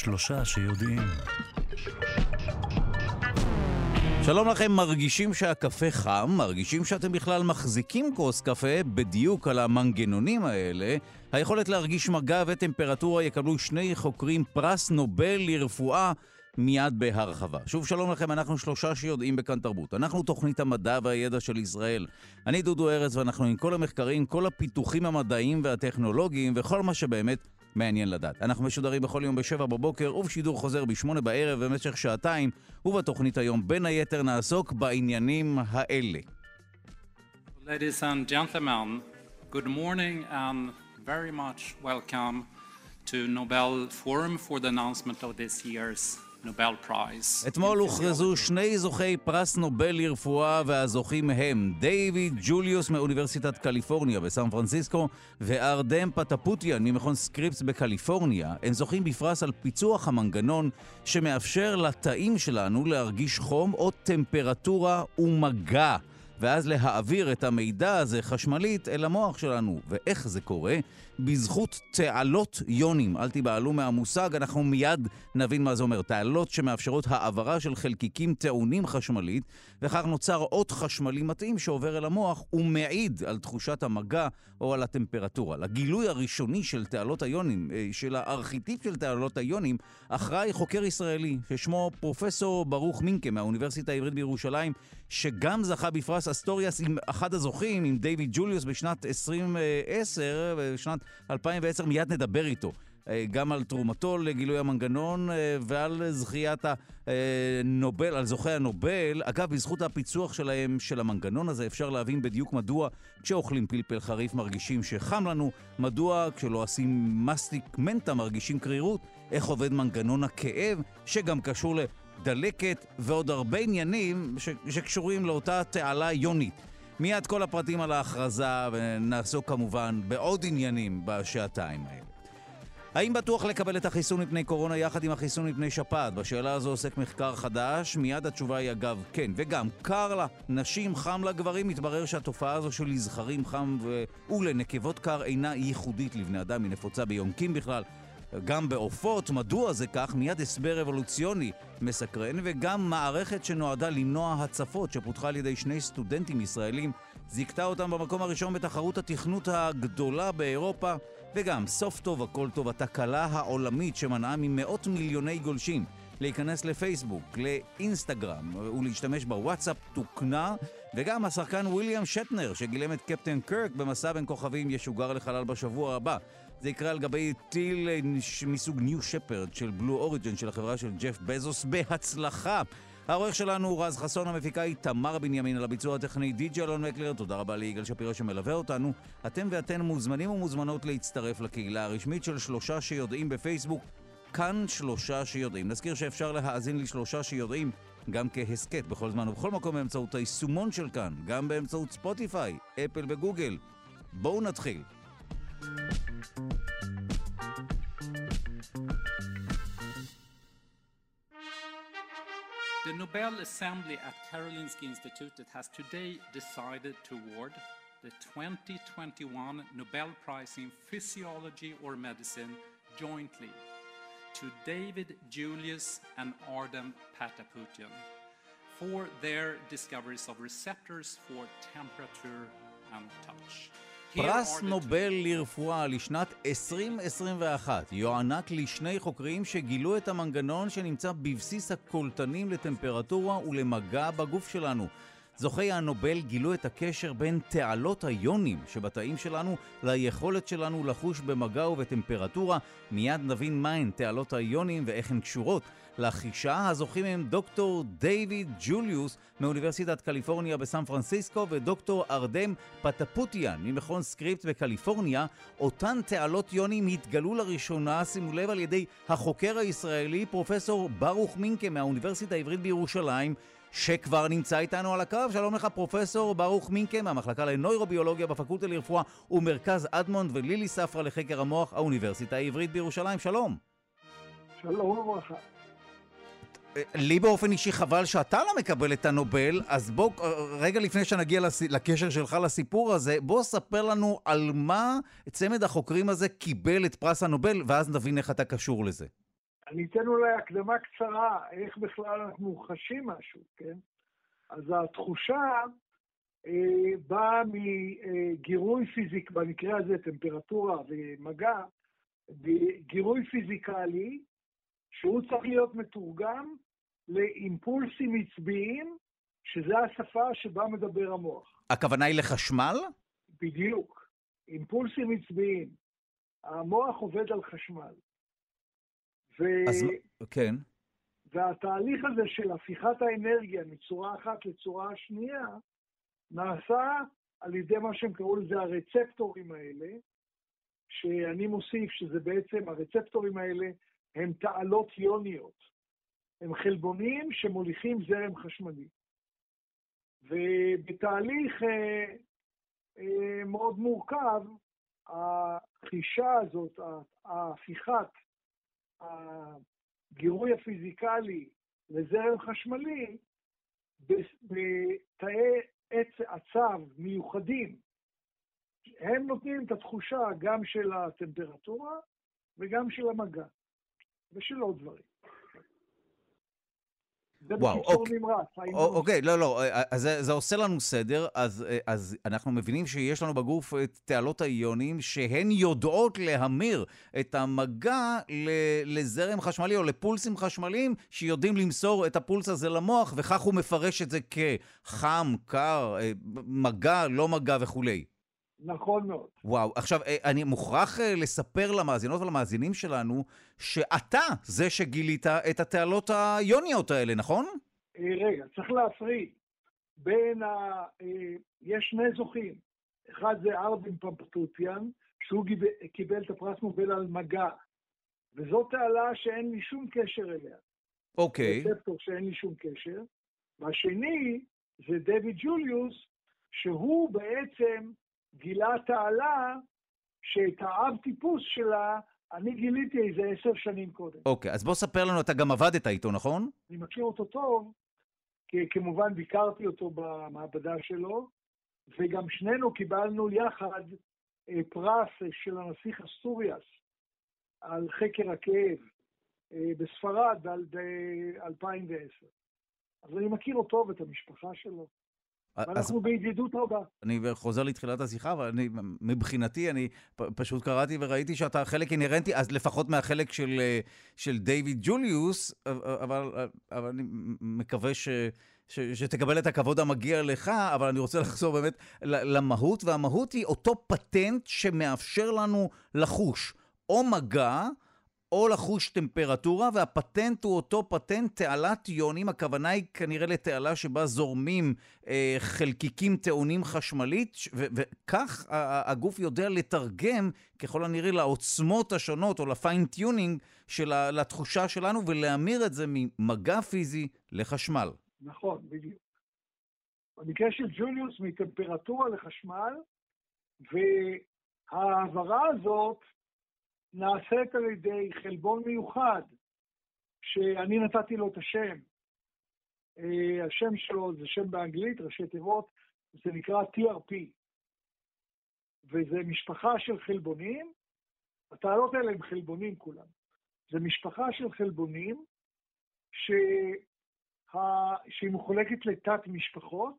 שלושה שיודעים. שלום לכם, מרגישים שהקפה חם? מרגישים שאתם בכלל מחזיקים כוס קפה? בדיוק על המנגנונים האלה, היכולת להרגיש מגע וטמפרטורה יקבלו שני חוקרים פרס נובל לרפואה מיד בהרחבה. שוב שלום לכם, אנחנו שלושה שיודעים בכאן תרבות. אנחנו תוכנית המדע והידע של ישראל. אני דודו ארץ ואנחנו עם כל המחקרים, כל הפיתוחים המדעיים והטכנולוגיים וכל מה שבאמת מעניין לדעת. אנחנו משודרים בכל יום ב7 בבוקר ובשידור חוזר ב8 בערב במשך שעתיים, ובתוכנית היום בין היתר נעסוק בעניינים האלה. Ladies and gentlemen, good morning and very much welcome to Nobel Forum for the announcement of this year's Nobel Prize. אתמול הוכרזו שני זוכי פרס נובל לרפואה, והזוכים הם דיוויד ג'וליוס מאוניברסיטת קליפורניה בסן פרנסיסקו וארדם פטפוטיאן ממכון סקריפס בקליפורניה. הם זוכים בפרס על פיצוח המנגנון שמאפשר לתאים שלנו להרגיש חום או טמפרטורה ומגע, ואז להעביר את המידע הזה חשמלית אל המוח שלנו. ואיך זה קורה? בזכות תעלות יונים. אל תיבהלו מהמושג, אנחנו מיד נבין מה זה אומר. תעלות שמאפשרות העברה של חלקיקים טעונים חשמלית, וכך נוצר אות חשמלי מתאים שעובר אל המוח ומעיד על תחושת המגע או על הטמפרטורה. לגילוי הראשוני של תעלות היונים, של הארכיטיפ של תעלות היונים, אחראי חוקר ישראלי ששמו פרופסור ברוך מינקה מהאוניברסיטה העברית בירושלים, שגם זכה בפרס אסטוריאס עם אחד הזוכים, עם דיוויד ג'וליוס בשנת 2010, בשנת 2010 מיד נדבר איתו גם על תרומתו לגילוי המנגנון ועל זכיית הנובל, על זוכי הנובל. אגב, בזכות הפיצוח שלהם של המנגנון הזה אפשר להבין בדיוק מדוע כשאוכלים פלפל חריף מרגישים שחם לנו, מדוע כשלא עושים מסטיק מנטה מרגישים קרירות, איך עובד מנגנון הכאב שגם קשור לדלקת ועוד הרבה עניינים שקשורים לאותה תעלה יונית. מיד כל הפרטים על ההכרזה, ונעסוק כמובן בעוד עניינים בשעתיים האלה. האם בטוח לקבל את החיסון מפני קורונה יחד עם החיסון מפני שפעת? בשאלה הזו עוסק מחקר חדש. מיד התשובה היא אגב כן, וגם קר לנשים, חם לגברים. מתברר שהתופעה הזו של לזכרים חם ולנקבות קר אינה ייחודית לבני אדם, היא נפוצה ביונקים בכלל, גם בעופות. מדוע זה כך? מיד הסבר אבולוציוני מסקרן, וגם מערכת שנועדה למנוע הצפות שפותחה על ידי שני סטודנטים ישראלים זיקתה אותם במקום הראשון בתחרות התכנות הגדולה באירופה. וגם סוף טוב הכל טוב, התקלה העולמית שמנעה ממאות מיליוני גולשים להיכנס לפייסבוק, לאינסטגרם ולהשתמש בוואטסאפ תוקנה. וגם השחקן וויליאם שטנר שגילם את קפטן קרק במסע בין כוכבים ישוגר לחלל בשבוע הבא. זה יקרה על גבי טיל מסוג ניו שפרד של בלו אוריג'ן של החברה של ג'ף בזוס. בהצלחה. העורך שלנו הוא רז חסון, המפיקה היא תמר בנימין, על הביצוע הטכני די.ג'י אלון מקלר. תודה רבה ליגאל שפירא שמלווה אותנו. אתם ואתן מוזמנים ומוזמנות להצטרף לקהילה הרשמית של שלושה שיודעים בפייסבוק, כאן שלושה שיודעים. נזכיר שאפשר להאזין לשלושה שיודעים גם כהסקט בכל זמן ובכל מקום באמצעות היישומון של כאן, גם באמצעות ספוטיפיי, אפל וגוגל. בואו נתחיל. The Nobel Assembly at Karolinska Institutet has today decided to award the 2021 Nobel Prize in Physiology or Medicine jointly to David Julius and Ardem Patapoutian for their discoveries of receptors for temperature and touch. פרס נובל לרפואה לשנת 2021 יוענק לשני חוקרים שגילו את המנגנון שנמצא בבסיס הקולטנים לטמפרטורה ולמגע בגוף שלנו. זוכי הנובל גילו את הקשר בין תעלות היונים שבתאים שלנו ליכולת שלנו לחוש במגע ובטמפרטורה. מיד נבין מהן תעלות היונים ואיך הן קשורות לחישה. הזוכים הם דוקטור דיוויד ג'וליוס מאוניברסיטת קליפורניה בסן פרנסיסקו ודוקטור ארדם פטפוטיאן ממכון סקריפס בקליפורניה. אותן תעלות יונים התגלו לראשונה, שימו לב, על ידי החוקר הישראלי פרופסור ברוך מינקה מהאוניברסיטה העברית בירושלים, שכבר נמצא איתנו על הקו. שלום לך פרופסור ברוך מינקה מהמחלקה לנוירוביולוגיה בפקולטה לרפואה ומרכז אדמונד, ולילי ספרא לחקר המוח האוניברסיטה העברית בירושלים. שלום. שלום וברכה. לי באופן אישי חבל שאתה לא מקבל את הנובל, אז בוא, רגע לפני שנגיע לקשר שלך לסיפור הזה, בוא ספר לנו על מה צמד החוקרים הזה קיבל את פרס הנובל, ואז נבין איך אתה קשור לזה. אני אתן אולי הקדמה קצרה, איך בכלל אנחנו חשים משהו, כן? אז התחושה באה מגירוי פיזיק, במקרה הזה טמפרטורה ומגע, גירוי פיזיקלי, שהוא צריך להיות מתורגם לאימפולסים עצביים, שזה השפה שבה מדבר המוח. הכוונה היא לחשמל? בדיוק. אימפולסים עצביים. המוח עובד על חשמל. כן. והתהליך הזה של הפיכת האנרגיה מצורה אחת לצורה שנייה, נעשה על ידי מה שהם קראו לזה הרצפטורים האלה, שאני מוסיף שזה בעצם, הרצפטורים האלה הם תעלות יוניות. הם חלבונים שמוליכים זרם חשמלי. ובתהליך מאוד מורכב, החישה הזאת, ההפיכת הגירוי הפיזיקלי לזרם חשמלי, בתאי עצב מיוחדים, הם נותנים את התחושה גם של הטמפרטורה וגם של המגע, ושל עוד דברים. זה בקיצור נמרץ. אוקיי, לא, אז זה עושה לנו סדר, אז אנחנו מבינים שיש לנו בגוף את תעלות האיונים, שהן יודעות להמיר את המגע לזרם חשמלי או לפולסים חשמליים, שיודעים למסור את הפולס הזה למוח, וכך הוא מפרש את זה כחם, קר, מגע, לא מגע וכולי. נכון מאוד. וואו, עכשיו, אני מוכרח לספר למאזינות ולמאזינים שלנו, שאתה זה שגילית את התעלות האיוניות האלה, נכון? רגע, צריך להפריד. יש שני זוכים. אחד זה ארדם פטפוטיאן, שהוא קיבל את הפרס נובל על מגע. וזאת תעלה שאין לי שום קשר אליה. אוקיי. רצפטור שאין לי שום קשר. והשני זה דויד ג'וליוס, שהוא בעצם גילה תעלה שאת האב טיפוס שלה אני גיליתי איזה 10 שנים קודם. אוקיי, אז בוא ספר לנו, אתה גם עבדת איתו, נכון? אני מכיר אותו טוב, כי כמובן ביקרתי אותו במעבדה שלו, וגם שנינו קיבלנו יחד פרס של הנסיך אסטוריאס על חקר הכאב בספרד ב-2010. אז אני מכיר אותו ואת המשפחה שלו. ואנחנו בידידות רבה. אני חוזר לתחילת השיחה, אבל מבחינתי, אני פשוט קראתי וראיתי שאתה חלק אינרנטי, אז לפחות מהחלק של דיוויד ג'וליוס, אבל אני מקווה שתקבל את הכבוד המגיע לך, אבל אני רוצה לחזור באמת למהות, והמהות היא אותו פטנט שמאפשר לנו לחוש או מגע, או לחוש טמפרטורה, והפטנט הוא אותו פטנט תעלת איונים, הכוונה היא כנראה לתעלה שבה זורמים חלקיקים טעונים חשמלית, וכך הגוף יודע לתרגם ככל הנראה לעוצמות השונות, או לפיינטיונינג לתחושה שלנו, ולהמיר את זה ממגע פיזי לחשמל. נכון, בדיוק. במקרה של ג'וליוס מטמפרטורה לחשמל, והעברה הזאת נעשית על ידי חלבון מיוחד, שאני נתתי לו את השם. השם שלו זה שם באנגלית, ראשי תיבות, זה נקרא TRP. וזה משפחה של חלבונים, התעלות האלה הם חלבונים כולם. זה משפחה של חלבונים שהיא מחולקת לתת משפחות,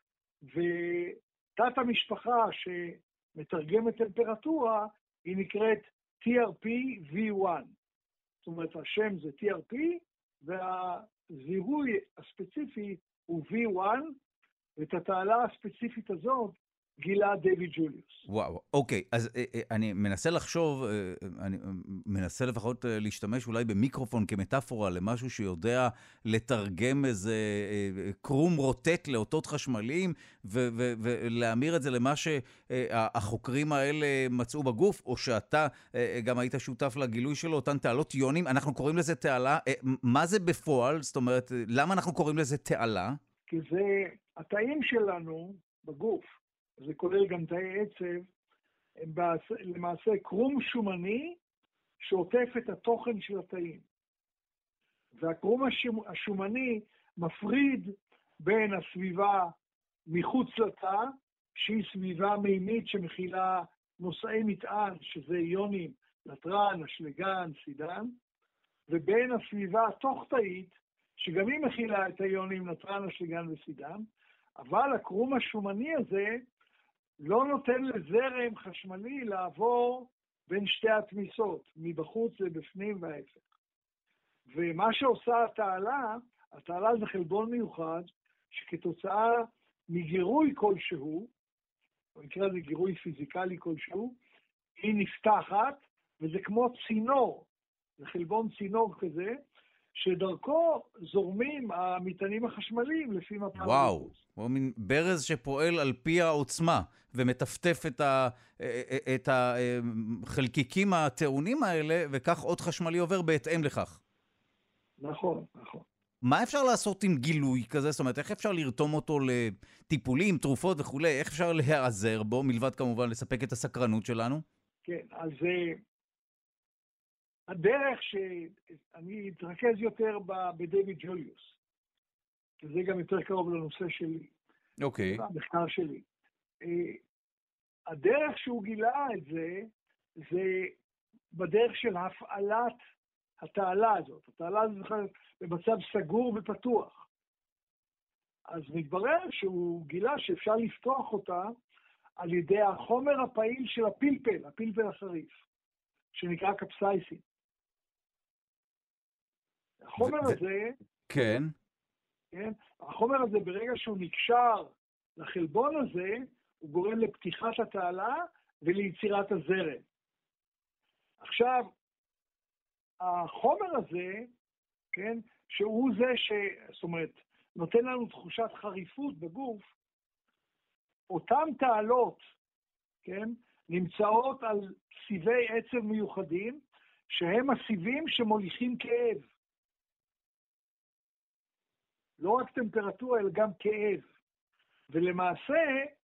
ותת המשפחה שמתרגמת טמפרטורה, היא נקראת TRP-V1. זאת אומרת, השם זה TRP, והזיהוי הספציפי הוא V1, ואת התעלה הספציפית הזאת גילה דיוויד ג'וליוס. וואו, אוקיי, אז אני מנסה לחשוב, אני מנסה לפחות להשתמש אולי במיקרופון כמטאפורה למשהו שיודע לתרגם איזה קרום רוטט לאותות חשמליים, ולהמיר את זה למה שהחוקרים האלה מצאו בגוף, או שאתה גם היית שותף לגילוי שלו, אותן תעלות איונים, אנחנו קוראים לזה תעלה, מה זה בפועל? זאת אומרת, למה אנחנו קוראים לזה תעלה? כי זה התאים שלנו בגוף, זה כולל גם תאי עצב, הם למעשה קרום שומני שעוטף את התוכן של התאים. והקרום השומני מפריד בין הסביבה מחוץ לתא, שהיא סביבה מימית שמכילה נושאי מטען, שזה איונים, לטרן, אשלגן, סידן, ובין הסביבה התוך-תאית, שגם היא מכילה את האיונים נתרן, אשליגן וסידן, אבל הקרום השומני הזה לא נותן לזרם חשמלי לעבור בין שתי התמיסות, מבחוץ לבפנים וההפך. ומה שעושה התעלה זה חלבון מיוחד, שכתוצאה מגירוי כלשהו, במקרה זה גירוי פיזיקלי כלשהו, היא נפתחת, וזה כמו צינור, זה חלבון צינור כזה, שדרכו זורמים המטענים החשמליים לפי מפל הריכוז. וואו, הוא מין ברז שפועל על פי העוצמה, ומטפטף את החלקיקים הטעונים האלה, וכך עוד חשמלי עובר בהתאם לכך. נכון, נכון. מה אפשר לעשות עם גילוי כזה? זאת אומרת, איך אפשר לרתום אותו לטיפולים, תרופות וכו'? איך אפשר להיעזר בו, מלבד כמובן לספק את הסקרנות שלנו? כן, אז הדרך שאני אתרכז יותר בדייוויד ג'וליוס, שזה גם יותר קרוב לנושא שלי. אוקיי. המחקר שלי. הדרך שהוא גילה את זה, זה בדרך של הפעלת התעלה הזאת. התעלה הזאת במצב סגור ופתוח. אז מתברר שהוא גילה שאפשר לפתוח אותה על ידי החומר הפעיל של הפלפל החריף, שנקרא קפסאיסין. החומר הזה, כן. כן, החומר הזה ברגע שהוא נקשר לחלבון הזה, הוא גורם לפתיחת התעלה וליצירת הזרם. עכשיו, החומר הזה, כן, שהוא זה זאת אומרת, נותן לנו תחושת חריפות בגוף, אותם תעלות, כן, נמצאות על סיבי עצב מיוחדים, שהם הסיבים שמוליכים כאב. לא רק טמפרטורה, אלא גם כאב. ולמעשה,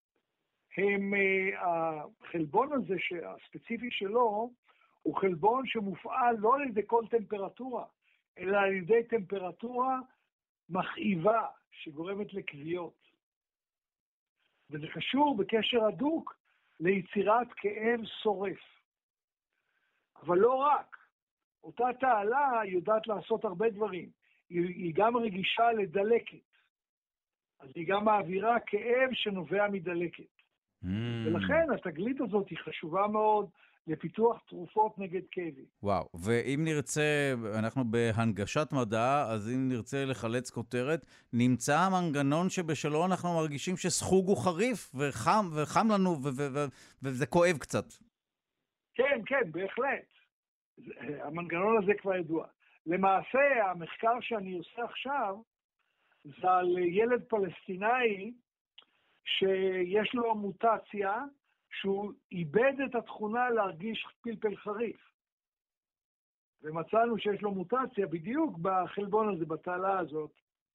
החלבון הזה הספציפי שלו, הוא חלבון שמופעל לא על ידי כל טמפרטורה, אלא על ידי טמפרטורה מכאיבה, שגורמת לכוויות. וזה קשור בקשר הדוק ליצירת כאב שורף. אבל לא רק. אותה תעלה יודעת לעשות הרבה דברים. היא גם רגישה לדלקת. אז היא גם מעבירה כאב שנובע מדלקת. ולכן התגלית הזאת היא חשובה מאוד לפיתוח תרופות נגד כאבים. וואו, ואם נרצה, אנחנו בהנגשת מדע, אז אם נרצה לחלץ כותרת, נמצא המנגנון שבשלו אנחנו מרגישים שסחוג הוא חריף וחם לנו וזה כואב קצת. כן, כן, בהחלט. המנגנון הזה כבר ידוע. למעשה, המחקר שאני עושה עכשיו, זה על ילד פלסטיני שיש לו מוטציה, שהוא איבד את התכונה להרגיש פלפל חריף. ומצאנו שיש לו מוטציה בדיוק בחלבון הזה, בתעלה הזאת,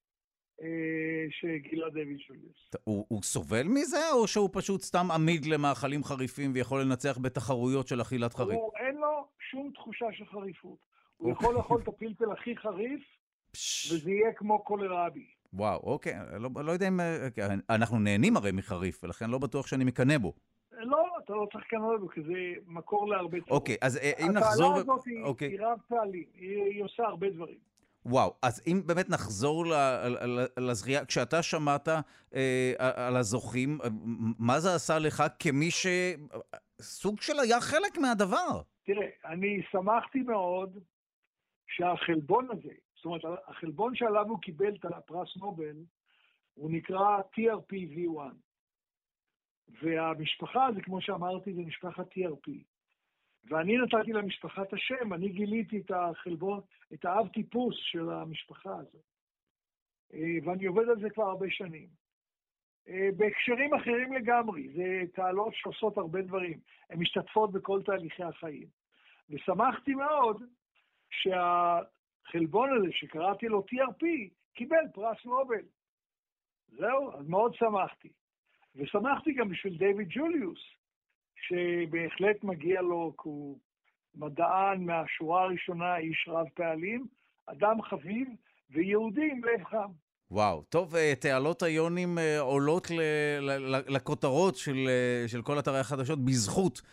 שגילה דייוויד ג'וליוס. הוא סובל מזה, או שהוא פשוט סתם עמיד למאכלים חריפים ויכול לנצח בתחרויות של אכילת חריף? אין לו שום תחושה של חריפות. הוא יכול לאכול את הפלפל הכי חריף, וזה יהיה כמו קולרבי. וואו, אוקיי. לא יודע אם... אנחנו נהנים הרי מחריף, ולכן לא בטוח שאני מקנה בו. לא, אתה לא צריך לקנות בו, כי זה מקור להרבה דברים. אוקיי, אז אם נחזור... התעלה הזאת היא רב פעלים, היא עושה הרבה דברים. וואו, אז אם באמת נחזור לזריעה, כשאתה שמעת על הזוכים, מה זה עשה לך כמי שסוג של היה חלק מהדבר? תראה, אני שמחתי מאוד שהחלבון הזה, זאת אומרת, החלבון שעליו הוא קיבל את הפרס נובל, הוא נקרא TRPV1. והמשפחה, זה כמו שאמרתי, זה משפחת TRP. ואני נתתי למשפחה את השם, אני גיליתי את החלבון, את האב טיפוס של המשפחה הזאת. ואני עובד על זה כבר הרבה שנים. בהקשרים אחרים לגמרי, זה תעלות שעושות הרבה דברים. הן משתתפות בכל תהליכי החיים. ושמחתי מאוד שהחלבון הזה שקראתי לו TRP, קיבל פרס נובל. זהו, אז מאוד שמחתי. ושמחתי גם בשביל דייוויד ג'וליוס, שבהחלט מגיע לו, כי הוא מדען מהשורה הראשונה, איש רב פעלים, אדם חביב ויהודי עם לב חם. וואו, טוב, תעלות היונים עולות לכותרות של כל אתרי החדשות בזכות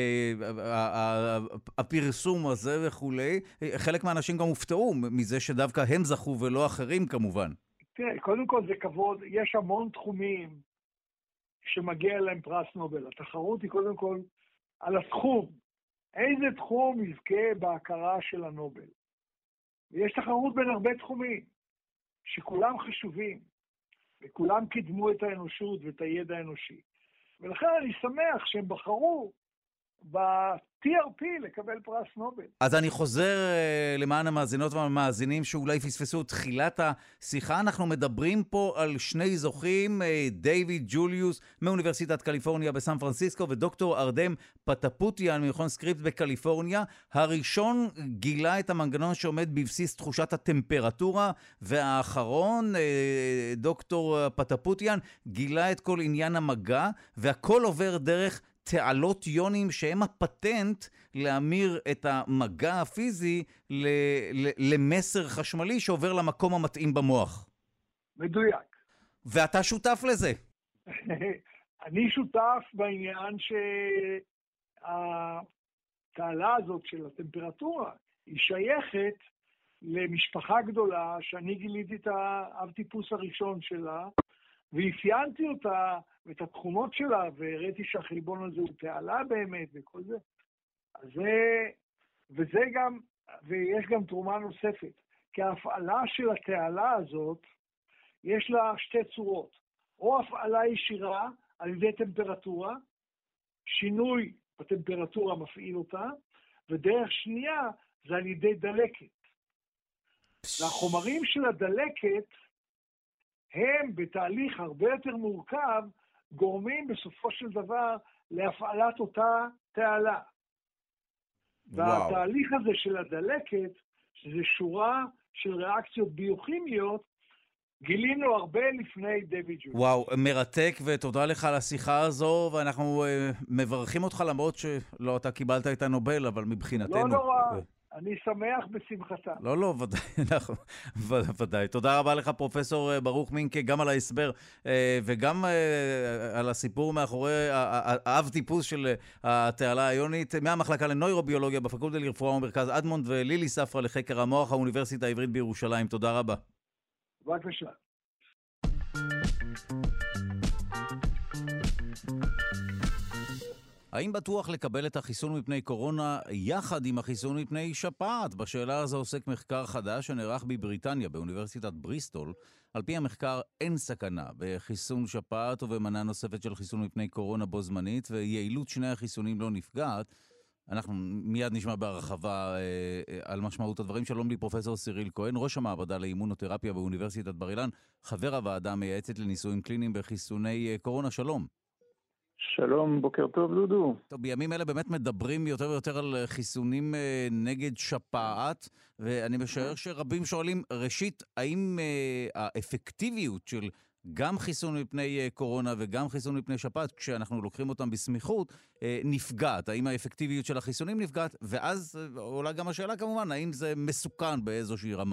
הפרסום הזה וכולי. חלק מהאנשים גם הופתעו מזה שדווקא הם זכו ולא אחרים כמובן. תראה, קודם כל זה כבוד, יש המון תחומים שמגיע להם פרס נובל. התחרות היא קודם כל על הסכום. איזה תחום יזכה בהכרה של הנובל? ויש תחרות בין הרבה תחומים. שכולם חשובים, וכולם קידמו את האנושות ואת הידע האנושי. ולכן אני שמח שהם בחרו ב-TRP לקבל פרס נובל. אז אני חוזר למען המאזינות והמאזינים שאולי פספסו תחילת השיחה. אנחנו מדברים פה על שני זוכים, דיוויד ג'וליוס מאוניברסיטת קליפורניה בסן פרנסיסקו ודוקטור ארדם פטפוטיאן ממכון סקריפס בקליפורניה. הראשון גילה את המנגנון שעומד בבסיס תחושת הטמפרטורה, והאחרון, דוקטור פטפוטיאן, גילה את כל עניין המגע, והכל עובר דרך תעלות יונים שהם הפטנט להמיר את המגע הפיזי למסר חשמלי שעובר למקום המתאים במוח. מדויק. ואתה שותף לזה. אני שותף בעניין שהתעלה הזאת של הטמפרטורה היא שייכת למשפחה גדולה שאני גיליתי את האב טיפוס הראשון שלה, ואפיינתי אותה ואת התכונות שלה, והראיתי שהחלבון הזה הוא תעלה באמת וכל זה. אז וזה גם, ויש גם תרומה נוספת, כי ההפעלה של התעלה הזאת, יש לה שתי צורות. או הפעלה ישירה על ידי טמפרטורה, שינוי בטמפרטורה מפעיל אותה, ודרך שנייה זה על ידי דלקת. והחומרים של הדלקת, הם בתהליך הרבה יותר מורכב, גורמים בסופו של דבר להפעלת אותה תעלה. והתהליך הזה של הדלקת, שזה שורה של ריאקציות ביוכימיות, גילינו הרבה לפני דיוויד ג'וליוס. וואו, מרתק, ותודה לך על השיחה הזו, ואנחנו מברכים אותך למרות שלא אתה קיבלת את הנובל, אבל מבחינתנו... לא נורא. אני שמח בשמחתה. לא, ודאי. תודה רבה לך, פרופסור ברוך מינקה, גם על ההסבר וגם על הסיפור מאחורי האב טיפוס של התעלה היונית, מהמחלקה לנוירוביולוגיה בפקולטה לרפואה ומרכז אדמונד, ולילי ספרא לחקר המוח, האוניברסיטה העברית בירושלים. תודה רבה. בבקשה. האם בטוח לקבל את החיסון מפני קורונה יחד עם החיסון מפני שפעת? בשאלה הזו עוסק מחקר חדש שנערך בבריטניה, באוניברסיטת בריסטול. על פי המחקר אין סכנה בחיסון שפעת ובמנה נוספת של חיסון מפני קורונה בו זמנית, ויעילות שני החיסונים לא נפגעת. אנחנו מיד נשמע בהרחבה על משמעות הדברים. שלום לי פרופסור סיריל כהן, ראש המעבדה לאימונותרפיה באוניברסיטת בר אילן, חבר הוועדה המייעצת לניסויים קליניים בחיסוני קורונה. שלום. שלום, בוקר טוב דודו. טוב, בימים אלה באמת מדברים יותר ויותר על חיסונים נגד שפעת, ואני משער שרבים שואלים, ראשית, האם האפקטיביות של גם חיסון מפני קורונה וגם חיסון מפני שפעת, כשאנחנו לוקחים אותם בסמיכות, נפגעת? האם האפקטיביות של החיסונים נפגעת? ואז עולה גם השאלה כמובן, האם זה מסוכן באיזושהי רמה?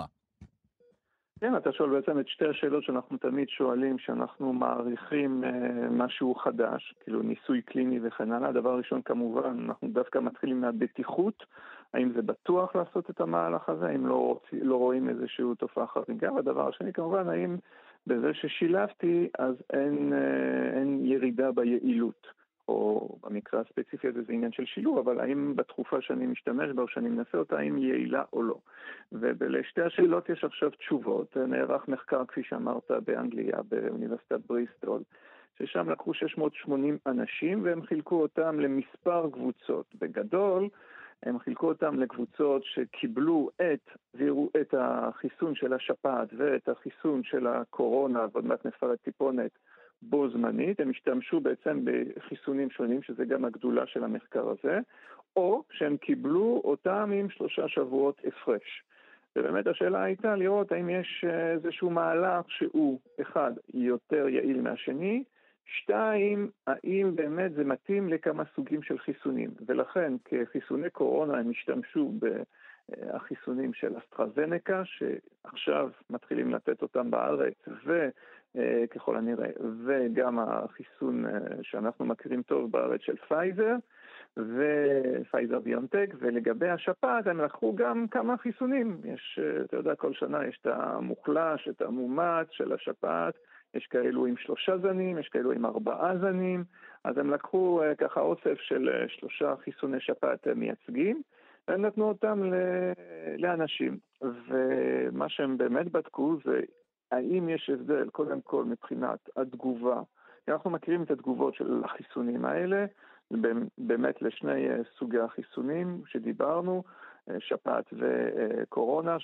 כן, אתה שואל בעצם את שתי השאלות שאנחנו תמיד שואלים, שאנחנו מעריכים משהו חדש, כאילו ניסוי קליני וכן הלאה. הדבר הראשון כמובן, אנחנו דווקא מתחילים מהבטיחות, האם זה בטוח לעשות את המהלך הזה, האם לא רואים איזשהו תופעה חריגה. והדבר השני כמובן, האם בזה ששילבתי אז אין ירידה ביעילות, או במקרה הספציפי הזה זה עניין של שילוב, אבל האם בתרופה שאני משתמש בה או שאני מנסה אותה, האם היא יעילה או לא. ולשתי השאלות יש עכשיו תשובות. נערך מחקר, כפי שאמרת, באנגליה, באוניברסיטת בריסטול, ששם לקחו 680 אנשים והם חילקו אותם למספר קבוצות. בגדול, הם חילקו אותם לקבוצות שקיבלו והראו את החיסון של השפעת ואת החיסון של הקורונה, ועוד מעט נפרט טיפונת, בו זמנית. הם השתמשו בעצם בחיסונים שונים, שזה גם הגדולה של המחקר הזה, או שהם קיבלו אותם עם 3 שבועות הפרש. ובאמת השאלה הייתה לראות האם יש איזשהו מהלך שהוא, אחד, יותר יעיל מהשני, 2, האם באמת זה מתאים לכמה סוגים של חיסונים. ולכן כחיסוני קורונה הם השתמשו החיסונים של אסטרזנקה, שעכשיו מתחילים לתת אותם בארץ, וככל הנראה, וגם החיסון שאנחנו מכירים טוב בארץ של פייזר, ופייזר ביונטק, ולגבי השפעת הם לקחו גם כמה חיסונים. יש, אתה יודע, כל שנה יש את המוחלש, את המומץ של השפעת, יש כאלו עם 3 זנים, יש כאלו עם 4 זנים, אז הם לקחו ככה אוסף של 3 חיסוני שפעת מייצגים, והם נתנו אותם לאנשים. ומה שהם באמת בדקו זה האם יש הבדל קודם כל מבחינת התגובה. אנחנו מכירים את התגובות של החיסונים האלה, באמת לשני סוגי החיסונים שדיברנו, שפעת וקורונה,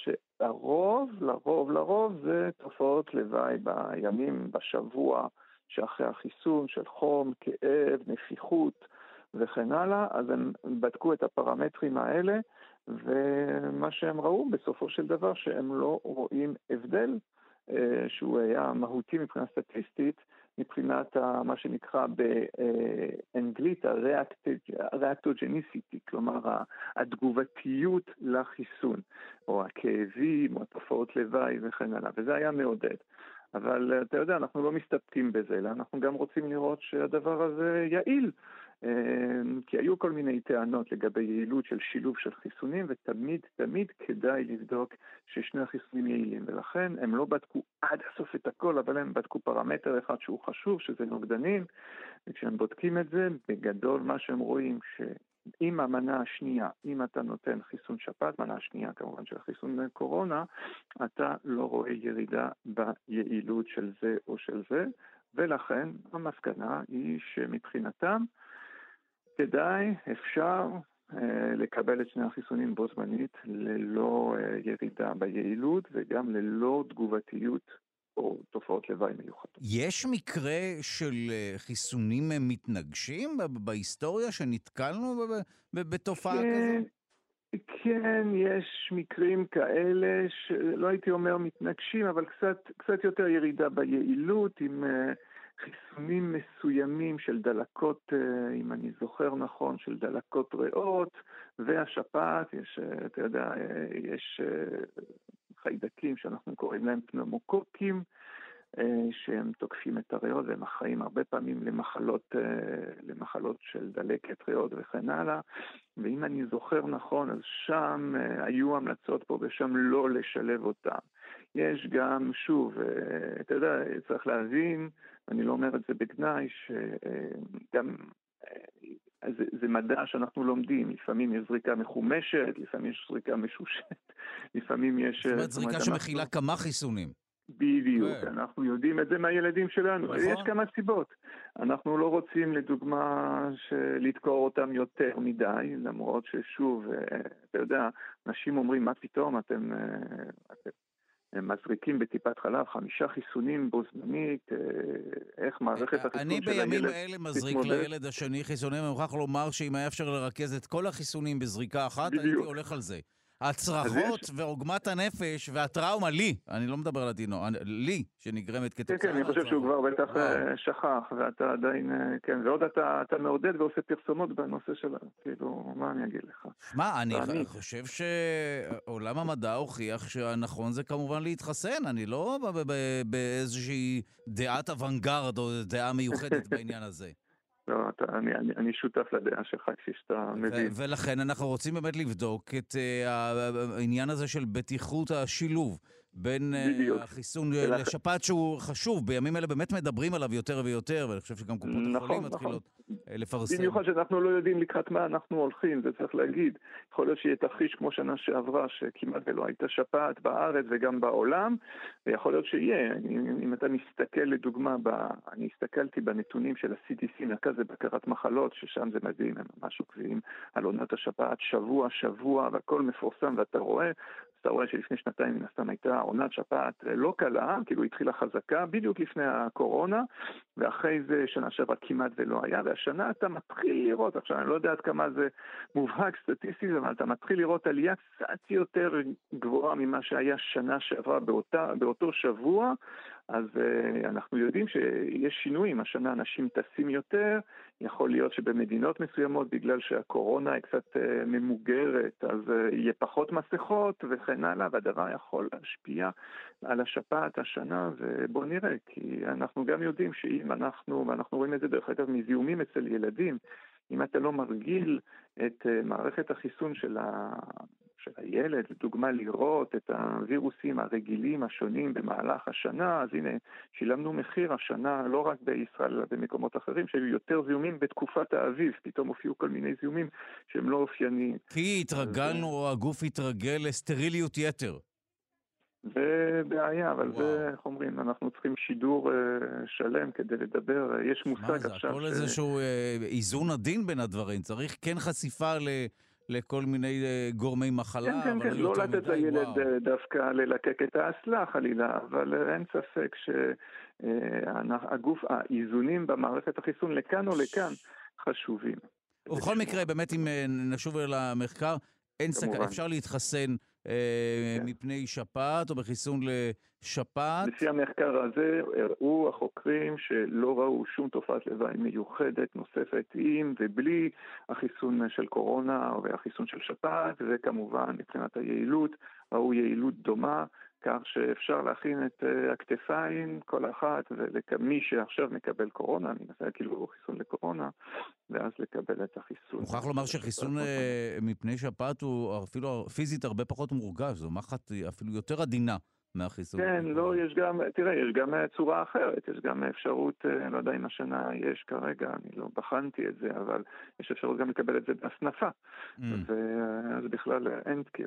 לרוב זה תופעות לוואי בימים, בשבוע שאחרי החיסון, של חום, כאב, נפיחות וכן הלאה. אז הם בדקו את הפרמטרים האלה, ומה שהם ראו בסופו של דבר שהם לא רואים הבדל שהוא היה מהותי מבחינה סטטיסטית, מבחינת מה שנקרא באנגלית ה-reactogenicity, כלומר התגובתיות לחיסון, או הכאבים, או התופעות לוואי וכן הלאה, וזה היה מעודד. אבל אתה יודע, אנחנו לא מסתפקים בזה, אלא אנחנו גם רוצים לראות שהדבר הזה יעיל, כי היו כל מיני טענות לגבי יעילות של שילוב של חיסונים, ותמיד כדאי לבדוק ששני החיסונים יעילים, ולכן הם לא בדקו עד הסוף את הכל, אבל הם בדקו פרמטר אחד שהוא חשוב, שזה נוגדנים, וכשהם בודקים את זה, בגדול מה שהם רואים שאם המנה השנייה, אם אתה נותן חיסון שפעת, מנה השנייה כמובן של חיסון קורונה, אתה לא רואה ירידה ביעילות של זה או של זה, ולכן המסקנה היא שמבחינתם כדאי, אפשר לקבל את שני החיסונים בו זמנית ללא ירידה ביעילות וגם ללא תגובתיות או תופעות לוואי מיוחדות. יש מקרה של חיסונים מתנגשים בהיסטוריה שנתקלנו בתופעה כזו? כן, יש מקרים כאלה שלא הייתי אומר מתנגשים, אבל קצת יותר ירידה ביעילות עם חיסונים מסוימים של דלקות, אם אני זוכר נכון, של דלקות ריאות, והשפעת, אתה יודע, יש חיידקים שאנחנו קוראים להם פנאומוקוקים, שהם תוקפים את הריאות והם אחראים הרבה פעמים למחלות של דלקת ריאות וכן הלאה. ואם אני זוכר נכון, אז שם היו המלצות פה ושם לא לשלב אותם. יש גם, שוב, אתה יודע, צריך להבין, אני לא אומר את זה בגנאי, שגם זה מדע שאנחנו לומדים, לפעמים יש זריקה מחומשת, לפעמים יש זריקה משושת, לפעמים יש... זאת אומרת, זריקה שמכילה כמה חיסונים. בדיוק, אנחנו יודעים את זה מהילדים שלנו, נכון. יש כמה סיבות. אנחנו לא רוצים לדוגמה לדקור אותם יותר מדי, למרות ששוב, אתה יודע, אנשים אומרים, מה פתאום, אתם מזריקים בטיפת חלב 5 חיסונים בו זמנית, איך מערכת החיסון של הילד... אני בימים האלה מזריק לילד השני חיסונים, אני מוכרח לומר שאם היה אפשר לרכז את כל החיסונים בזריקה אחת, הייתי הולך על זה. הצרחות ועוגמת הנפש והטראומה לי, אני לא מדבר על הדינו, לי, שנגרמת כתוצאה. כן, אני חושב שהוא כבר בטח שכח, ואתה עדיין, כן, ועוד אתה מעודד ועושה פרסומות בנושא שלה, כאילו, מה אני אגיד לך? מה, אני חושב שעולם המדע הוכיח שהנכון זה כמובן להתחסן, אני לא באיזושהי דעת אוונגרד או דעה מיוחדת בעניין הזה. לא, אני שותף לדעה שלך כפי שאתה מבין. ולכן אנחנו רוצים באמת לבדוק את העניין הזה של בטיחות השילוב בין החיסון לשפעת שהוא חשוב. בימים אלה באמת מדברים עליו יותר ויותר, ואני חושב שגם קופות החולים מתחילות לפרסם. במיוחד שאנחנו לא יודעים לקראת מה אנחנו הולכים, זה צריך להגיד. יכול להיות שיהיה תרחיש כמו שנה שעברה, שכמעט ולא הייתה שפעת בארץ וגם בעולם, ויכול להיות שיהיה. אם אתה מסתכל לדוגמה, אני הסתכלתי בנתונים של ה-CDC, מרכז לבקרת מחלות, ששם זה מדהים, הם ממש עוקבים על עונת השפעת שבוע, והכל מפורסם, ואתה רואה שלפני 2 מן הסתם הייתה עונת שפעת לא קלה, כאילו התחילה חזקה, בדיוק לפני הקורונה, ואחרי זה שנה שעברה כמעט ולא היה, והשנה אתה מתחיל לראות, עכשיו אני לא יודע עד כמה זה מובהק סטטיסטי, אבל אתה מתחיל לראות עלייה קצת יותר גבוהה ממה שהיה שנה שעברה באותו שבוע, אז אנחנו יודעים שיש שינויים, השנה אנשים טסים יותר, יכול להיות שבמדינות מסוימות, בגלל שהקורונה היא קצת ממוגרת, אז יהיה פחות מסכות וכן הלאה, והדבר יכול להשפיע על השפעת השנה, ובוא נראה, כי אנחנו גם יודעים שאם ואנחנו רואים את זה דרך אגב מזיהומים אצל ילדים, אם אתה לא מרגיל את מערכת החיסון של הילד, לדוגמה לראות את הווירוסים הרגילים השונים במהלך השנה, אז הנה, שילמנו מחיר השנה, לא רק בישראל, אלא במקומות אחרים, שהיו יותר זיהומים בתקופת האביב, פתאום הופיעו כל מיני זיהומים שהם לא אופייניים. כי התרגלנו, או הגוף התרגל לסטריליות יתר. זה בעיה, אבל זה, איך אומרים, אנחנו צריכים שידור שלם כדי לדבר, יש מושג זה עכשיו הכל איזשהו איזון עדין בין הדברים, צריך כן חשיפה לכל מיני גורמי מחלה, כן, אבל לא לתת לילד דווקא ללקק את האסלה חלילה, אבל אין ספק שהגוף, האיזונים במערכת החיסון לכאן או לכאן חשובים. ובכל מקרה, באמת אם נשוב אל המחקר, אין סכנה, אפשר להתחסן מפני שפעת או בחיסון לשפעת? לפי המחקר הזה הראו החוקרים שלא ראו שום תופעת לוואי מיוחדת נוספת עם ובלי החיסון של קורונה והחיסון של שפעת, וכמובן מבחינת היעילות ראו יעילות דומה, כך שאפשר להכין את הכתפיים כל אחת, ומי שעכשיו מקבל קורונה, אני מנסה כאילו חיסון לקורונה, ואז לקבל את החיסון. מוכרח לומר שחיסון מפני שפעת הוא אפילו פיזית הרבה פחות מורגש, זו מחט אפילו יותר עדינה מהחיסון. כן, לא, יש גם, תראה, יש גם צורה אחרת, יש גם אפשרות, לא יודע אם השנה יש כרגע, אני לא בחנתי את זה, אבל יש אפשרות גם לקבל את זה בהסנפה, ואז בכלל אין דקיר.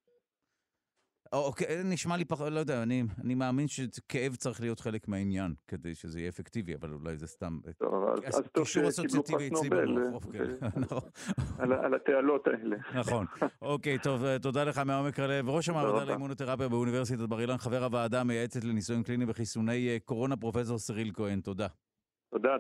אוקיי, נשמע לי פחות, לא יודע, אני מאמין שכאב צריך להיות חלק מהעניין, כדי שזה יהיה אפקטיבי, אבל אולי זה סתם אז טוב שקיבלו פרס נובל על התעלות האלה. נכון. אוקיי, טוב, תודה לך מעומק הלב. ראש המעבדה לאימונותרפיה באוניברסיטת בר אילן, חבר הוועדה המייעצת לניסויים קליניים וחיסוני קורונה, פרופסור סיריל כהן. תודה. תודה.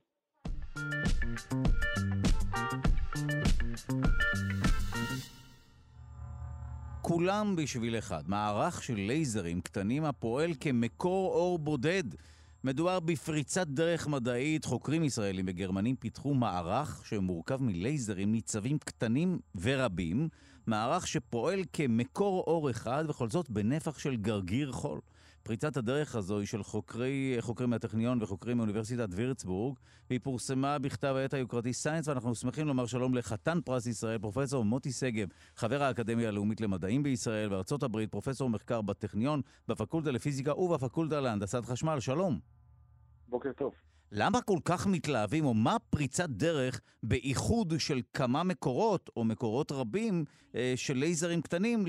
כולם בשביל אחד, מערך של לייזרים קטנים הפועל כמקור אור בודד. מדובר בפריצת דרך מדעית, חוקרים ישראלים וגרמנים פיתחו מערך שמורכב מלייזרים ניצבים קטנים ורבים, מערך שפועל כמקור אור אחד וכל זאת בנפח של גרגיר חול. פריצת הדרך הזו היא של חוקרים מהטכניון וחוקרים מאוניברסיטת וירצבורג, והיא פורסמה בכתב העת היוקרתי סיינס, ואנחנו שמחים לומר שלום לחתן פרס ישראל, פרופסור מוטי שגב, חבר האקדמיה הלאומית למדעים בישראל בארצות הברית, פרופסור מחקר בטכניון, בפקולטה לפיזיקה ובפקולטה להנדסת חשמל. שלום. בוקר טוב. למה כל כך מתלהבים, או מה פריצת דרך באיחוד של כמה מקורות, או מקורות רבים, של לייזרים קטנים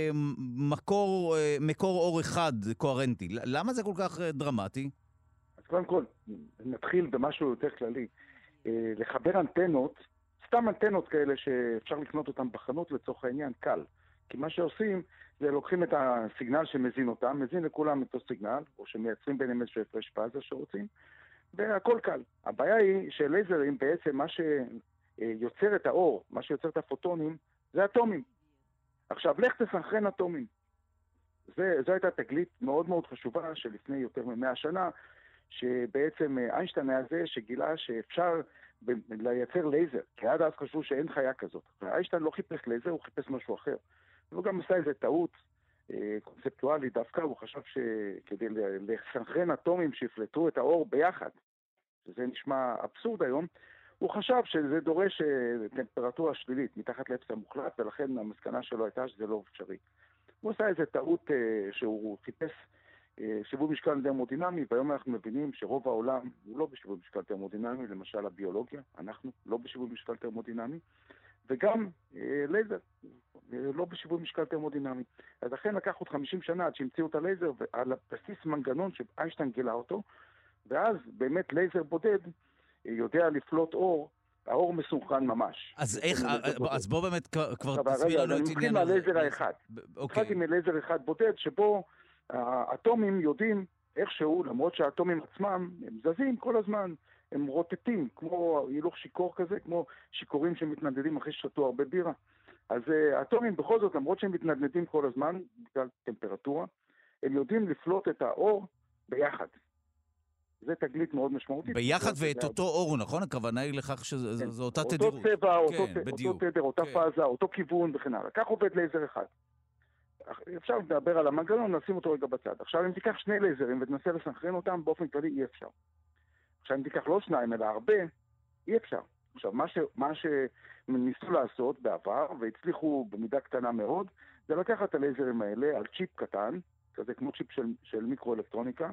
למקור אור אחד קוהרנטי? למה זה כל כך דרמטי? אז קודם כל, נתחיל במשהו יותר כללי. לחבר אנטנות, סתם אנטנות כאלה שאפשר לקנות אותן בחנות לצורך העניין, קל. כי מה שעושים, זה לוקחים את הסיגנל שמזין אותם, מזין לכולם את אותו סיגנל, או שמייצרים ביניהם איזשהו הפרש פאזה שרוצים, והכל קל. הבעיה היא שלייזרים בעצם מה שיוצר את האור, מה שיוצר את הפוטונים, זה אטומים. עכשיו, לך תסנכרן אטומים. זו הייתה תגלית מאוד מאוד חשובה שלפני יותר מ100 שנה, שבעצם איינשטיין היה זה שגילה שאפשר לייצר לייזר, כי עד אז חשבו שאין חיה כזאת. איינשטיין לא חיפש לייזר, הוא חיפש משהו אחר. והוא גם עשה איזה טעות קונספטואלית דווקא, הוא חשב שכדי לסנכרן אטומים שיפלטו את האור ביחד, שזה נשמע אבסורד היום, הוא חשב שזה דורש טמפרטורה שלילית, מתחת לאפס המוחלט, ולכן המסקנה שלו הייתה שזה לא אפשרי. הוא עשה איזה טעות שהוא חיפש שיווי משקל תרמודינמי, והיום אנחנו מבינים שרוב העולם הוא לא בשיווי משקל תרמודינמי, למשל הביולוגיה, אנחנו לא בשיווי משקל תרמודינמי, וגם לייזר, לא בשיווי משקל תרמודינמי. אז לכן לקח עוד 50 שנה עד שהמציאו את הלייזר, ועל בסיס מנגנון שאיינשטיין גילה אותו, ואז באמת לייזר בודד יודע לפלוט אור, האור מסונכרן ממש. אז בוא באמת כבר תסביר לנו את עניין... נתחיל מהלייזר האחד. התחלתי מלייזר אחד בודד, שבו האטומים יודעים איכשהו, למרות שהאטומים עצמם הם זזים כל הזמן, הם רוטטים, כמו הילוך שיקור כזה, כמו שיקורים שמתנדדים אחרי ששתו הרבה בירה. אז האטומים בכל זאת, למרות שהם מתנדנדים כל הזמן, בגלל טמפרטורה, הם יודעים לפלוט את האור ביחד. זה תגלית מאוד משמעותית. ביחד ואת אותו אור, נכון? הכוונה היא לכך שזו אותה תדירות. אותו צבע, אותו תדר, אותה פאזה, אותו כיוון וכן הלאה. כך עובד לייזר אחד. אפשר לדבר על המנגנון, נשים אותו רגע בצד. עכשיו, אם תיקח שני לייזרים ותנסה לסנכרן אותם, באופן כללי אי אפשר. עכשיו, אם תיקח לא שניים, אלא הרבה, אי אפשר. עכשיו, מה שניסו לעשות בעבר, והצליחו במידה קטנה מאוד, זה לקחת את הלייזרים האלה על צ'יפ קטן, כזה כמו צ'יפ של מיקרו-אלקטרוניקה,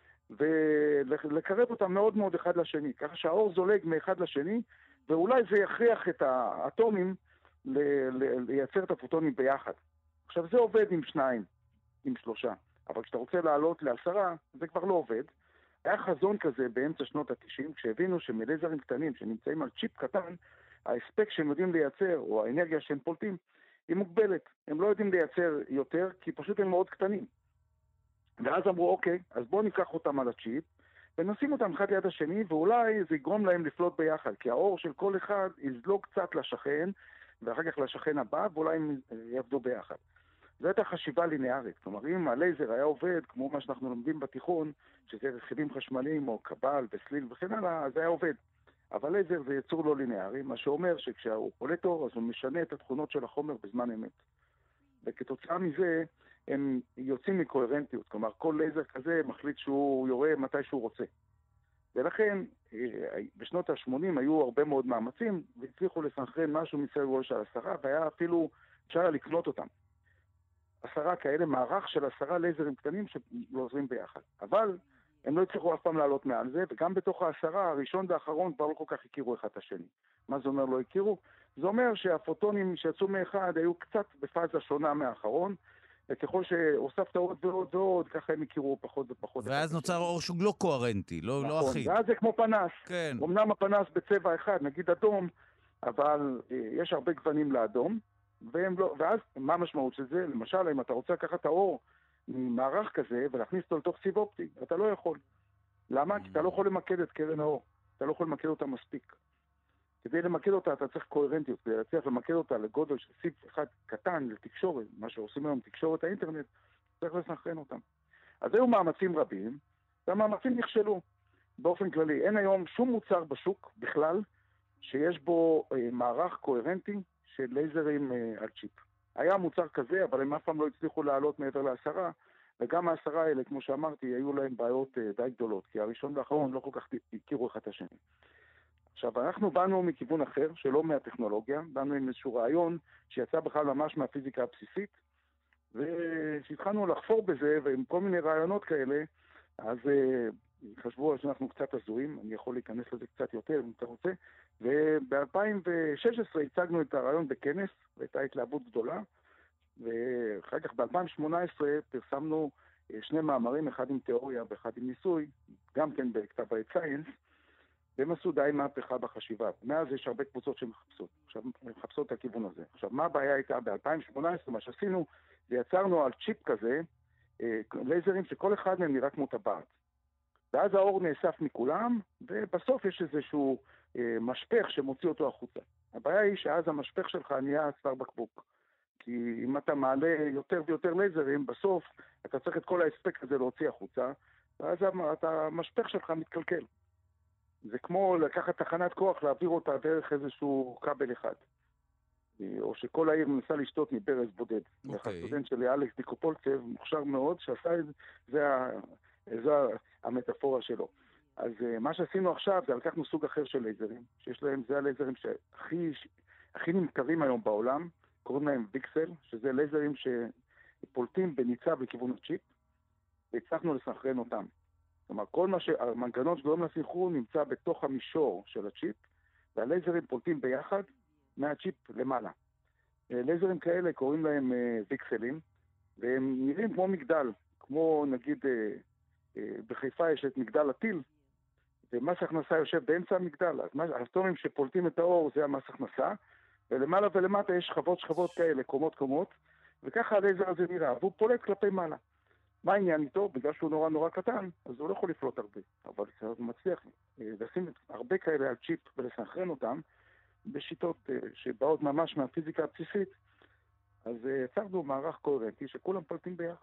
ולקרב אותם מאוד מאוד אחד לשני, ככה שהאור זולג מאחד לשני, ואולי זה יכריח את האטומים לייצר את הפוטונים ביחד. עכשיו זה עובד עם 2, עם 3, אבל כשאתה רוצה לעלות ל10, זה כבר לא עובד. היה חזון כזה באמצע שנות ה-90, כשהבינו שמלייזרים קטנים שנמצאים על צ'יפ קטן, ההספק שהם יודעים לייצר, או האנרגיה שהם פולטים, היא מוגבלת. הם לא יודעים לייצר יותר, כי פשוט הם מאוד קטנים. ואז אמרו, אוקיי, אז בואו ניקח אותם על הצ'יפ, ונשים אותם אחד ליד השני, ואולי זה יגרום להם לפלוט ביחד, כי האור של כל אחד יזלוג קצת לשכן, ואחר כך לשכן הבא, ואולי הם יעבדו ביחד. זו הייתה חשיבה לינארית. כלומר, אם הלייזר היה עובד, כמו מה שאנחנו לומדים בתיכון, שזה רכיבים חשמליים או קבל וסליל וכן הלאה, אז היה עובד. אבל לייזר זה יצור לא לינארי, מה שאומר שכשהוא פולט אור, אז הוא משנה את התכונות של החומר בזמן אמת. וכתוצאה מזה, הם יוצאים מקוהרנטיות. כלומר, כל לייזר כזה מחליט שהוא יורה מתי שהוא רוצה. ולכן, בשנות ה-80 היו הרבה מאוד מאמצים, והצליחו לסנכרן משהו מסדר גודל של 10, והיה אפילו אפשר לקנות אותם. 10 כאלה, מערך של 10 לייזרים קטנים שעוזרים ביחד. אבל הם לא הצליחו אף פעם לעלות מעל זה, וגם בתוך ה10, הראשון והאחרון כבר לא כל כך הכירו אחד את השני. מה זה אומר לא הכירו? זה אומר שהפוטונים שיצאו מאחד היו קצת בפאזה שונה מהאחרון, וככל שהוספת עוד ועוד ועוד, ככה הם הכירו פחות ופחות. ואז נוצר אור שהוא לא קוהרנטי, לא אחיד. ואז זה כמו פנס. כן. אמנם הפנס בצבע אחד, נגיד אדום, אבל יש הרבה גוונים לאדום, ואז מה המשמעות של זה? למשל, אם אתה רוצה לקחת את האור ממערך כזה ולהכניס אותו לתוך סיב אופטי, אתה לא יכול. למה? כי אתה לא יכול למקד את קרן האור. אתה לא יכול למקד אותה מספיק. כדי למקד אותה אתה צריך קוהרנטיות, כדי להצליח למקד אותה לגודל של סיב אחד קטן לתקשורת, מה שעושים היום תקשורת האינטרנט, צריך לסנכרן אותם. אז היו מאמצים רבים, והמאמצים נכשלו. באופן כללי, אין היום שום מוצר בשוק בכלל, שיש בו מערך קוהרנטי של לייזרים על צ'יפ. היה מוצר כזה, אבל הם אף פעם לא הצליחו לעלות מעבר ל10, וגם ה10 האלה, כמו שאמרתי, היו להם בעיות די גדולות, כי הראשון והאחרון לא כל כך הכירו אחד את השני. עכשיו, אנחנו באנו מכיוון אחר, שלא מהטכנולוגיה, באנו עם איזשהו רעיון שיצא בכלל ממש מהפיזיקה הבסיסית, וכשהתחלנו לחפור בזה, ועם כל מיני רעיונות כאלה, אז חשבו שאנחנו קצת הזויים, אני יכול להיכנס לזה קצת יותר אם אתה רוצה, וב-2016 הצגנו את הרעיון בכנס, והייתה התלהבות גדולה, ואחר כך ב-2018 פרסמנו 2 מאמרים, אחד עם תיאוריה ואחד עם ניסוי, גם כן בכתב העת סייאנס, והם עשו די מהפכה בחשיבה. מאז יש הרבה קבוצות שמחפשות את הכיוון הזה. עכשיו, מה הבעיה הייתה? ב-2018, מה שעשינו, זה יצרנו על צ'יפ כזה, לייזרים שכל אחד מהם נראה כמו טבעת. ואז האור נאסף מכולם, ובסוף יש איזשהו משפך שמוציא אותו החוצה. הבעיה היא שאז המשפך שלך נהיה צוואר בקבוק. כי אם אתה מעלה יותר ויותר לייזרים, בסוף אתה צריך את כל ההספק הזה להוציא החוצה, ואז המשפך שלך מתקלקל. זה כמו לקחת תחנת כוח, להעביר אותה דרך איזשהו כבל אחד. או שכל העיר מנסה לשתות מברז בודד. הסטודנט שלי, אלכס דיקופולצב, מוכשר מאוד, שעשה את זה, זה המטאפורה שלו. אז מה שעשינו עכשיו, זה לקחנו סוג אחר של לייזרים, שיש להם, זה הלייזרים שהכי נמכרים היום בעולם, קוראים להם ויקסל, שזה לייזרים שפולטים בניצב לכיוון הצ'יפ, והצלחנו לסנכרן אותם. כלומר, כל מה שהמנגנון שגורם לסנכרון נמצא בתוך המישור של הצ'יפ, והלייזרים פולטים ביחד מהצ'יפ למעלה. לייזרים כאלה קוראים להם ויקסלים, והם נראים כמו מגדל, כמו נגיד בחיפה יש את מגדל הטיל, ומס הכנסה יושב באמצע המגדל, אז האטומים שפולטים את האור זה המס הכנסה, ולמעלה ולמטה יש שכבות כאלה, קומות, וככה הלייזר הזה נראה, והוא פולט כלפי מעלה. מה העניין איתו? בגלל שהוא נורא קטן, אז הוא לא יכול לפלוט הרבה, אבל הוא מצליח לשים הרבה כאלה על צ'יפ ולסנכרן אותם, בשיטות שבאות ממש מהפיזיקה הבסיסית, אז יצרנו מערך קוהרנטי שכולם פולטים ביחד.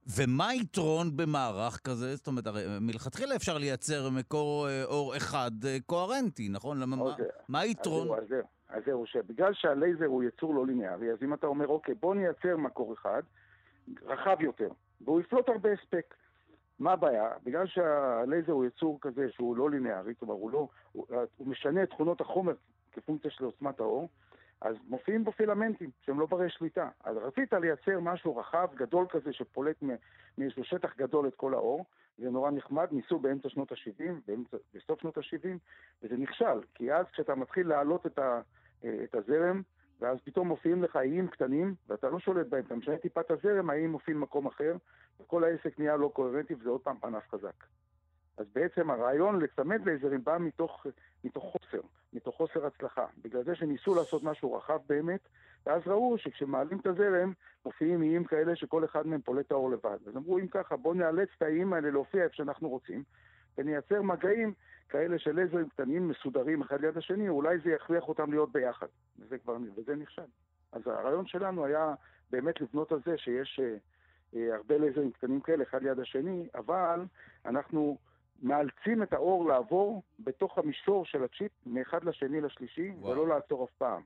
ומה היתרון במערך כזה? זאת אומרת, הרי מלכתחילה אפשר לייצר מקור אור אחד קוהרנטי, נכון? מה היתרון? אז זהו, שבגלל שהלייזר הוא יצור לא ליניארי, אז אם אתה אומר, אוקיי, בוא נייצר מקור אחד, רחב יותר, והוא יפלוט הרבה הספק. מה הבעיה? בגלל שהלייזר הוא יצור כזה שהוא לא ליניארי, כלומר הוא משנה את תכונות החומר כפונקציה של עוצמת האור, אז מופיעים בו פילמנטים שהם לא ברי שליטה. אז רצית לייצר משהו רחב, גדול כזה, שפולט מאיזשהו שטח גדול את כל האור, זה נורא נחמד, ניסו באמצע שנות ה-70, בסוף שנות ה-70, וזה נכשל, כי אז כשאתה מתחיל להעלות את הזרם, ואז פתאום מופיעים לך איים קטנים, ואתה לא שולט בהם, אתה משנה טיפת הזרם, האיים מופיעים מקום אחר, וכל העסק נהיה לא קוהרנטי, וזה עוד פעם פנף חזק. אז בעצם הרעיון לצמד לייזרים בא מתוך חוסר הצלחה. בגלל זה שניסו לעשות משהו רחב באמת, ואז ראו שכשמעלים את הזרם, מופיעים איים כאלה שכל אחד מהם פולט האור לבד. אז אמרו, אם ככה, בוא נאלץ את האיים האלה להופיע איפה שאנחנו רוצים, ונייצר מגעים כאלה של לייזרים קטנים מסודרים אחד ליד השני, אולי זה יכריח אותם להיות ביחד. וזה נכשל. אז הרעיון שלנו היה באמת לבנות על זה שיש הרבה לייזרים קטנים כאלה אחד ליד השני, אבל אנחנו מאלצים את האור לעבור בתוך המישור של הצ'יפ מאחד לשני לשלישי, ולא לעצור אף פעם.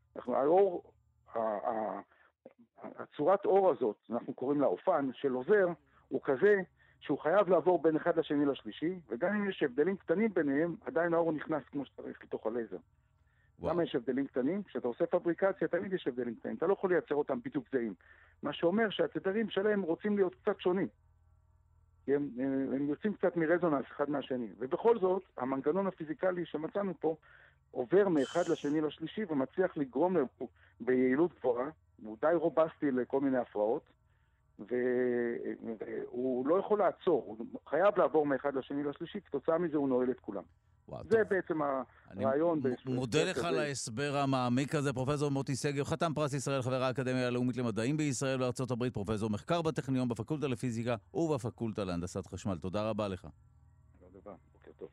הצורת אור הזאת, אנחנו קוראים לה אופן של עוזר, הוא כזה שהוא חייב לעבור בין אחד לשני לשלישי, וגם אם יש הבדלים קטנים ביניהם, עדיין האור נכנס כמו שצריך לתוך הלייזר. למה יש הבדלים קטנים? כשאתה עושה פבריקציה, תמיד יש הבדלים קטנים. אתה לא יכול לייצר אותם בדיוק זהים. מה שאומר שהתדרים שלהם רוצים להיות קצת שונים. הם יוצאים קצת מרזוננס אחד מהשני. ובכל זאת, המנגנון הפיזיקלי שמצאנו פה עובר מאחד לשני לשלישי ומצליח לגרום ביעילות גבוהה. הוא די רובסטי לכל מיני הפרעות, והוא לא יכול לעצור. הוא חייב לעבור מאחד לשני לשלישי, כתוצאה מזה הוא נועל את כולם. זה בעצם הרעיון. אני מודה לך על ההסבר המעמיק הזה, פרופסור מוטי שגב, חתם פרס ישראל, חבר האקדמיה הלאומית למדעים בישראל וארצות הברית, פרופסור מחקר בטכניון, בפקולטה לפיזיקה ובפקולטה להנדסת חשמל. תודה רבה לך. תודה רבה, בוקר טוב.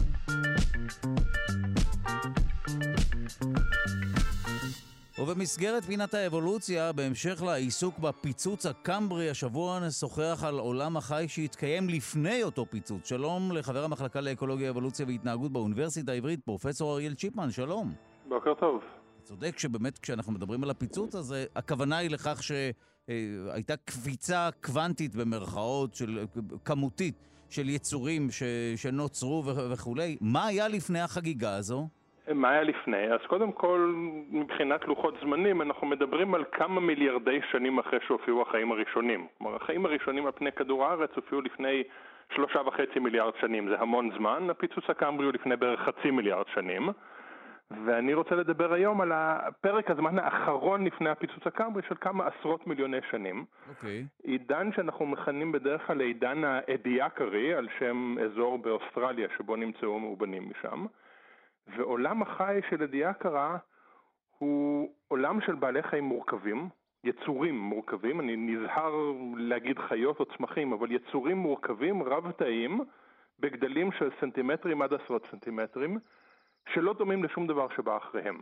ובמסגרת פינת האבולוציה, בהמשך לעיסוק בפיצוץ הקמברי, השבוע נשוחח על עולם החי שהתקיים לפני אותו פיצוץ. שלום לחבר המחלקה לאקולוגיה, אבולוציה והתנהגות באוניברסיטה העברית, פרופסור אריאל צ'יפמן, שלום. בוקר טוב. צודק שבאמת כשאנחנו מדברים על הפיצוץ, אז הכוונה היא לכך שהייתה קפיצה קוונטית במרכאות, כמותית, של יצורים שנוצרו וכולי. מה היה לפני החגיגה הזו? מה היה לפני? אז קודם כל, מבחינת לוחות זמנים, אנחנו מדברים על כמה מיליארדי שנים אחרי שהופיעו החיים הראשונים. כלומר, החיים הראשונים על פני כדור הארץ הופיעו לפני 3.5 מיליארד שנים. זה המון זמן. הפיצוץ הקמברי הוא לפני בערך 0.5 מיליארד שנים. ואני רוצה לדבר היום על הפרק הזמן האחרון לפני הפיצוץ הקמברי של כמה עשרות מיליוני שנים. עידן שאנחנו מכנים בדרך כלל לעידן האדיאקרי, על שם אזור באוסטרליה שבו נמצאו מאובנים משם. ועולם החי של אדיאקרה הוא עולם של בעלי חיים מורכבים, יצורים מורכבים, אני נזהר להגיד חיות או צמחים, אבל יצורים מורכבים, רב-תאיים, בגדלים של סנטימטרים עד עשרות סנטימטרים, שלא דומים לשום דבר שבא אחריהם.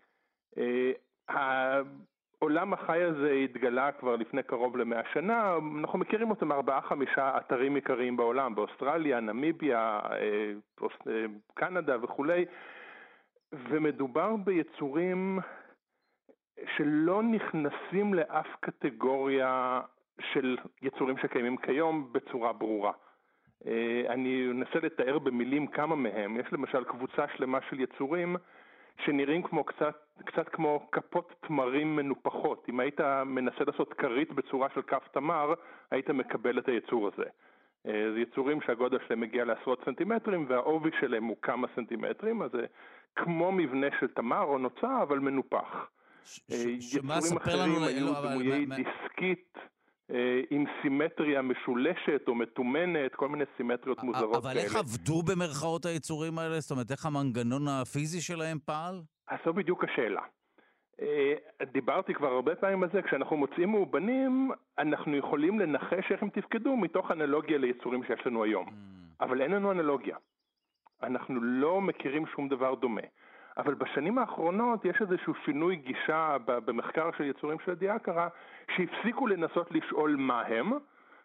העולם החי הזה התגלה כבר לפני קרוב ל100 שנה, אנחנו מכירים אותם 4-5 אתרים עיקריים בעולם, באוסטרליה, נמיביה, קנדה וכולי, ומדובר ביצורים שלא נכנסים לאף קטגוריה של יצורים שקיימים כיום בצורה ברורה. אני אנסה לתאר במילים כמה מהם. יש למשל קבוצה שלמה של יצורים שנראים כמו קצת כמו כפות תמרים מנופחות. אם היית מנסה לעשות כרית בצורה של כף תמר, היית מקבל את היצור הזה. זה יצורים שהגודל שלהם מגיע לעשרות סנטימטרים, והעובי שלהם הוא כמה סנטימטרים, אז זה כמו מבנה של תמר או נוצה, אבל מנופח. יצורים אחרים היו דמויי דיסקית, עם סימטריה משולשת או מתומנת, כל מיני סימטריות מוזרות כאלה. אבל איך עבדו במרכאות היצורים האלה? זאת אומרת, איך המנגנון הפיזי שלהם פעל? אז זו בדיוק השאלה. דיברתי כבר הרבה פעמים על זה, כשאנחנו מוצאים מאובנים, אנחנו יכולים לנחש איך הם תפקדו מתוך אנלוגיה ליצורים שיש לנו היום. אבל אין לנו אנלוגיה. אנחנו לא מכירים שום דבר דומה. אבל בשנים האחרונות יש איזשהו שינוי גישה במחקר של יצורים של אדיאקרה, שהפסיקו לנסות לשאול מה הם,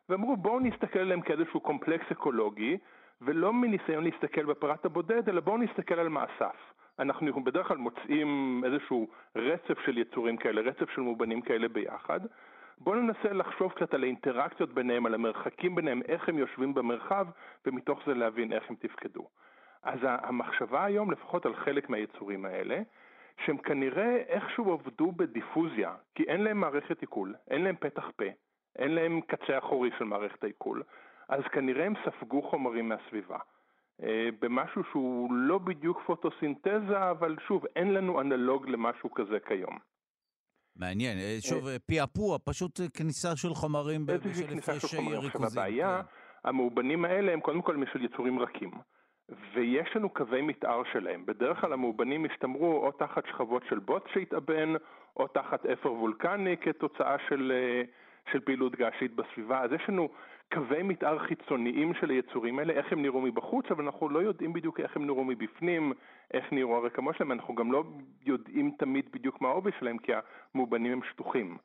ואמרו בואו נסתכל עליהם כאיזשהו קומפלקס אקולוגי, ולא מניסיון להסתכל בפרט הבודד, אלא בואו נסתכל על מאסף. אנחנו בדרך כלל מוצאים איזשהו רצף של יצורים כאלה, רצף של מאובנים כאלה ביחד. בואו ננסה לחשוב קצת על האינטראקציות ביניהם, על המרחקים ביניהם, איך הם יושבים במרחב, ומתוך זה להבין איך הם תפקדו. אז המחשבה היום, לפחות על חלק מהיצורים האלה, שהם כנראה איכשהו עבדו בדיפוזיה, כי אין להם מערכת עיכול, אין להם פתח פה, אין להם קצה אחורי של מערכת העיכול, אז כנראה הם ספגו חומרים מהסביבה. במשהו שהוא לא בדיוק פוטוסינתזה, אבל שוב, אין לנו אנלוג למשהו כזה כיום. מעניין, שוב, פיאפוע, פשוט כניסה של חומרים בשל הפרש ריכוזים. הבעיה, המאובנים האלה הם קודם כל משל יצורים רכים, ויש לנו קווי מתאר שלהם. בדרך כלל המאובנים השתמרו או תחת שכבות של בוץ שהתאבן, או תחת אפר וולקני כתוצאה של פעילות געשית בסביבה. אז יש לנו קווי מתאר חיצוניים של היצורים האלה, איך הם נראו מבחוץ, אבל אנחנו לא יודעים בדיוק איך הם נראו מבפנים, איך נראו הרקמות שלהם, אנחנו גם לא יודעים תמיד בדיוק מה העובי שלהם, כי המאובנים הם שטוחים.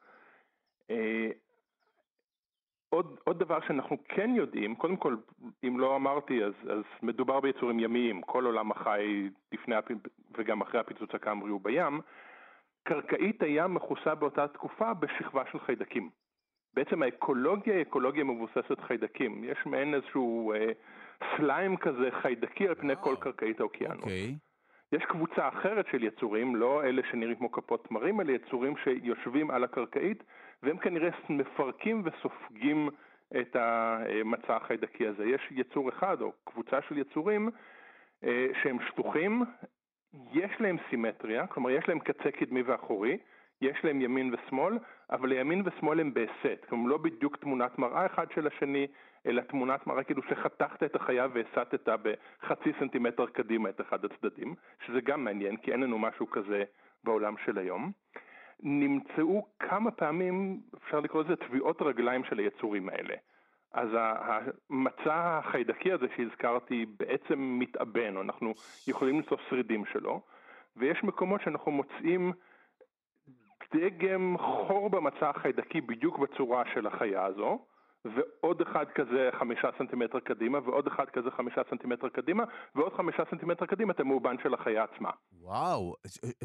עוד דבר שאנחנו כן יודעים, קודם כל, אם לא אמרתי, אז מדובר ביצורים ימיים, כל עולם החי לפני וגם אחרי הפיצוץ הקמברי הוא בים, קרקעית הים מכוסה באותה תקופה בשכבה של חיידקים. בעצם האקולוגיה היא אקולוגיה מבוססת חיידקים. יש מעין איזשהו סליים כזה חיידקי על פני כל קרקעית האוקיינוס. יש קבוצה אחרת של יצורים, לא אלה שנראים כמו כפות תמרים, אלה יצורים שיושבים על הקרקעית, והם כנראה מפרקים וסופגים את המצע החיידקי הזה. יש יצור אחד או קבוצה של יצורים שהם שטוחים, יש להם סימטריה, כלומר יש להם קצה קדמי ואחורי, יש להם ימין ושמאל, אבל לימין ושמאל הם בסט, כלומר לא בדיוק תמונת מראה אחד של השני, אלא תמונת מראה כאילו שחתכת את החיה והסטת בחצי סנטימטר קדימה את אחד הצדדים, שזה גם מעניין, כי אין לנו משהו כזה בעולם של היום. נמצאו כמה פעמים, אפשר לקרוא לזה, טביעות רגליים של היצורים האלה. אז המצע החיידקי הזה שהזכרתי בעצם מתאבן, אנחנו יכולים למצוא שרידים שלו, ויש מקומות שאנחנו מוצאים דגם חור במצע החיידקי בדיוק בצורה של החיה הזו, ועוד אחד כזה 5 סנטימטר קדימה, ועוד אחד כזה 5 סנטימטר קדימה, ועוד 5 סנטימטר קדימה את המאובן של החיה עצמה. וואו,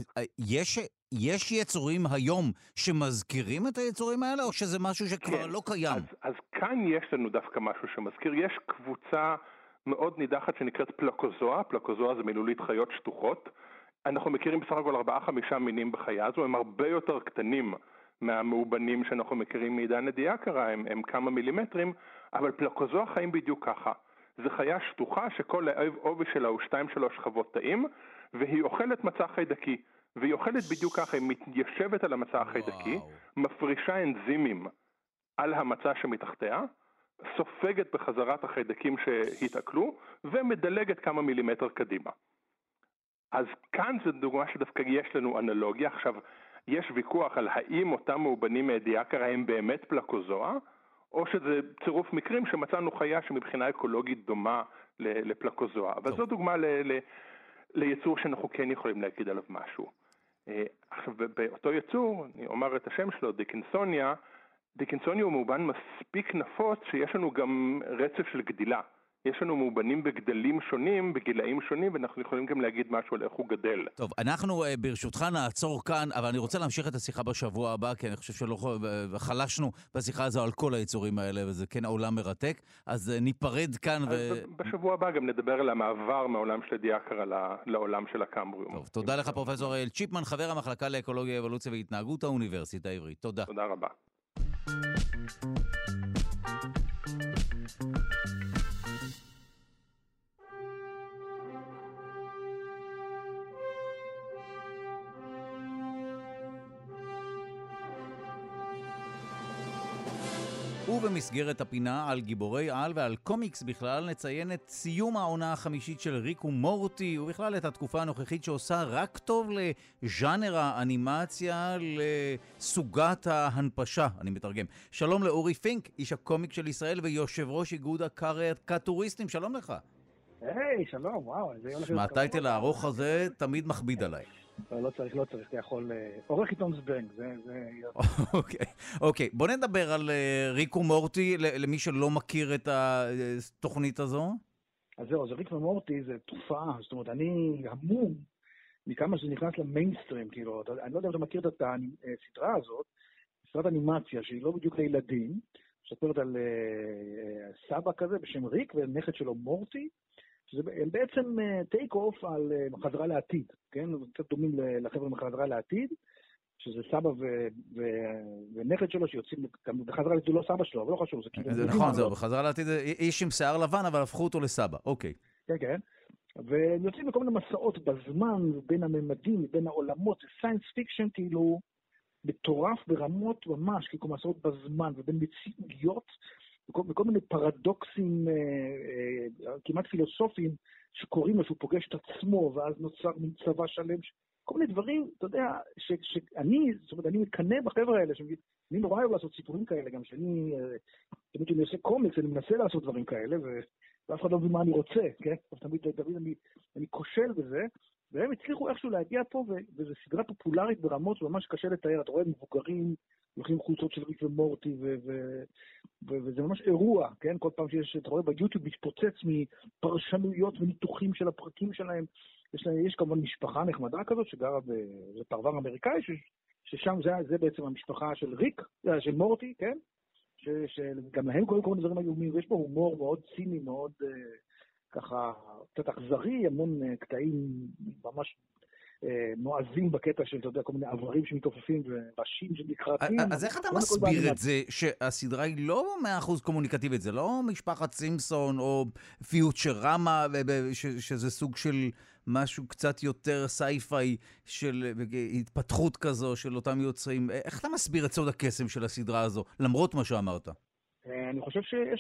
יש יצורים היום שמזכירים את היצורים האלה, או שזה משהו שכבר לא קיים? אז כאן יש לנו דווקא משהו שמזכיר. יש קבוצה מאוד נידחת שנקראת פלקוזואה, פלקוזואה זה מילולית חיות שטוחות. אנחנו מכירים בסך הכל 4-5 מינים בחיה הזו, הם הרבה יותר קטנים מהמאובנים שאנחנו מכירים מעידן הדיאקרה, הם כמה מילימטרים, אבל פלקוזואה חיים בדיוק ככה. זו חיה שטוחה שכל העובי שלה הוא 2-3 שכבות תאים, והיא אוכלת מצע חיידקי, והיא אוכלת בדיוק ככה, היא מתיישבת על המצע החיידקי, מפרישה אנזימים על המצע שמתחתיה, סופגת בחזרת החיידקים שהתעכלו, ומדלגת כמה מילימטר קדימה. אז כאן זו דוגמה שדווקא יש לנו אנלוגיה. עכשיו, יש ויכוח על האם אותם מאובנים מהדיאקרה הם באמת פלקוזואה, או שזה צירוף מקרים שמצאנו חיה שמבחינה אקולוגית דומה לפלקוזואה. אבל זו דוגמה ליצור שאנחנו כן יכולים להגיד עליו משהו. עכשיו, באותו יצור, אני אומר את השם שלו, דיקנסוניה הוא מאובן מספיק נפוץ שיש לנו גם רצף של גדילה. יש לנו מאובנים בגדלים שונים, בגילאים שונים, ואנחנו יכולים גם להגיד משהו על איך הוא גדל. טוב, אנחנו ברשותך נעצור כאן, אבל אני רוצה להמשיך את השיחה בשבוע הבא, כי אני חושב שלא חלשנו בשיחה הזו על כל היצורים האלה, וזה כן עולם מרתק, אז ניפרד כאן. בשבוע הבא גם נדבר על המעבר מהעולם של הדיאקרה לעולם של הקמבריום. טוב, תודה לך פרופסור אריאל צ'יפמן, חבר המחלקה לאקולוגיה, אבולוציה והתנהגות האוניברסיטה העברית. תודה. תודה רבה. ובמסגרת הפינה על גיבורי על ועל קומיקס בכלל נציין את סיום העונה החמישית של ריק ומורטי, ובכלל את התקופה הנוכחית שעושה רק טוב לז'אנר האנימציה, לסוגת ההנפשה, אני מתרגם. שלום לאורי פינק, איש הקומיק של ישראל ויושב ראש איגוד הקריקטוריסטים, שלום לך. היי, שלום, וואו. מהטייטל הארוך הזה תמיד מכביד עליי. לא צריך, אתה יכול... עורך עיתון זבנג, זה... אוקיי. בוא נדבר על ריק ומורטי, למי שלא מכיר את התוכנית הזו. אז זהו, אז ריק ומורטי זה תופעה, זאת אומרת, אני המום מכמה שזה נכנס למיינסטרים, כאילו, אני לא יודע אם אתה מכיר את הסדרה הזאת, סדרת אנימציה שהיא לא בדיוק לילדים, שספרת על סבא כזה בשם ריק ונכד שלו מורטי, הם בעצם טייק אוף על חזרה לעתיד, כן? קצת דומים לחבר'ה מחזרה לעתיד, שזה סבא ונכד שלו שיוצאים, בחזרה לעתיד הוא לא סבא שלו, אבל לא חשוב. זה נכון, זהו, בחזרה לעתיד איש עם שיער לבן, אבל הפכו אותו לסבא, אוקיי. כן, כן. והם יוצאים בכל מיני מסעות בזמן, בין הממדים, בין העולמות, זה סיינס פיקשן כאילו מטורף ברמות ממש, כאילו מסעות בזמן, ובין מציאויות, וכל מיני פרדוקסים כמעט פילוסופיים שקוראים לו שהוא פוגש את עצמו, ואז נוצר מין צבא שלם, כל מיני דברים, אתה יודע, שאני, זאת אומרת, אני מקנה בחבר'ה האלה, אני נורא אוהב לעשות סיפורים כאלה, גם שאני, תמיד אני עושה קומיקס, אני מנסה לעשות דברים כאלה, ואף אחד לא מבין מה אני רוצה, כן? תמיד אני כושל בזה, והם הצליחו איכשהו להגיע פה, וזו סדרה פופולרית ברמות שממש קשה לתאר, אתה רואה מבוגרים, הולכים חולצות של ריק ומורטי, וזה ממש אירוע, כן? כל פעם אתה רואה ביוטיוב מתפוצץ מפרשנויות וניתוחים של הפרקים שלהם, יש כמובן משפחה נחמדה כזאת שגרה בפרבר אמריקאי, ששם זה בעצם המשפחה של ריק, של מורטי, כן? שגם להם קוראים כל מיני דברים איומים, ויש פה הומור מאוד ציני, מאוד ככה, קצת אכזרי, המון קטעים ממש נועזים בקטע של, אתה יודע, כל מיני עברים שמתעופפים וראשים שנקראים. אז איך אתה מסביר את זה שהסדרה היא לא 100% קומוניקטיבית, זה לא משפחת סימפסון או פיוטרמה, שזה סוג של משהו קצת יותר סייפיי של התפתחות כזו של אותם יוצרים. איך אתה מסביר את סוד הקסם של הסדרה הזו, למרות מה שאמרת? אני חושב שיש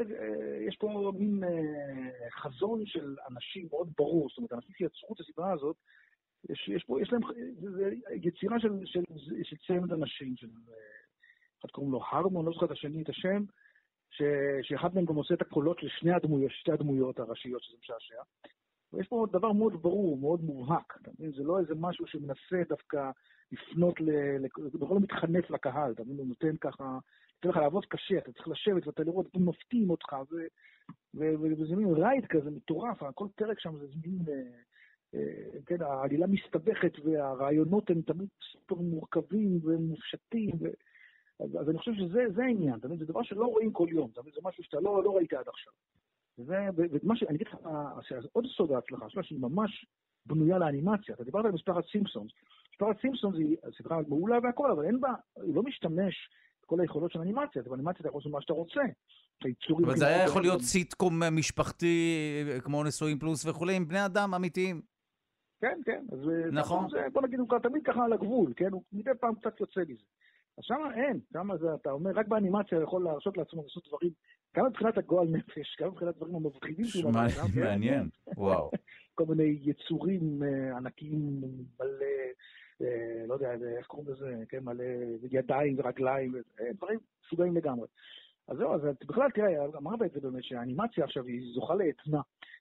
פה מין חזון של אנשים מאוד ברור, זאת אומרת, אנשים שיצרו את הסדרה הזאת, יש להם יצירה של צמד אנשים, אחד קוראים לו הרמון, לא זוכר את השני, את השם, שאחד מהם גם עושה את הקולות לשתי הדמויות הראשיות, שזה משעשע. ויש פה דבר מאוד ברור, מאוד מובהק, זה לא איזה משהו שמנסה דווקא לפנות, זה בכל מתחנף לקהל, הוא נותן ככה, נותן לך לעבוד קשה, אתה צריך לשבת ואתה לראות, אתם מפתיעים אותך, וזה מין רייד כזה מטורף, כל פרק שם זה מין, כן, העלילה מסתבכת והרעיונות הם תמיד סופר מורכבים ומופשטים, אז אני חושב שזה העניין, זה דבר שלא רואים כל יום, זה משהו שאתה לא ראית עד עכשיו. אני אגיד לך, עוד סוד ההצלחה שלה, שהיא ממש בנויה לאנימציה. אתה דיברת על משפחת סימפסונס. משפחת סימפסונס היא סדרה מעולה והכל, אבל היא לא משתמש בכל היכולות של אנימציה. באנימציה אתה יכול לעשות מה שאתה רוצה. אבל זה היה יכול להיות סיטקום משפחתי, כמו נשואים פלוס וכו', עם בני אדם אמיתיים. כן, כן. נכון. בוא נגיד, הוא תמיד ככה על הגבול, כן? הוא מדי פעם קצת יוצא מזה. אז שם אין, שם אתה אומר, רק באנימציה יכול להרשות לעצמו לעשות דברים, גם מבחינת הגועל נפש, גם מבחינת דברים המבחינים. מעניין, וואו. כל מיני יצורים ענקיים מלא, לא יודע, איך קוראים לזה, כן, מלא ידיים ורגליים, דברים סוגרים לגמרי. אז זהו, אז בכלל, תראה, אמרת את זה באמת, שהאנימציה עכשיו היא זוכה לעצמה.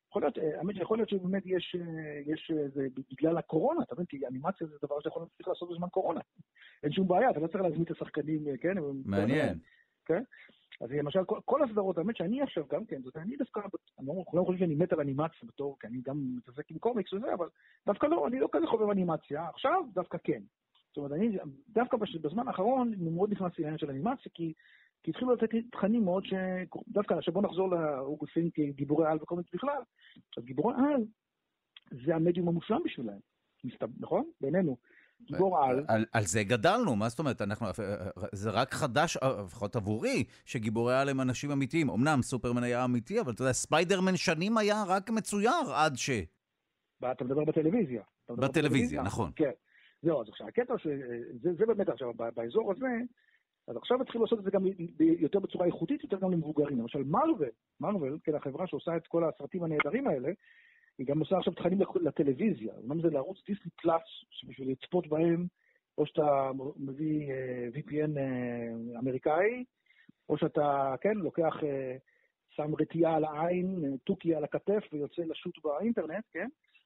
יכול להיות שבאמת יש בגלל הקורונה, אתה מבין, כי אנימציה זה דבר שאתה יכול להמשיך לעשות בזמן קורונה. אין שום בעיה, אתה לא צריך להזמין את השחקנים, כן? מעניין. כן? אז למשל, כל הסדרות, האמת שאני עכשיו גם כן, זאת אומרת, אני דווקא, אני לא חושב שאני מת על אנימציה בתור, כי אני גם מתעסק עם קומיקס וזה, אבל דווקא לא, אני לא כזה חובב אנימציה, עכשיו דווקא כן. זאת אומרת, אני דווקא בזמן האחרון מאוד נכנסתי לעניין של אנימציה, כי התחילו לתת לי תכנים מאוד דווקא, עכשיו בוא נחזור לאוגוסטין כגיבורי על וקומיקס בכלל, אז גיבורי על זה המדיום המושלם בשבילהם, נכון? בינינו. גיבור על. על זה גדלנו, מה זאת אומרת? זה רק חדש, לפחות עבורי, שגיבורי על הם אנשים אמיתיים. אמנם סופרמן היה אמיתי, אבל אתה יודע, ספיידרמן שנים היה רק מצויר עד ש... אתה מדבר בטלוויזיה. בטלוויזיה, נכון. כן. זהו, אז עכשיו, הקטע זה באמת עכשיו, באזור הזה, אז עכשיו התחילו לעשות את זה גם יותר בצורה איכותית, יותר גם למבוגרים. למשל, מרוול, כן, החברה שעושה את כל הסרטים הנהדרים האלה, היא גם עושה עכשיו תכנים לטלוויזיה. אומנם זה לערוץ דיסני פלאס, שבשביל לצפות בהם, או שאתה מביא VPN אמריקאי, או שאתה, כן, לוקח, שם רטייה על העין, תוכי על הכתף, ויוצא לשוט באינטרנט, כן? אז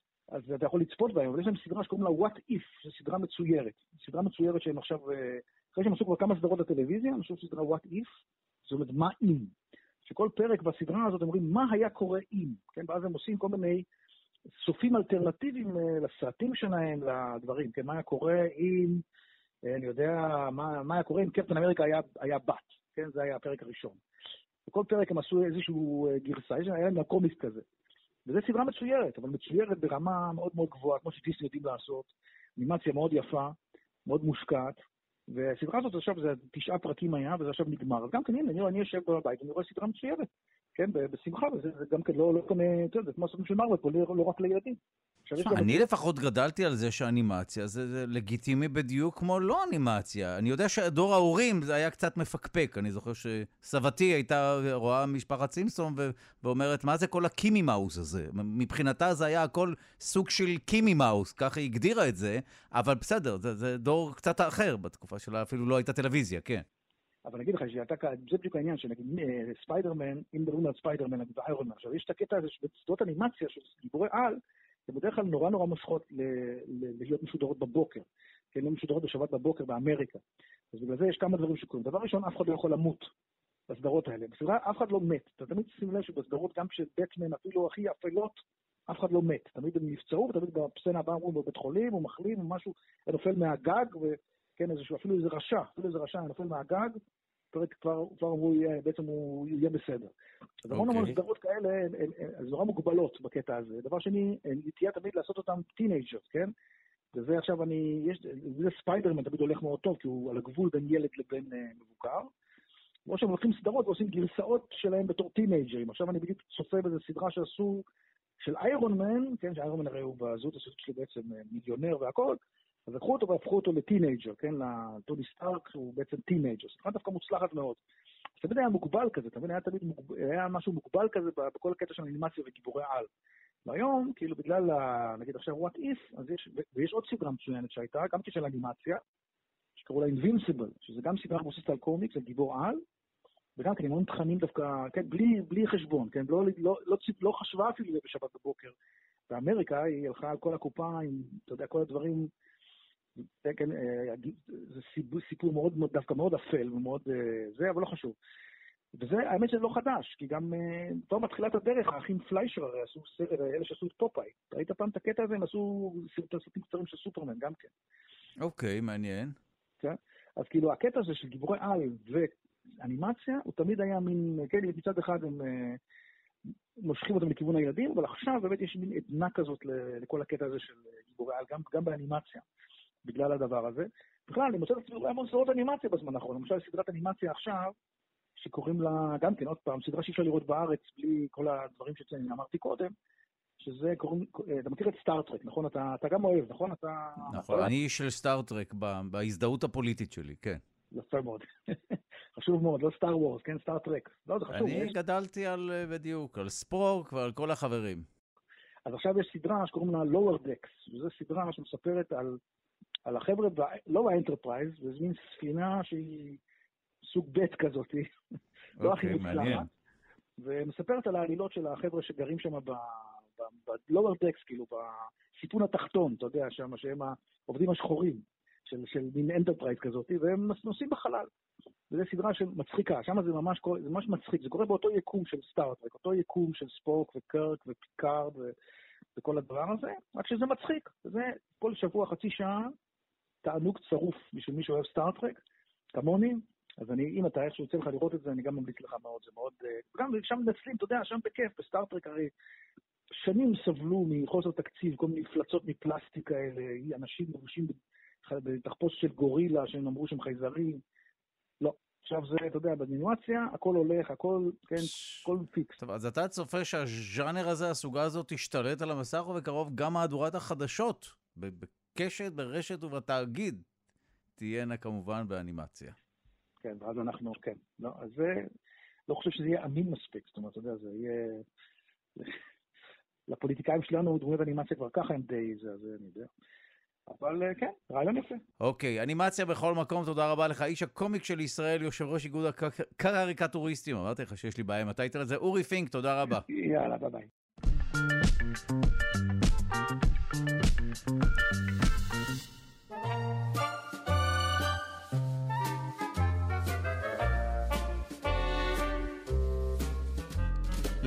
אז אתה יכול לצפות בהם, אבל יש להם סדרה שקוראים לה What If, זו סדרה מצוירת. סדרה מצוירת שהם עכשיו, אחרי שהם עשו כבר כמה סדרות בטלוויזיה, הם עשו סדרה What If, זאת אומרת, מה אם? שכל פרק בסדרה הזאת אומרים, מה היה קורה אם? כן, ואז הם עושים כל מיני סופים אלטרנטיביים לסרטים שלהם, לדברים, כן, מה היה קורה אם, אני יודע, מה היה קורה אם קפטן אמריקה היה בת, כן, זה היה הפרק הראשון. בכל פרק הם עשו איזשהו גרסה, היה להם קומיס כזה. וזו סדרה מצוירת, אבל מצוירת ברמה מאוד מאוד גבוהה, כמו שדיסני יודעים לעשות, אנימציה מאוד יפה, מאוד מושקעת, והסדרה הזאת עכשיו, זה 9 פרקים היה, וזה עכשיו נגמר. אז גם כן, הנה, אני יושב בבית, ואני רואה סדרה מצוירת, כן, בשמחה, וזה גם כן לא קונה, זה כמו סרטים של מארוול פה, לא רק לילדים. אני לפחות גדלתי על זה שהאנימציה זה לגיטימי בדיוק כמו לא אנימציה. אני יודע שדור ההורים זה היה קצת מפקפק. אני זוכר שסבתי הייתה רואה משפחת סימפסון ואומרת, מה זה כל הקימי מאוס הזה? מבחינתה זה היה הכל סוג של קימי מאוס, ככה היא הגדירה את זה, אבל בסדר, זה דור קצת אחר בתקופה שלה, אפילו לא הייתה טלוויזיה, כן. אבל אני אגיד לך זה בדיוק העניין, שנגיד ספיידרמן, אם מדברים על ספיידרמן, נגיד איירון מן, עכשיו יש את הקטע הזה שבסדרות אנימציה של גיבורי על, זה בדרך כלל נורא מושכות להיות משודרות בבוקר, כן, לא משודרות בשבת בבוקר באמריקה. אז בגלל זה יש כמה דברים שקורים. דבר ראשון, אף אחד לא יכול למות בסדרות האלה. בסדרה אף אחד לא מת. אתה תמיד שים לב שבסדרות, גם כשבטמן אפילו הכי אפלות, אף אחד לא מת. תמיד הם נפצעו, ותמיד בסצנה הבאה אמרו בבית חולים, או מחלים, או משהו, נופל מהגג, וכן, אפילו איזה רשע, נופל מהגג, כבר אמרו, בעצם הוא יהיה בסדר. אז המון סדרות כאלה, אז נורא מוגבלות בקטע הזה. דבר שני, תהיה תמיד לעשות אותם טינאג'רס, כן? וזה עכשיו זה ספיידרמן תמיד הולך מאוד טוב, כי הוא על הגבול בין ילד לבין מבוקר. כמו שהם לוקחים סדרות ועושים גרסאות שלהם בתור טינאג'רים. עכשיו אני בדיוק צופה בזה סדרה שעשו של איירון מן, כן? שאיירון מן הרי הוא בזהות הסודית שלו בעצם מיליונר והכל, אז לקחו אותו והפכו אותו לטינאג'ר, כן? לטוני סטארק, הוא בעצם טינאג'ר. סדרה דווקא מוצלחת מאוד. אז תמיד היה מוגבל כזה, היה משהו מוגבל כזה בכל הקטע של אנימציה וגיבורי על. והיום, כאילו בגלל, נגיד עכשיו What If, אז ויש עוד סדרה מצוינת שהייתה, גם של אנימציה, שקראו לה Invincible, שזה גם סדרה מבוססת על קומיקס, על גיבור על, וגם כן, עם תכנים דווקא, כן, בלי חשבון, כן, לא חשבה אפילו בשבת בבוקר. באמריקה היא הלכה על כל הקופה עם, אתה יודע, כל הדברים, כן, זה סיפור מאוד, דווקא מאוד אפל ומאוד זה, אבל לא חשוב. וזה, האמת שזה לא חדש, כי גם כבר בתחילת הדרך, האחים פליישר הרי עשו סרט, אלה שעשו את פופאי. ראית פעם את הקטע הזה, הם עשו סרטים קצרים של סופרמן, גם כן. אוקיי, מעניין. כן? אז כאילו, הקטע הזה של גיבורי על ואנימציה, הוא תמיד היה מין, כן, מצד אחד הם מושכים אותם לכיוון הילדים, אבל עכשיו באמת יש מין עדנה כזאת לכל הקטע הזה של גיבורי על, גם באנימציה, בגלל הדבר הזה. בכלל, אני מוצא את עצמי המון סדרות אנימציה בזמן האחרון, למשל סדרת אנימציה עכשיו, שקוראים לה, גם כן, עוד פעם, סדרה שאי אפשר לראות בארץ בלי כל הדברים שאני אמרתי קודם, שזה קוראים, אתה מכיר את סטארטרק, נכון? אתה גם אוהב, נכון? נכון, אני איש של סטארטרק בהזדהות הפוליטית שלי, כן. יפה מאוד. חשוב מאוד, לא סטאר וורס, כן, סטארטרק. לא, זה חשוב. אני גדלתי בדיוק, על ספורק ועל כל החברים. אז עכשיו יש סדרה שקוראים לה Lower Decks, וזו סדרה שמספרת על החבר'ה, לא האנטרפרייז, וזו מין ספינה שהיא סוג בית כזאת, לא הכי מוצלחת, ומספרת על העלילות של החבר'ה שגרים שם ב-lower decks, כאילו, בסיפון התחתון, אתה יודע, שם, שהם העובדים השחורים של מין אנטרפרייז כזאת, והם נוסעים בחלל. וזו סדרה שמצחיקה, שם זה ממש מצחיק, זה קורה באותו יקום של סטארטרק, אותו יקום של ספורק וקרק ופיקארד וכל הדבר הזה, רק שזה מצחיק. זה כל שבוע חצי שעה, תענוג צרוף בשביל מי שאוהב סטארטרק, כמוני, אז אם אתה איך שיוצא לך לראות את זה, אני גם ממליץ לך מאוד, זה מאוד, גם שם נצלים, אתה יודע, שם בכיף, בסטארטרק הרי שנים סבלו מחוסר תקציב, כל מיני מפלצות מפלסטיק האלה, אנשים מבושים בתחפוש של גורילה, שהם אמרו שהם חייזרים, לא, עכשיו זה, אתה יודע, באנימציה, הכל הולך, הכל, כן, הכל פיקס. טוב, אז אתה צופה שהז'אנר הזה, הסוגה הזאת, תשתלט על המסך, ובקרוב גם מהדורת החדשות, בקשת, ברשת ובתאגיד, תהיינה כמובן באנימציה. כן, ואז אנחנו, כן. לא, אז זה, לא חושב שזה יהיה אמין מספיק, זאת אומרת, אתה יודע, זה יהיה... לפוליטיקאים שלנו, דמויות אנימציה כבר ככה הם די, זה אני יודע. אבל כן, רעיון יפה. אוקיי, אנימציה בכל מקום, תודה רבה לך. איש הקומיק של ישראל, יושב ראש איגוד הקריקטוריסטים. אמרתי לך שיש לי בעיה עם הטייטל הזה. אורי פינק, תודה רבה. יאללה, ביי ביי.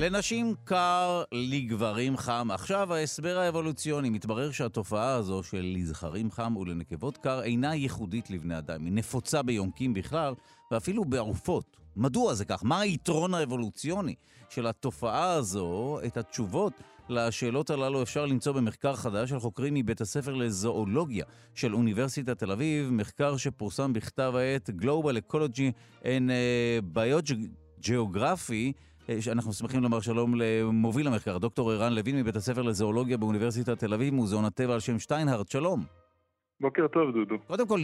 לנשים קר, לגברים חם. עכשיו ההסבר האבולוציוני. מתברר שהתופעה הזו של לזכרים חם ולנקבות קר אינה ייחודית לבני אדם. היא נפוצה ביונקים בכלל, ואפילו בעופות. מדוע זה כך? מה היתרון האבולוציוני של התופעה הזו? את התשובות לשאלות הללו אפשר למצוא במחקר חדש של חוקרים מבית הספר לזואולוגיה של אוניברסיטת תל אביב, מחקר שפורסם בכתב העת Global Ecology and Biogeography. אנחנו שמחים לומר שלום למוביל המחקר, דוקטור ערן לוין מבית הספר לזואולוגיה באוניברסיטת תל אביב, מוזיאון הטבע על שם שטיינהרט. שלום. בוקר טוב, דודו. קודם כל,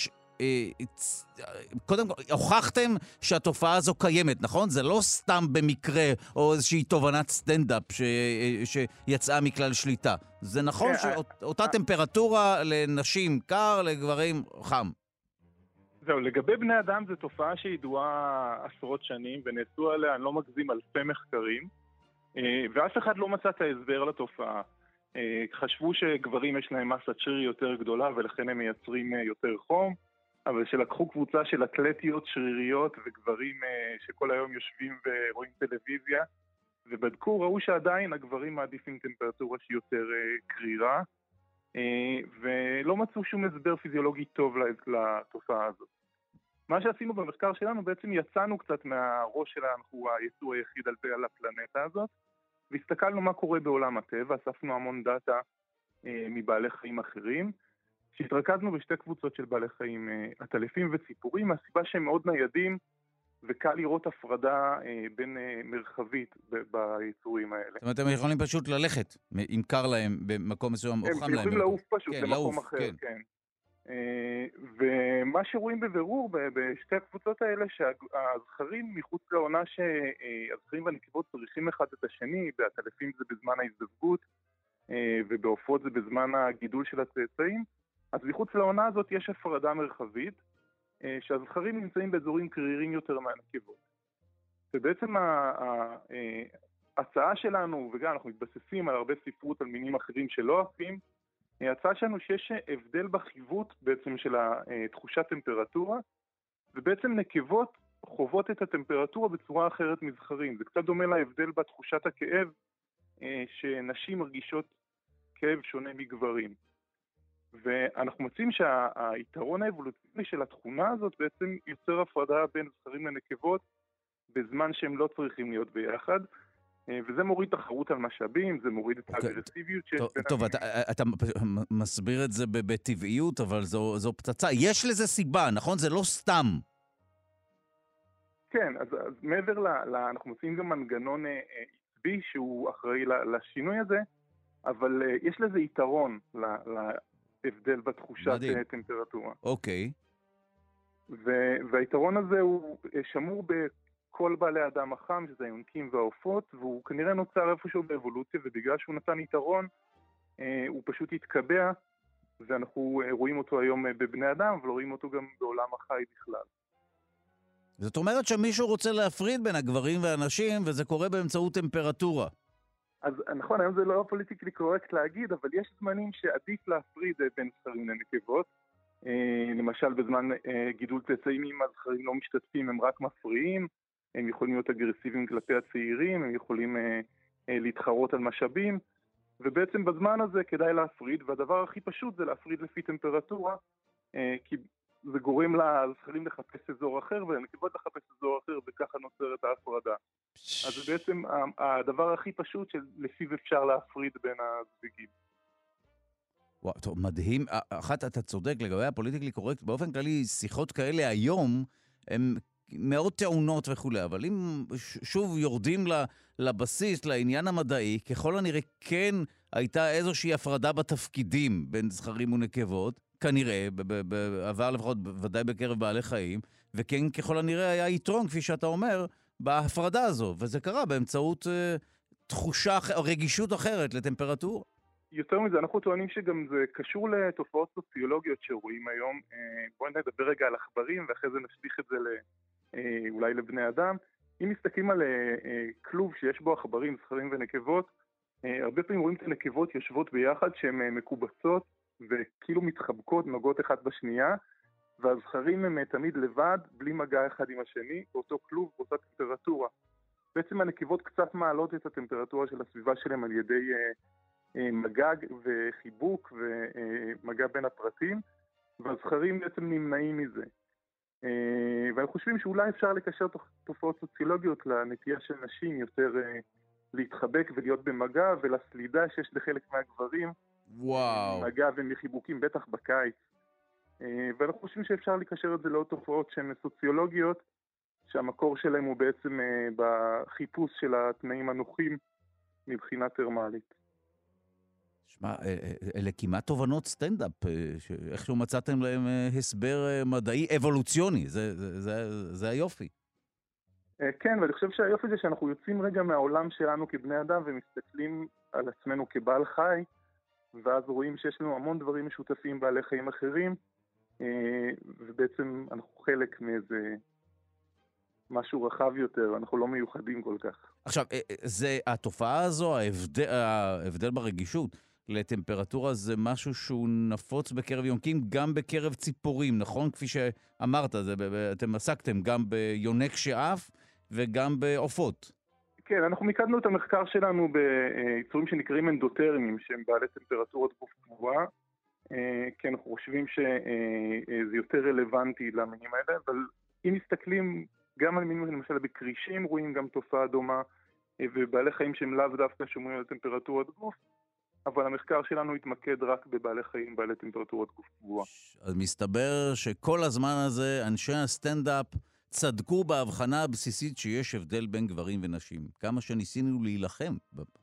הוכחתם שהתופעה הזו קיימת, נכון? זה לא סתם במקרה או איזושהי תובנת סטנדאפ שיצאה מכלל שליטה. זה נכון שאותה טמפרטורה לנשים קר, לגברים חם. זהו, לגבי בני אדם זו תופעה שידועה עשרות שנים, ונעשו עליה, אני לא מגזים, אלפי מחקרים, ואף אחד לא מצא את ההסבר לתופעה. חשבו שגברים יש להם מסת שריר יותר גדולה, ולכן הם מייצרים יותר חום, אבל שלקחו קבוצה של אתלטיות שריריות וגברים שכל היום יושבים ורואים טלוויזיה, ובדקו, ראו שעדיין הגברים מעדיפים טמפרטורה שהיא יותר קרירה, ולא מצאו שום הסבר פיזיולוגי טוב לתופעה הזאת. מה שעשינו במחקר שלנו, בעצם יצאנו קצת מהראש שלנו, הוא היצור היחיד על הפלנטה הזאת, והסתכלנו מה קורה בעולם הטבע, אספנו המון דאטה מבעלי חיים אחרים, שהתרכזנו בשתי קבוצות של בעלי חיים, עטלפים וציפורים, מהסיבה שהם מאוד ניידים, וקל לראות הפרדה בין מרחבית ביצורים האלה. זאת אומרת, הם יכולים פשוט ללכת, אם קר להם במקום מסוים, או חם להם. הם יכולים לעוף פשוט למקום אחר, כן. ומה שרואים בבירור בשתי הקבוצות האלה, שהזכרים מחוץ לעונה שהזכרים והנקבות צריכים אחד את השני, בעטלפים זה בזמן ההזדווגות, ובעופות זה בזמן הגידול של הצאצאים, אז מחוץ לעונה הזאת יש הפרדה מרחבית, שהזכרים נמצאים באזורים קרירים יותר מהנקבות. ובעצם ההצעה שלנו, וגם אנחנו מתבססים על הרבה ספרות על מינים אחרים שלא עפים, ההצעה שלנו שיש הבדל בחיווט בעצם של תחושת טמפרטורה, ובעצם נקבות חוות את הטמפרטורה בצורה אחרת מזכרים. זה קצת דומה להבדל בתחושת הכאב, שנשים מרגישות כאב שונה מגברים. ואנחנו מוצאים שהיתרון האבולוציוני של התכונה הזאת בעצם יוצר הפרדה בין זכרים לנקבות בזמן שהם לא צריכים להיות ביחד, וזה מוריד תחרות על משאבים, זה מוריד את האגרסיביות שיש בין... טוב, אתה מסביר את זה בטבעיות, אבל זו פצצה. יש לזה סיבה, נכון? זה לא סתם. כן, אז מעבר אנחנו מוצאים גם מנגנון עצבי שהוא אחראי לשינוי הזה, אבל יש לזה יתרון להבדל בתחושת טמפרטורה. אוקיי. והיתרון הזה הוא שמור בכל בעלי האדם החם, שזה היונקים והעופות, והוא כנראה נוצר איפשהו באבולוציה, ובגלל שהוא נתן יתרון, הוא פשוט התקבע, ואנחנו רואים אותו היום בבני אדם, אבל רואים אותו גם בעולם החי בכלל. זאת אומרת שמישהו רוצה להפריד בין הגברים והנשים, וזה קורה באמצעות טמפרטורה. אז נכון, היום זה לא פוליטיקלי קורקט להגיד, אבל יש זמנים שעדיף להפריד בין זכרים לנקבות. למשל, בזמן גידול צאצאים, אם הזכרים לא משתתפים, הם רק מפריעים, הם יכולים להיות אגרסיביים כלפי הצעירים, הם יכולים להתחרות על משאבים, ובעצם בזמן הזה כדאי להפריד, והדבר הכי פשוט זה להפריד לפי טמפרטורה, כי זה גורם לזכרים לחפש אזור אחר, ולנקבות לחפש אזור אחר, וככה נוצרת ההפרדה. אז זה בעצם הדבר הכי פשוט שלפיו אפשר להפריד בין הזוויגים. וואו, טוב, מדהים. אחת, אתה צודק לגבי הפוליטיקלי קורקט, באופן כללי שיחות כאלה היום הן מאוד טעונות וכו', אבל אם שוב יורדים לבסיס, לעניין המדעי, ככל הנראה כן הייתה איזושהי הפרדה בתפקידים בין זכרים ונקבות, כנראה, בעבר לפחות ודאי בקרב בעלי חיים, וכן ככל הנראה היה יתרון, כפי שאתה אומר, בהפרדה הזו, וזה קרה באמצעות תחושה, רגישות אחרת לטמפרטורה. יותר מזה, אנחנו טוענים שגם זה קשור לתופעות סוציולוגיות שרואים היום. בואו נדבר רגע על עכברים, ואחרי זה נשליך את זה אולי לבני אדם. אם מסתכלים על כלוב שיש בו עכברים, זכרים ונקבות, הרבה פעמים רואים את הנקבות יושבות ביחד שהן מקובצות וכאילו מתחבקות, נוגעות אחת בשנייה, והזכרים הם תמיד לבד, בלי מגע אחד עם השני, באותו כלוב, באותה טמפרטורה. בעצם הנקבות קצת מעלות את הטמפרטורה של הסביבה שלהם על ידי מגע וחיבוק ומגע בין הפרטים, והזכרים בעצם נמנעים מזה. ואנחנו חושבים שאולי אפשר לקשר תופעות סוציולוגיות לנטייה של נשים יותר להתחבק ולהיות במגע, ולסלידה שיש לחלק מהגברים, מגע ומחיבוקים, בטח בקיץ. ואנחנו חושבים שאפשר לקשר את זה לעוד תופעות שהן סוציולוגיות, שהמקור שלהם הוא בעצם בחיפוש של התנאים הנוחים מבחינה טרמלית. שמע, אלה כמעט תובנות סטנדאפ, שאיכשהו מצאתם להם הסבר מדעי אבולוציוני, זה היופי. כן, ואני חושב שהיופי זה שאנחנו יוצאים רגע מהעולם שלנו כבני אדם ומסתכלים על עצמנו כבעל חי, ואז רואים שיש לנו המון דברים משותפים בעלי חיים אחרים, ובעצם אנחנו חלק מאיזה משהו רחב יותר, אנחנו לא מיוחדים כל כך. עכשיו, זה התופעה הזו, ההבדל ברגישות לטמפרטורה, זה משהו שהוא נפוץ בקרב יונקים, גם בקרב ציפורים, נכון? כפי שאמרת, אתם עסקתם גם ביונק שאף וגם בעופות. כן, אנחנו מיקדנו את המחקר שלנו ביצורים שנקראים אנדותרמים, שהם בעלי טמפרטורת גוף גבוהה, כי אנחנו חושבים שזה יותר רלוונטי למינים האלה, אבל אם מסתכלים גם על מינים, למשל בקרישים, רואים גם תופעה דומה, ובעלי חיים שהם לאו דווקא שומרים על טמפרטורת גוף, אבל המחקר שלנו התמקד רק בבעלי חיים בעלי טמפרטורת גוף גבוהה. אז מסתבר שכל הזמן הזה אנשי הסטנדאפ צדקו בהבחנה הבסיסית שיש הבדל בין גברים ונשים. כמה שניסינו להילחם.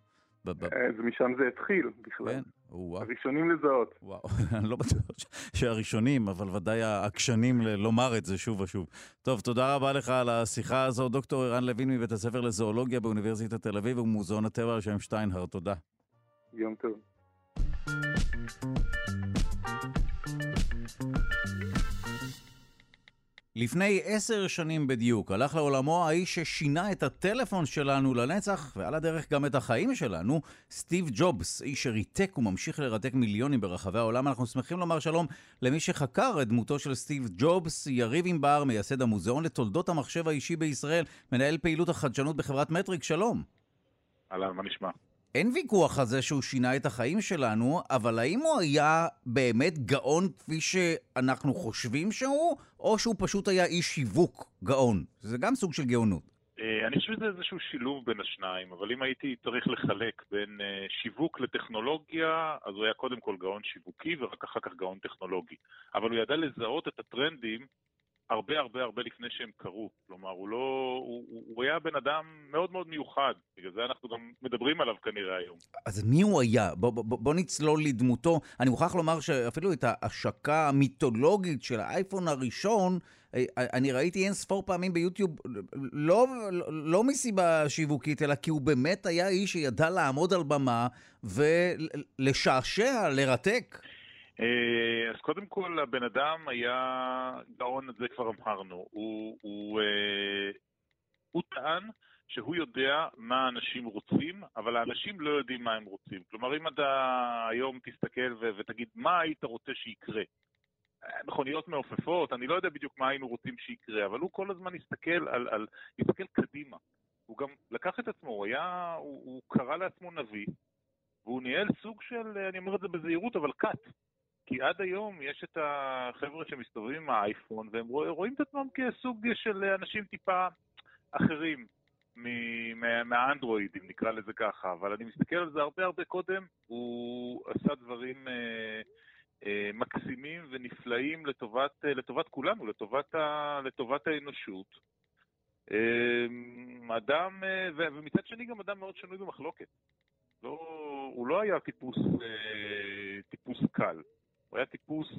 אז משם זה התחיל בכלל. כן, הראשונים לזהות. וואו, אני לא בטוח שהראשונים, אבל ודאי העקשנים לומר את זה שוב ושוב. טוב, תודה רבה לך על השיחה הזו. דוקטור ערן לוין מבית הספר לזואולוגיה באוניברסיטת תל אביב ומוזיאון הטבע על שם שטיינהרט. תודה. יום טוב. לפני 10 שנים בדיוק הלך לעולמו האיש ששינה את הטלפון שלנו לנצח, ועל הדרך גם את החיים שלנו, סטיב ג'ובס, איש שריתק וממשיך לרתק מיליונים ברחבי העולם. אנחנו שמחים לומר שלום למי שחקר את דמותו של סטיב ג'ובס, יריב ענבר, מייסד המוזיאון לתולדות המחשב האישי בישראל, מנהל פעילות החדשנות בחברת מטריק. שלום. אהלן, מה נשמע? אין ויכוח על זה שהוא שינה את החיים שלנו, אבל האם הוא היה באמת גאון כפי שאנחנו חושבים שהוא, או שהוא פשוט היה איש שיווק גאון? זה גם סוג של גאונות. אני חושב שזה איזשהו שילוב בין השניים, אבל אם הייתי צריך לחלק בין שיווק לטכנולוגיה, אז הוא היה קודם כל גאון שיווקי ורק אחר כך גאון טכנולוגי. אבל הוא ידע לזהות את הטרנדים הרבה הרבה הרבה לפני שהם קרו. כלומר, הוא היה בן אדם מאוד מאוד מיוחד. בגלל זה אנחנו גם מדברים עליו כנראה היום. אז מי הוא היה? בוא נצלול לדמותו. אני מוכרח לומר שאפילו את ההשקה המיתולוגית של האייפון הראשון, אני ראיתי אין ספור פעמים ביוטיוב, לא מסיבה שיווקית, אלא כי הוא באמת היה איש שידע לעמוד על במה ולשעשע, לרתק. אז קודם כל, הבן אדם היה גאון, את זה כבר אמרנו. הוא טען שהוא יודע מה האנשים רוצים, אבל האנשים לא יודעים מה הם רוצים. כלומר, אם אתה היום תסתכל ותגיד מה היית רוצה שיקרה, מכוניות מעופפות, אני לא יודע בדיוק מה היינו רוצים שיקרה, אבל הוא כל הזמן הסתכל קדימה. הוא גם לקח את עצמו, הוא קרא לעצמו נביא, והוא ניהל סוג של, אני אומר את זה בזהירות, אבל קאט. כי עד היום יש את החבר'ה שמסתובבים עם האייפון, והם רואים את עצמם כסוג של אנשים טיפה אחרים מהאנדרואידים, נקרא לזה ככה. אבל אני מסתכל על זה הרבה הרבה קודם, הוא עשה דברים מקסימים ונפלאים לטובת כולנו, לטובת האנושות. אדם, ומצד שני גם אדם מאוד שנוי במחלוקת. הוא לא היה טיפוס קל. הוא היה טיפוס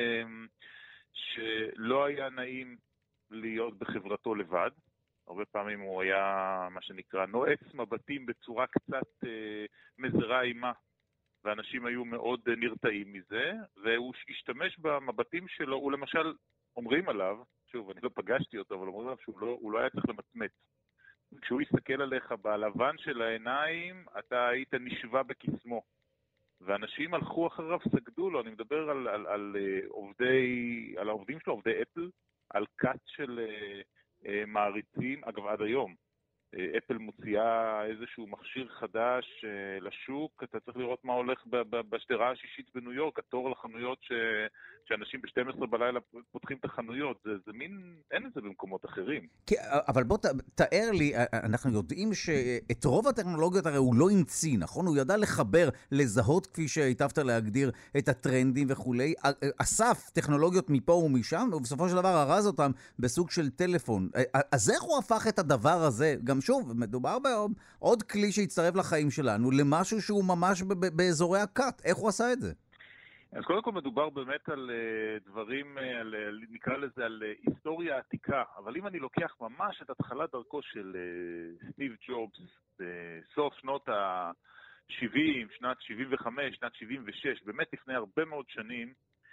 שלא היה נעים להיות בחברתו לבד. הרבה פעמים הוא היה מה שנקרא נועץ מבטים בצורה קצת מזרה אימה, ואנשים היו מאוד נרתעים מזה, והוא השתמש במבטים שלו. הוא למשל, אומרים עליו, שוב, אני לא פגשתי אותו, אבל אומרים עליו שהוא לא היה צריך למצמץ. כשהוא הסתכל עליך בלבן של העיניים, אתה היית נשווה בקסמו. ואנשים הלכו אחריו, סגדו לו. אני מדבר על העובדים שלו, עובדי אפל, על קאט של מעריצים, אגב עד היום. אפל מוציאה איזשהו מכשיר חדש לשוק, אתה צריך לראות מה הולך בשדרה השישית בניו יורק, התור לחנויות שאנשים ב-12 בלילה פותחים את החנויות, זה מין, אין את זה במקומות אחרים. אבל בוא תאר לי, אנחנו יודעים שאת רוב הטכנולוגיות הרי הוא לא המציא, נכון? הוא ידע לחבר, לזהות כפי שהיטבת להגדיר את הטרנדים וכולי, אסף טכנולוגיות מפה ומשם, ובסופו של דבר הרז אותם בסוג של טלפון. אז איך הוא הפך את הדבר הזה, גם שוב, מדובר בעוד כלי שיצטרף לחיים שלנו, למשהו שהוא ממש באזורי הקאט. איך הוא עשה את זה? אז קודם כל מדובר באמת על דברים, נקרא לזה על היסטוריה עתיקה, אבל אם אני לוקח ממש את התחלת דרכו של סטיב ג'ובס, בסוף שנות ה-70, שנת 75, שנת 76, באמת לפני הרבה מאוד שנים,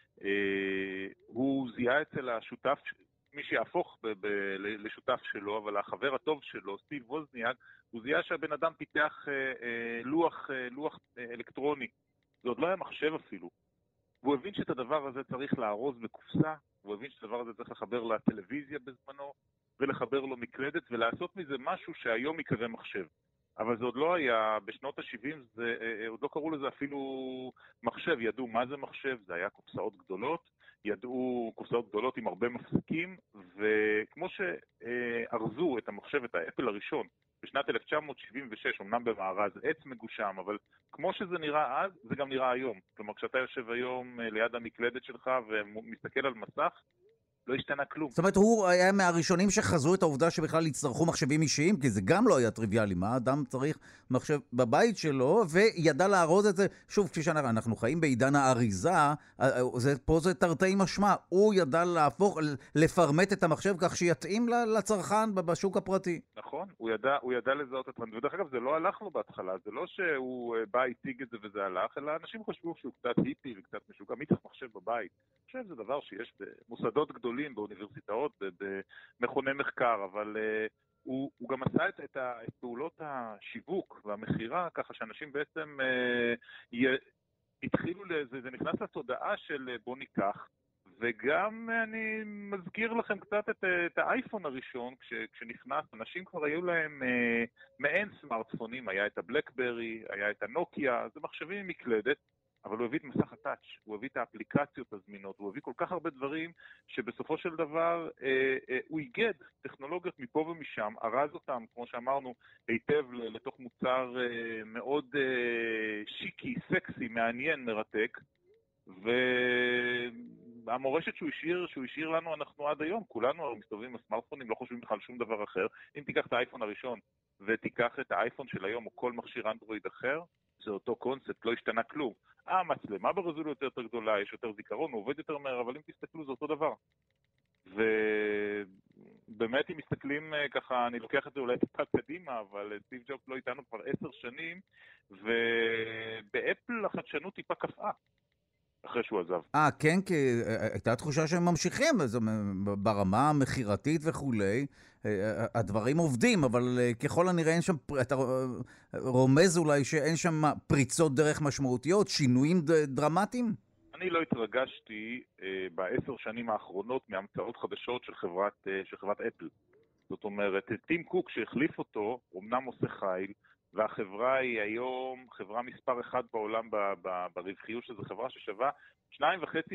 הוא זיהה אצל השותף, מי שיהפוך לשותף שלו, אבל החבר הטוב שלו, סטיב ווזניאק, הוא זיהה שהבן אדם פיתח לוח אלקטרוני. זה עוד לא היה מחשב אפילו. והוא הבין שאת הדבר הזה צריך לארוז בקופסה, הוא הבין שאת הדבר הזה צריך לחבר לטלוויזיה בזמנו, ולחבר לו מקלדת, ולעשות מזה משהו שהיום יקרא מחשב. אבל זה עוד לא היה, בשנות ה-70, עוד לא קראו לזה אפילו מחשב, ידעו מה זה מחשב, זה היה קופסאות גדולות, ידעו קופסאות גדולות עם הרבה מפסקים, וכמו שארזו את המחשב, את האפל הראשון, בשנת 1976, אמנם במארז עץ מגושם, אבל כמו שזה נראה אז, זה גם נראה היום. כלומר, כשאתה יושב היום ליד המקלדת שלך ומסתכל על מסך, לא השתנה כלום. זאת אומרת, הוא היה מהראשונים שחזו את העובדה שבכלל יצטרכו מחשבים אישיים, כי זה גם לא היה טריוויאלי. מה אדם צריך מחשב בבית שלו, וידע לארוז את זה. שוב, כפי שאנחנו חיים בעידן האריזה, פה זה תרתי משמע. הוא ידע לפרמט את המחשב כך שיתאים לצרכן בשוק הפרטי. נכון, הוא ידע לזהות את הטרנד. ודרך אגב, זה לא הלך לו בהתחלה. זה לא שהוא בא, הציג את זה וזה הלך, אלא אנשים חשבו שהוא קצת היפי וקצת משוגע. מי צריך מחשב בבית? מחשב זה דבר שיש במוסדות גדולים, באוניברסיטאות, במכוני מחקר, אבל הוא גם עשה את פעולות השיווק והמחירה, ככה שאנשים בעצם התחילו זה נכנס לתודעה של בוא ניקח, וגם אני מזכיר לכם קצת את האייפון הראשון, כשנכנס, אנשים כבר היו להם מעין סמארטפונים, היה את הבלקברי, היה את הנוקיה, זה מחשבים עם מקלדת, אבל הוא הביא את מסך הטאץ', הוא הביא את האפליקציות הזמינות, הוא הביא כל כך הרבה דברים שבסופו של דבר הוא איגד טכנולוגיות מפה ומשם, ארז אותם, כמו שאמרנו, היטב לתוך מוצר מאוד שיקי, סקסי, מעניין, מרתק, והמורשת שהוא השאיר לנו, אנחנו עד היום, כולנו מסתובבים עם הסמארטפונים, לא חושבים בכלל שום דבר אחר. אם תיקח את האייפון הראשון ותיקח את האייפון של היום או כל מכשיר אנדרואיד אחר, זה אותו קונספט, לא השתנה כלום. מצלמה ברזולוציה יותר גדולה, יש יותר זיכרון, הוא עובד יותר מהר, אבל אם תסתכלו זה אותו דבר. ובאמת אם מסתכלים ככה, אני לוקח את זה אולי טיפה קדימה, אבל סטיב ג'ובס לא איתנו כבר 10 שנים, ובאפל החדשנות טיפה קפאה. אחרי שהוא עזב. כן, כי הייתה תחושה שהם ממשיכים, ברמה המחירתית וכולי, הדברים עובדים, אבל ככל הנראה אין שם, אתה רומז אולי שאין שם פריצות דרך משמעותיות, שינויים דרמטיים? אני לא התרגשתי ב10 שנים האחרונות מהמצאות חדשות של חברת אפל. זאת אומרת, טים קוק שהחליף אותו, אמנם עושה חיל, והחברה היא היום חברה מספר 1 בעולם ברווחיות, שזו חברה ששווה 2.5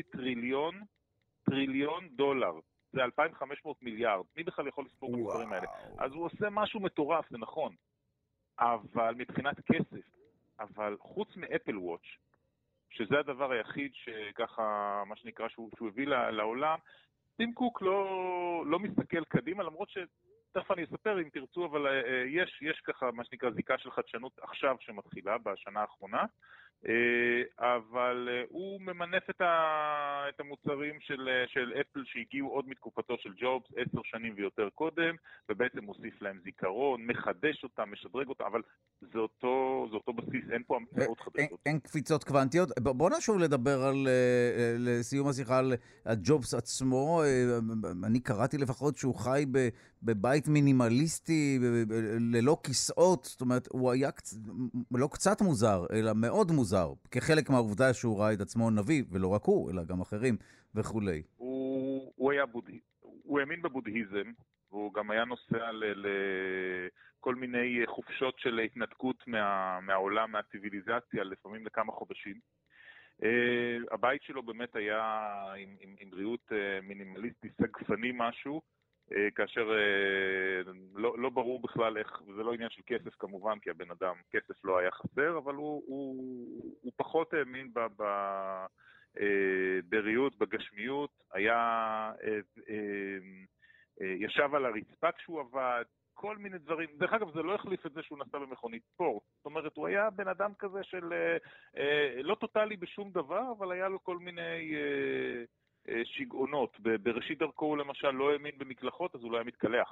טריליון דולר. זה 2,500 מיליארד. מי בכלל יכול לספור את המספרים האלה? אז הוא עושה משהו מטורף, זה נכון. אבל מבחינת כסף, אבל חוץ מאפל וואץ', שזה הדבר היחיד שככה, מה שנקרא, שהוא הביא לעולם, טים קוק לא מסתכל קדימה, למרות תכף אני אספר אם תרצו, אבל יש ככה מה שנקרא זיקה של חדשנות עכשיו שמתחילה בשנה האחרונה, אבל הוא ממנף את המוצרים של אפל שהגיעו עוד מתקופתו של ג'ובס 10 שנים ויותר קודם, ובעצם מוסיף להם זיכרון, מחדש אותם, משדרג אותם, אבל זה אותו בסיס, אין פה המצאות חדשות. אין קפיצות קוונטיות. בוא נשוב לדבר לסיום השיחה על ג'ובס עצמו. אני קראתי לפחות שהוא חי בבית מינימליסטי, ללא כיסאות, זאת אומרת, הוא היה לא קצת מוזר, אלא מאוד מוזר, כחלק מהעובדה שהוא ראה את עצמו נביא, ולא רק הוא, אלא גם אחרים וכולי. הוא האמין בבודהיזם, והוא גם היה נוסע לכל מיני חופשות של התנתקות מהעולם, מהציביליזציה, לפעמים לכמה חודשים. הבית שלו באמת היה עם בריאות מינימליסטי, סגפני משהו, כאשר לא ברור בכלל איך, וזה לא עניין של כסף כמובן, כי הבן אדם, כסף לא היה חסר, אבל הוא פחות האמין בריאות, בגשמיות, ישב על הרצפה כשהוא עבד, כל מיני דברים. דרך אגב, זה לא החליף את זה שהוא נסע במכונית ספורט. זאת אומרת, הוא היה בן אדם כזה של לא טוטלי בשום דבר, אבל היה לו כל מיני שגעונות. בראשית דרכו הוא למשל לא האמין במקלחות, אז הוא לא היה מתקלח.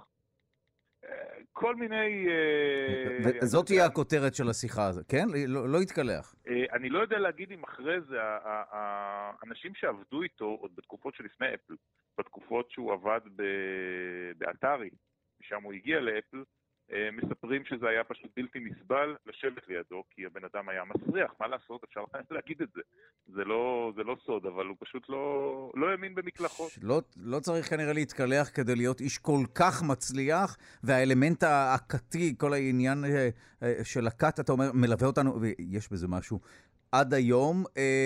כל מיני... וזאת תהיה הכותרת של השיחה הזאת, כן? לא התקלח. אני לא יודע להגיד אם אחרי זה, האנשים שעבדו איתו עוד בתקופות שלפני אפל, בתקופות שהוא עבד באתרי, משם הוא הגיע לאפל, מספרים שזה היה פשוט בלתי נסבל לשבת לידו, כי הבן אדם היה מסריח, מה לעשות? אפשר להגיד את זה. זה לא סוד, אבל הוא פשוט לא האמין במקלחות. לא צריך כנראה להתקלח כדי להיות איש כל כך מצליח, והאלמנט העקתי, כל העניין של הקט, אתה אומר, מלווה אותנו, ויש בזה משהו. עד היום,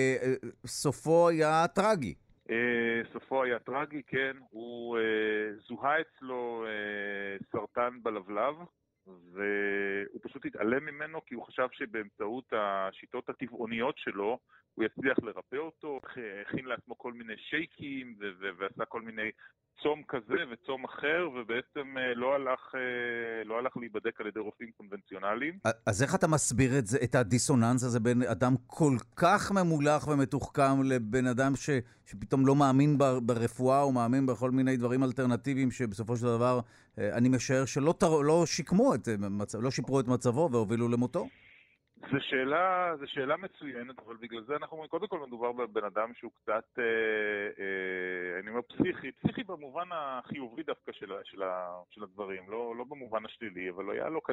סופו היה טרגי. סופו היה טרגי, כן. הוא זוהה אצלו סרטן בלבלב, והוא פשוט התעלם ממנו, כי הוא חשב שבאמצעות השיטות הטבעוניות שלו, הוא יצליח לרפא אותו, הכין לעצמו כל מיני שייקים, ועשה כל מיני צום כזה וצום אחר, ובעצם לא הלך להיבדק על ידי רופאים קונבנציונליים. אז איך אתה מסביר את הדיסוננס הזה בין אדם כל כך ממולח ומתוחכם לבין אדם שפתאום לא מאמין ברפואה, או מאמין בכל מיני דברים אלטרנטיביים שבסופו של דבר אני משער שלא שיקמו לא שיפרו את מצבו והובילו למותו? זו שאלה מצוינת, אבל בגלל זה אנחנו אומרים, קודם כל מדובר בבן אדם שהוא קצת, אני אומר פסיכי במובן החיובי דווקא של הדברים, לא במובן השלילי, אבל היה לו,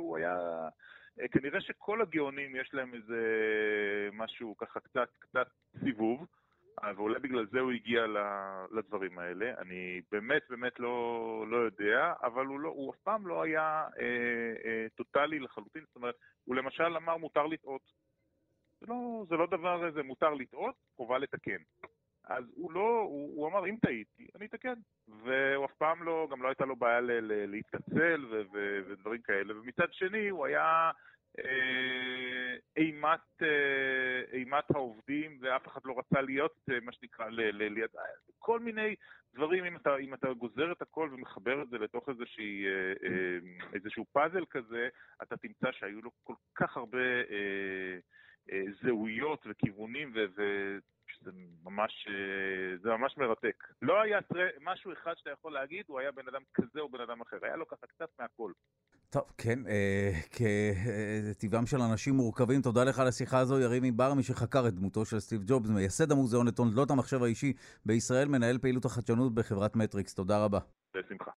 כנראה שכל הגאונים יש להם איזה משהו ככה קצת סיבוב, ואולי בגלל זה הוא הגיע לדברים האלה. אני באמת לא יודע, אבל הוא אף פעם לא היה טוטלי לחלוטין. זאת אומרת, הוא למשל אמר מותר לטעות. זה לא דבר, זה מותר לטעות, חובה לתקן. אז הוא אמר, אם טעיתי, אני אתקן. והוא אף פעם גם לא הייתה לו בעיה להתקצל ודברים כאלה. ומצד שני, הוא היה אימת העובדים, ואף אחד לא רצה להיות, מה שנקרא, ליד כל מיני דברים. אם אתה גוזר את הכל ומחבר את זה לתוך איזשהו פאזל כזה, אתה תמצא שהיו לו כל כך הרבה זהויות וכיוונים, זה ממש מרתק. לא היה משהו אחד שאתה יכול להגיד, הוא היה בן אדם כזה או בן אדם אחר. היה לו ככה קצת מהכל. טוב, כן, כטבעם של אנשים מורכבים, תודה לך על השיחה הזו, ירימי בר, מי שחקר את דמותו של סטיב ג'ובס, מייסד המוזיאון לתולדות המחשב האישי בישראל, מנהל פעילות החדשנות בחברת מטריקס. תודה רבה. בשמחה.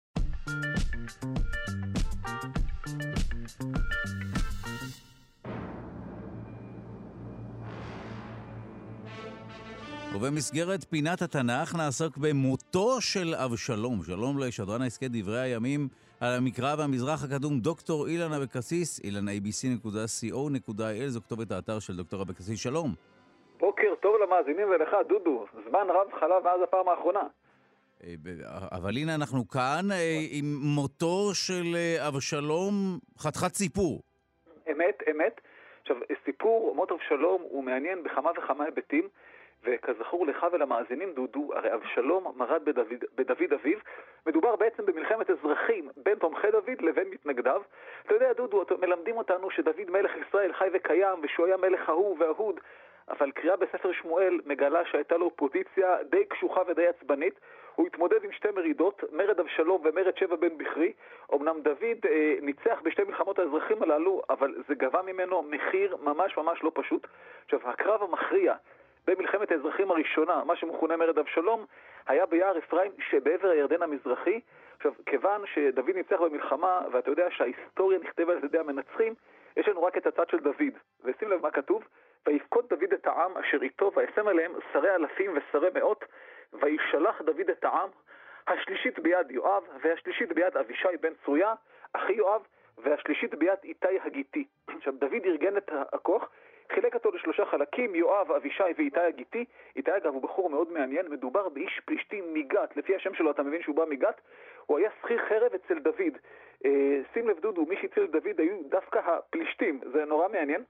ובמסגרת פינת התנ"ך נעסוק במותו של אבשלום. שלום לשדרן ההסכת דברי הימים על המקרא והמזרח הקדום, דוקטור אילן אבקסיס, ilanabc.co.il, זו כתובת האתר של דוקטור אבקסיס. שלום. בוקר טוב למאזינים ולך, דודו. זמן רב חלב מאז הפעם האחרונה. אבל הנה אנחנו כאן עם מותו של אבשלום, חתיכת סיפור. אמת. עכשיו, סיפור מות אבשלום הוא מעניין בכמה וכמה היבטים, וכזכור לך ולמאזינים, דודו, הרי אבשלום מרד בדוד אביו. מדובר בעצם במלחמת אזרחים בין תומכי דוד לבין מתנגדיו. אתה יודע, דודו, מלמדים אותנו שדוד מלך ישראל חי וקיים, ושהוא היה מלך אהוב ואהוד, אבל קריאה בספר שמואל מגלה שהייתה לו אופוזיציה די קשוחה ודי עצבנית. הוא התמודד עם שתי מרידות, מרד אבשלום ומרד שבע בן בכרי. אמנם דוד ניצח בשתי מלחמות האזרחים הללו, אבל זה גבה ממנו מחיר ממש לא פשוט. עכשיו, הקרב המכריע במלחמת האזרחים הראשונה, מה שמכונה מרד אבשלום, היה ביער אפרים שבעבר הירדן המזרחי. עכשיו, כיוון שדוד ניצח במלחמה, ואתה יודע שההיסטוריה נכתבה על ידי המנצחים, יש לנו רק את הצד של דוד. ושים לב מה כתוב, ויפקוד דוד את העם אשר איתו, וישם עליהם שרי אלפים ושרי מאות, וישלח דוד את העם, השלישית ביד יואב, והשלישית ביד אבישי בן צרויה, אחי יואב, והשלישית ביד איתי הגיתי. עכשיו, דוד ארגן את הכוח, חילק אותו לשלושה חלקים, יואב, אבישי ואיתי הגיתי. איתי אגב הוא בחור מאוד מעניין, מדובר באיש פלישתים מגת, לפי השם שלו אתה מבין שהוא בא מגת, הוא היה שכיר חרב אצל דוד. שים לב דודו, מי שהציל את דוד היו דווקא הפלישתים, זה נורא מעניין.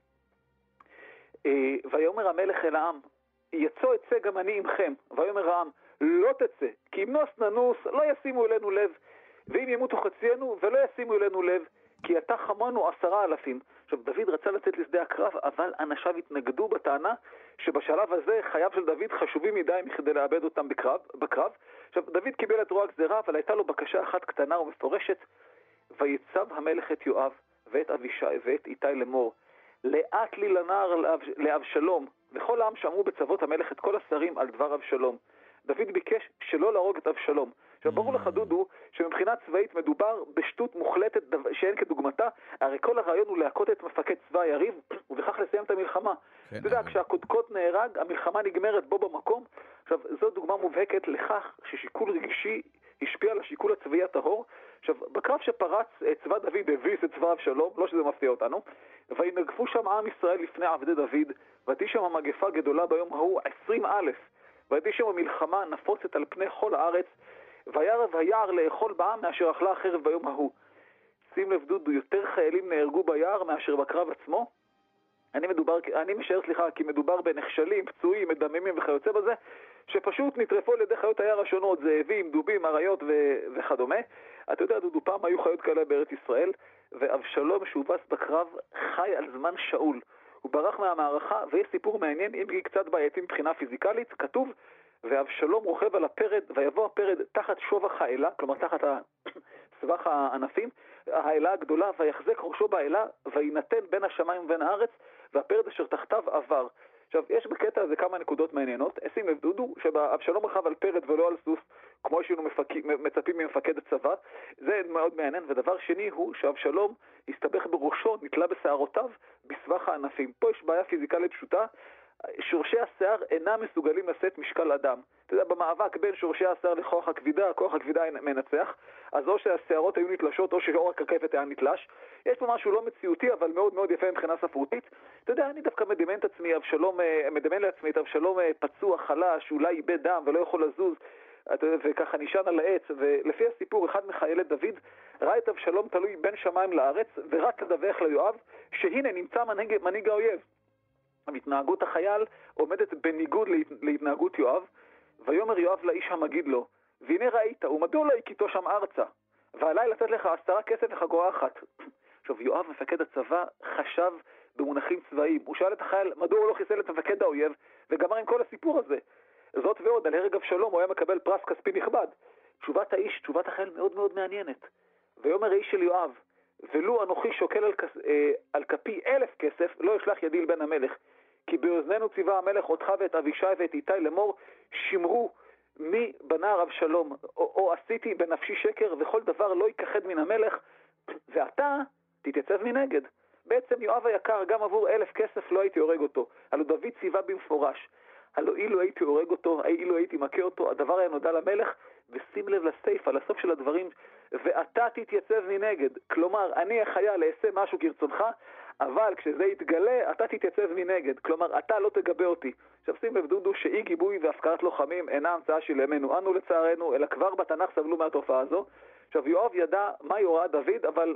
ויאמר המלך אל העם, יצא אצא גם אני עמכם, ויאמר העם, לא תצא, כי אם נוס ננוס לא ישימו אלינו לב, ואם ימותו חציינו ולא ישימו אלינו לב, כי אתה חמנו 10,000. עכשיו, דוד רצה לצאת לשדה הקרב, אבל אנשיו התנגדו בטענה שבשלב הזה חייו של דוד חשובים מדי מכדי לאבד אותם בקרב. עכשיו, דוד קיבל את רוע הגזירה, אבל הייתה לו בקשה אחת קטנה ומפורשת, ויצב המלך את יואב ואת אבישי ואת איתי לאמור, לאט לי לנער לאבשלום, וכל העם שמעו בצוות המלך את כל השרים על דבר אבשלום. דוד ביקש שלא להרוג את אבשלום. עכשיו, ברור לך דודו שמבחינה צבאית מדובר בשטות מוחלטת שאין כדוגמתה, הרי כל הרעיון הוא להכות את מפקד צבא היריב ובכך לסיים את המלחמה. אתה יודע, כשהקודקוד נהרג, המלחמה נגמרת בו במקום. עכשיו, זו דוגמה מובהקת לכך ששיקול רגשי השפיע על השיקול הצבאי הטהור. עכשיו, בקרב שפרץ צבא דוד הביס את צבא אבשלום, לא שזה מפתיע אותנו, וינגפו שם עם ישראל לפני עבדי דוד, ותהי שם המגפה גדולה ביום ההוא 20,000, ותהי שם המלחמה נפוצת על פני כל הארץ, וירב היער לאכול בעם מאשר אכלה החרב ביום ההוא. שים לב דודו, יותר חיילים נהרגו ביער מאשר בקרב עצמו. אני משער, כי מדובר בנחשלים, פצועים, מדממים וכיוצא בזה, שפשוט נטרפו על ידי חיות היער השונות, זאבים, דובים, אריות וכדומה. אתה יודע דודו, פעם היו חיות כאלה בארץ ישראל, ואבשלום שהובס בקרב חי על זמן שאול. הוא ברח מהמערכה, ויש סיפור מעניין, אם קצת בעייתי מבחינה פיזיקלית, כתוב, ואבשלום רוכב על הפרד, ויבוא הפרד תחת שובח האלה, כלומר תחת סבך הענפים, האלה הגדולה, ויחזק ראשו באלה, וינתן בין השמיים ובין הארץ, והפרד אשר תחתיו עבר. עכשיו, יש בקטע הזה כמה נקודות מעניינות. שים לב דודו, שאבשלום רכב על פרד ולא על סוס, כמו שהיינו מצפים ממפקד הצבא. זה מאוד מעניין. ודבר שני הוא שאבשלום הסתבך בראשו, נתלה בשערותיו, בסבך הענפים. פה יש בעיה פיזיקלית פשוטה. שורשי השיער אינם מסוגלים לשאת משקל אדם. אתה יודע, במאבק בין שורשי השיער לכוח הכבידה, כוח הכבידה מנצח, אז או שהשיערות היו נתלשות או שעורק הקפת היה נתלש. יש פה משהו לא מציאותי, אבל מאוד מאוד יפה מבחינה ספרותית. אתה יודע, אני דווקא מדמיין לעצמי את אבשלום פצוע, חלש, אולי איבד דם ולא יכול לזוז, וככה נשען על העץ, ולפי הסיפור, אחד מחיילי דוד ראה את אבשלום תלוי בין שמיים לארץ, ורק לדווח ליואב שהנה נמצא מנהיג האויב. התנהגות החייל עומדת בניגוד להתנהגות יואב, ויאמר יואב לאיש המגיד לו, והנה ראית, ומדוע לא הכיתו שם ארצה, ועליי לתת לך 10 כסף וחגורה אחת. עכשיו, יואב, מפקד הצבא, חשב במונחים צבאיים. הוא שאל את החייל, מדוע הוא לא חיסל את מפקד האויב, וגמר עם כל הסיפור הזה. זאת ועוד, על הרג אבשלום הוא היה מקבל פרס כספי נכבד. תשובת החייל מאוד מאוד מעניינת. ויאמר האיש של יואב, ולו אנוכי שוקל על כפי 1,000 כסף, לא ישלח ידי לבן המלך. כי באוזנינו ציווה המלך אותך ואת אבישי ואת איתי לאמור, שמרו מי בנער אבשלום, או עשיתי בנפשי שקר, וכל דבר לא ייכחד מן המלך, ואתה תתייצב מנגד. בעצם יואב היקר, גם עבור 1,000 כסף לא הייתי הורג אותו. הלא דוד ציווה במפורש. הלא אילו הייתי הורג אותו, אילו הייתי מכה אותו, הדבר היה נודע למלך, ושים לב לסייף, על הסוף של הדברים, ואתה תתייצב מנגד. כלומר, אני החייל אעשה משהו כרצונך, אבל כשזה יתגלה, אתה תתייצב מנגד. כלומר, אתה לא תגבה אותי. עכשיו שים לב דודו שאי גיבוי והפקרת לוחמים אינה המצאה של ימינו אנו לצערנו, אלא כבר בתנ"ך סבלו מהתופעה הזו. עכשיו, יואב ידע מה הוראה דוד, אבל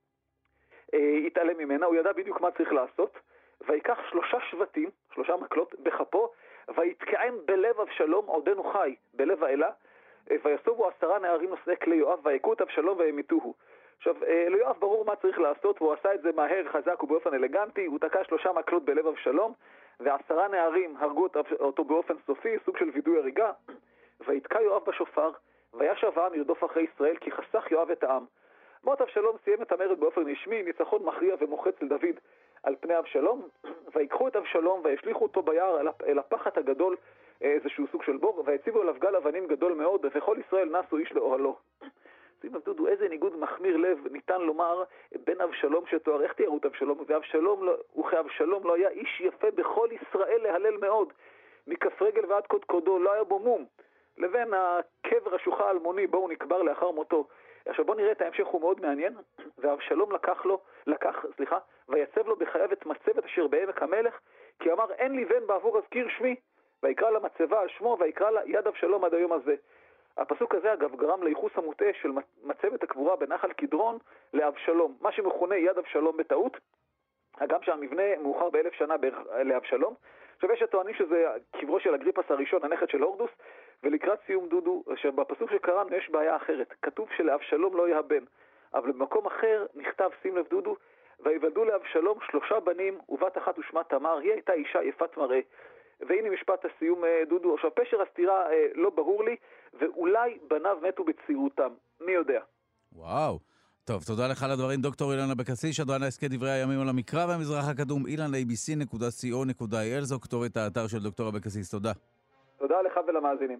התעלם ממנה, הוא ידע בדיוק מה צריך לעשות, ויקח 3 שבטים, 3 מקלות, בכפו, ויתקען בלב אבשלום עודנו חי, בלב האלה, ויסובו 10 נערים נושאי כלי יואב, ויקעו את אבשלום וימיתוהו. עכשיו, ליואב ברור מה צריך לעשות, והוא עשה את זה מהר, חזק ובאופן אלגנטי, הוא תקע 3 מקלות בלב אבשלום, ו10 נערים הרגו אותו באופן סופי, סוג של וידוי הריגה, ויתקע יואב בשופר, וישב העם ירדוף אחרי ישראל, כי חסך יואב את העם. מות אבשלום סיים את המרד באופן רשמי, ניצחון מכריע ומוחץ לדוד על פני אבשלום, ויקחו את אבשלום וישליחו אותו ביער אל הפחת הגדול, איזשהו סוג של בור, והציבו עליו גל אבנים גדול מאוד, וכל ישראל נסו איש לאוהלו. שימו דודו, איזה ניגוד מחמיר לב ניתן לומר בין אבשלום שתואר, איך תיארו את אבשלום? וכאבשלום לא היה איש יפה בכל ישראל להלל מאוד, מכף רגל ועד קודקודו, לא היה בו מום. לבין הקבר השוחה האלמוני בו הוא נקבר לאחר מותו. עכשיו בוא נראה את ההמשך, הוא מאוד מעניין. ואבשלום לקח, ויצב לו בחייו את מצבת אשר בעמק המלך, כי אמר אין לי בן בעבור אזכיר שמי, ויקרא למצבה על שמו, ויקרא לה יד אבשלום עד היום הזה. הפסוק הזה אגב גרם לייחוס המוטעה של מצבת הקבורה בנחל קדרון לאבשלום, מה שמכונה יד אבשלום בטעות, אגם שהמבנה מאוחר ב1000 שנה לאבשלום. עכשיו יש הטוענים שזה קברו של אגריפס הראשון, הנכד של הורדוס, ולקראת סיום דודו, שבפסוק שקראנו יש בעיה אחרת, כתוב שלאבשלום לא יהיה בן, אבל במקום אחר נכתב, שים לב דודו, ויוולדו לאבשלום 3 בנים ובת אחת ושמה תמר, היא הייתה אישה יפת מראה. והנה משפט הסיום דודו. עכשיו פשר הסתירה לא ברור לי, ואולי בניו מתו בצעירותם, מי יודע. וואו. טוב, תודה לך על הדברים, דוקטור אילן אבקסיס, שדרן ההסכת דברי הימים על המקרא והמזרח הקדום, ilan.abc.co.il, זו כתובת האתר של דוקטור אבקסיס. תודה. תודה לך ולמאזינים.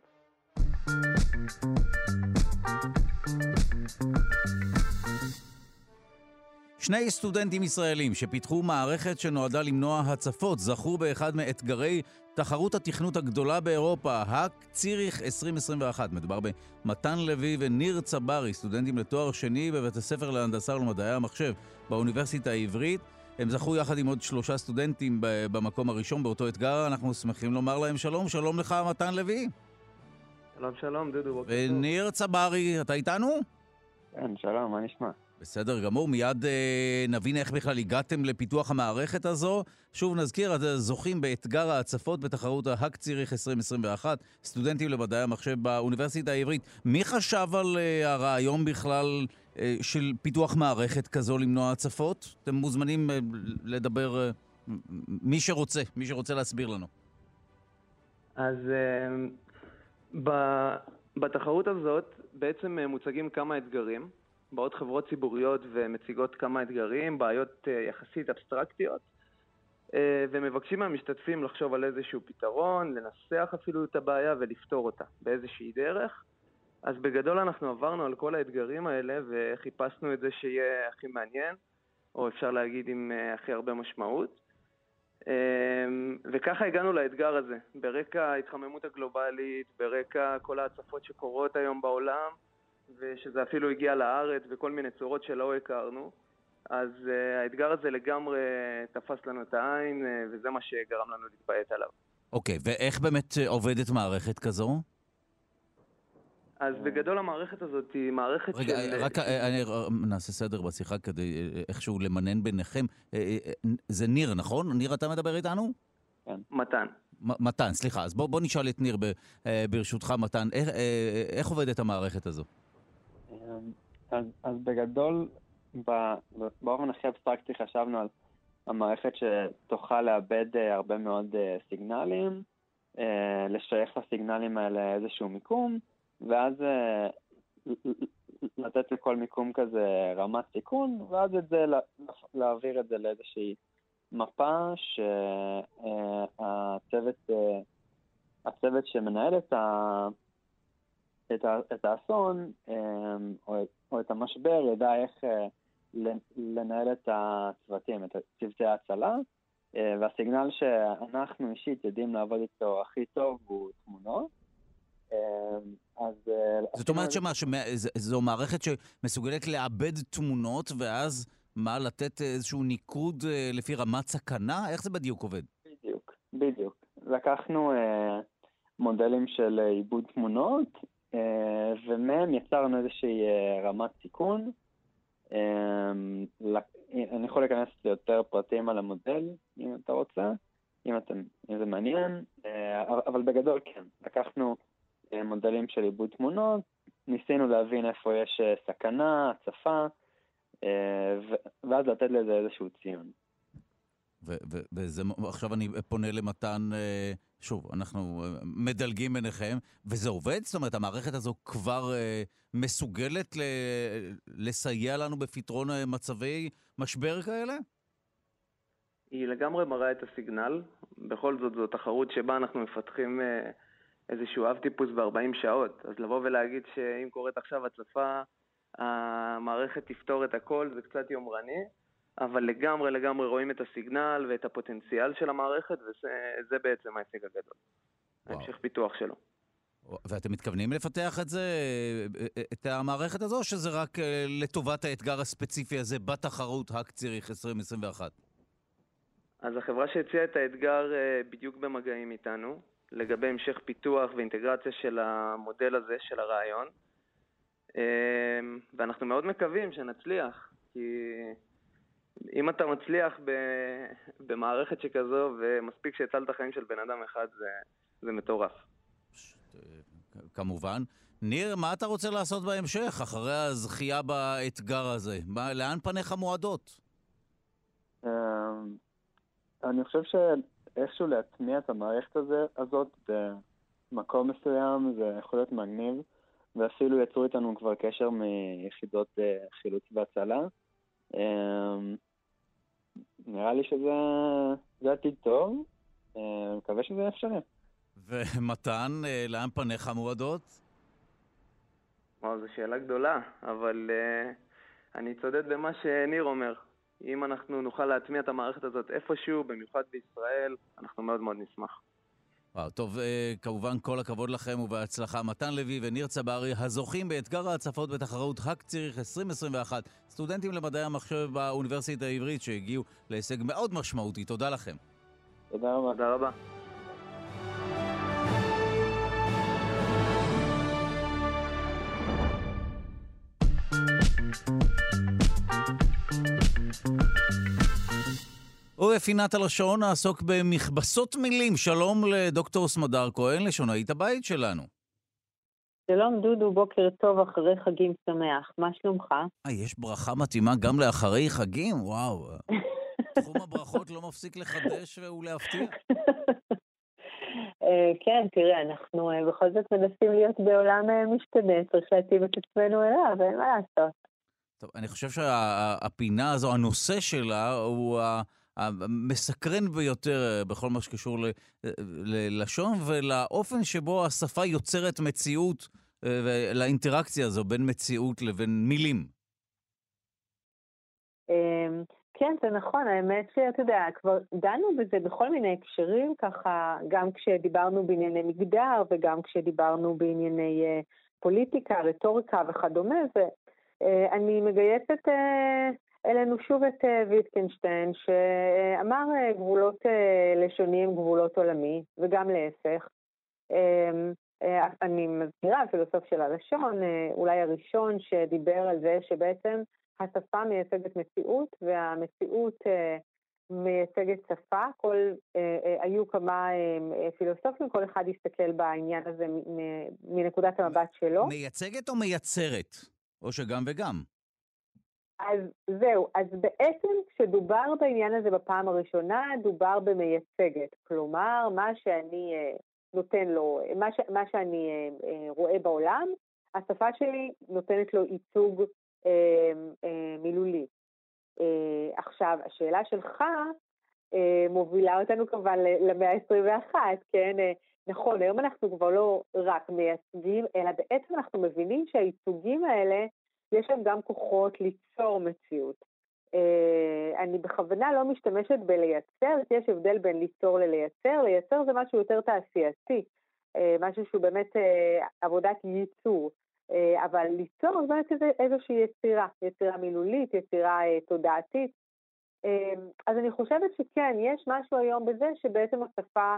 שני סטודנטים ישראלים שפיתחו מערכת שנועדה למנוע הצפות זכו באחד מאתגרי תחרות התכנות הגדולה באירופה, ציריך 2021. מדובר במתן לוי וניר צברי, סטודנטים לתואר שני בבית הספר להנדסה ולמדעי המחשב באוניברסיטה העברית. הם זכו יחד עם עוד 3 סטודנטים במקום הראשון באותו אתגר. אנחנו שמחים לומר להם שלום. שלום לך מתן לוי. שלום דודו. וניר צברי, אתה איתנו? כן, שלום, מה נשמע? בסדר גמור, מיד נבין איך בכלל הגעתם לפיתוח המערכת הזו. שוב נזכיר, זוכים באתגר ההצפות בתחרות ציריך 2021, סטודנטים למדעי המחשב באוניברסיטה העברית. מי חשב על הרעיון בכלל של פיתוח מערכת כזו למנוע הצפות? אתם מוזמנים לדבר, מי שרוצה להסביר לנו. אז בתחרות הזאת בעצם מוצגים כמה אתגרים. באות חברות ציבוריות ומציגות כמה אתגרים, בעיות יחסית אבסטרקטיות, ומבקשים מהמשתתפים לחשוב על איזשהו פתרון, לנסח אפילו את הבעיה ולפתור אותה באיזושהי דרך. אז בגדול אנחנו עברנו על כל האתגרים האלה וחיפשנו את זה שיהיה הכי מעניין, או אפשר להגיד עם הכי הרבה משמעות. וככה הגענו לאתגר הזה, ברקע ההתחממות הגלובלית, ברקע כל ההצפות שקורות היום בעולם, ושזה אפילו הגיע לארץ בכל מיני צורות שלא הכרנו. אז האתגר הזה לגמרי תפס לנו את העין, וזה מה שגרם לנו להתביית עליו. אוקיי, ואיך באמת עובדת מערכת כזו? אז בגדול המערכת הזאת היא מערכת רגע, רק אני נעשה סדר בשיחה כדי איכשהו למנן ביניכם. זה ניר, נכון? ניר, אתה מדבר איתנו? כן. מתן, סליחה. אז בוא נשאל את ניר ברשותך, מתן. איך עובדת המערכת הזו? אז בגדול, באופן הכי אבסטרקטי חשבנו על המערכת שתוכל לאבד הרבה מאוד סיגנלים, לשייך לסיגנלים האלה איזשהו מיקום, ואז לתת לכל מיקום כזה רמת סיכון, ואז את זה להעביר את זה לאיזושהי מפה שהצוות שמנהל את האסון או את המשבר ידע איך לנהל את הצוותים, את צוותי ההצלה, והסיגנל שאנחנו אישית יודעים לעבוד איתו הכי טוב הוא תמונות. זאת אומרת זו מערכת שמסוגלת לאבד תמונות ואז מה, לתת איזשהו ניקוד לפי רמת סכנה? איך זה בדיוק עובד? בדיוק. לקחנו מודלים של עיבוד תמונות, ומהם יצרנו איזושהי רמת סיכון. אני יכול להיכנס ליותר פרטים על המודל, אם אתה רוצה, אם זה מעניין, אבל בגדול כן. לקחנו מודלים של עיבוד תמונות, ניסינו להבין איפה יש סכנה, הצפה, ואז לתת לזה איזשהו ציון. עכשיו אני פונה למתן, שוב, אנחנו מדלגים ביניכם, וזה עובד? זאת אומרת, המערכת הזו כבר מסוגלת לסייע לנו בפתרון מצבי משבר כאלה? היא לגמרי מראה את הסיגנל. בכל זאת, זו תחרות שבה אנחנו מפתחים איזשהו אב טיפוס ב-40 שעות. אז לבוא ולהגיד שאם קורית עכשיו הצפה, המערכת תפתור את הכל, זה קצת יומרני, אבל לגמרי רואים את הסיגנל ואת הפוטנציאל של המערכת, וזה בעצם ההישג הגדול. ההמשך פיתוח שלו. ואתם מתכוונים לפתח את זה, את המערכת הזו, או שזה רק לטובת האתגר הספציפי הזה בתחרות האק ציריך 2021? אז החברה שהציעה את האתגר בדיוק במגעים איתנו, לגבי המשך פיתוח ואינטגרציה של המודל הזה, של הרעיון. ואנחנו מאוד מקווים שנצליח, כי אם אתה מצליח במערכת שכזו, ומספיק שהצלת החיים של בן אדם אחד, זה מטורף. כמובן. ניר, מה אתה רוצה לעשות בהמשך, אחרי הזכייה באתגר הזה? לאן פניך מועדות? אני חושב שאיכשהו להטמיע את המערכת הזאת במקום מסוים, זה יכול להיות מגניב, ואפילו יצרו איתנו כבר קשר מיחידות חילוץ והצלה. נראה לי שזה עתיד טוב, מקווה שזה אפשרי. ומתן, לאן פניך מועדות? זו שאלה גדולה, אבל אני צודד במה שניר אומר. אם אנחנו נוכל להטמיע את המערכת הזאת איפשהו, במיוחד בישראל, אנחנו מאוד מאוד נשמח. טוב, כמובן כל הכבוד לכם ובהצלחה. מתן לוי וניר צברי, הזוכים באתגר ההצפות בתחרות האק ציריך 2021, סטודנטים למדעי המחשב באוניברסיטה העברית שהגיעו להישג מאוד משמעותי. תודה לכם. תודה רבה. תודה רבה. ובפינת הלשון נעסוק במכבסות מילים. שלום לדוקטור סמדר כהן, לשונאית הבית שלנו. שלום דודו, בוקר טוב, אחרי חגים שמח. מה שלומך? יש ברכה מתאימה גם לאחרי חגים? וואו. תחום הברכות לא מפסיק לחדש ולהפתיע. כן, תראה, אנחנו בכל זאת מנסים להיות בעולם משתנה, צריך להתאים את עצמנו אליו, אין מה לעשות. טוב, אני חושב שהפינה הזו, הנושא שלה, הוא המסקרן ביותר בכל מה שקשור ללשון, ולאופן שבו השפה יוצרת מציאות, ולאינטראקציה הזו בין מציאות לבין מילים. כן, זה נכון, האמת שאתה יודע, כבר דנו בזה בכל מיני הקשרים, ככה, גם כשדיברנו בענייני מגדר, וגם כשדיברנו בענייני פוליטיקה, רטוריקה וכדומה, ואני מגייסת אלינו שוב את ויטקנשטיין, שאמר גבולות לשוניים, גבולות עולמי, וגם להפך. אני מזכירה, הפילוסוף של הלשון, אולי הראשון שדיבר על זה שבעצם השפה מייצגת מציאות, והמציאות מייצגת שפה. היו כמה פילוסופים, כל אחד יסתכל בעניין הזה מנקודת המבט שלו. מייצגת או מייצרת? או שגם וגם? אז זהו, אז בעצם כשדובר בעניין הזה בפעם הראשונה, דובר במייצגת. כלומר, מה שאני נותן לו, מה שאני רואה בעולם, השפה שלי נותנת לו ייצוג מילולי. עכשיו, השאלה שלך מובילה אותנו כמובן למאה ה-21, כן? נכון, היום אנחנו כבר לא רק מייצגים, אלא בעצם אנחנו מבינים שהייצוגים האלה, יש להם גם כוחות ליצור מציאות. אני בכוונה לא משתמשת בלייצר, כי יש הבדל בין ליצור ללייצר. לייצר זה משהו יותר תעשייתי, משהו שהוא באמת עבודת ייצור. אבל ליצור זה באמת איזושהי יצירה מילולית, יצירה תודעתית. אז אני חושבת שכן, יש משהו היום בזה שבעצם השפה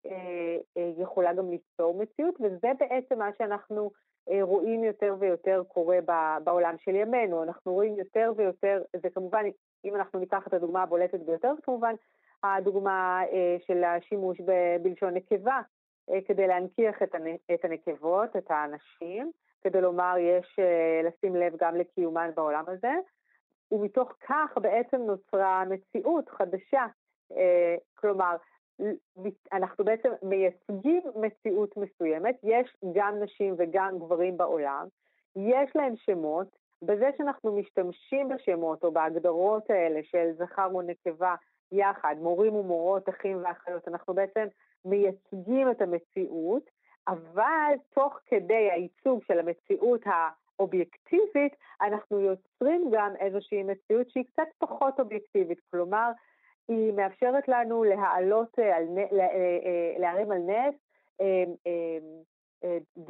יכולה גם ליצור מציאות, וזה בעצם מה שאנחנו רואים יותר ויותר קורה בעולם של ימינו. אנחנו רואים יותר ויותר, זה כמובן, אם אנחנו ניקח את הדוגמה הבולטת ביותר, זה כמובן הדוגמה של השימוש בלשון נקבה, כדי להנכיח את הנקבות, את האנשים, כדי לומר יש לשים לב גם לקיומן בעולם הזה, ומתוך כך בעצם נוצרה מציאות חדשה. כלומר, אנחנו בעצם מייצגים מציאות מסוימת, יש גם נשים וגם גברים בעולם, יש להם שמות, בזה שאנחנו משתמשים בשמות או בהגדרות האלה של זכר ונקבה יחד, מורים ומורות, אחים ואחיות, אנחנו בעצם מייצגים את המציאות, אבל תוך כדי הייצוג של המציאות האובייקטיבית, אנחנו יוצרים גם איזושהי מציאות שהיא קצת פחות אובייקטיבית, כלומר, היא מאפשרת לנו להרים על נס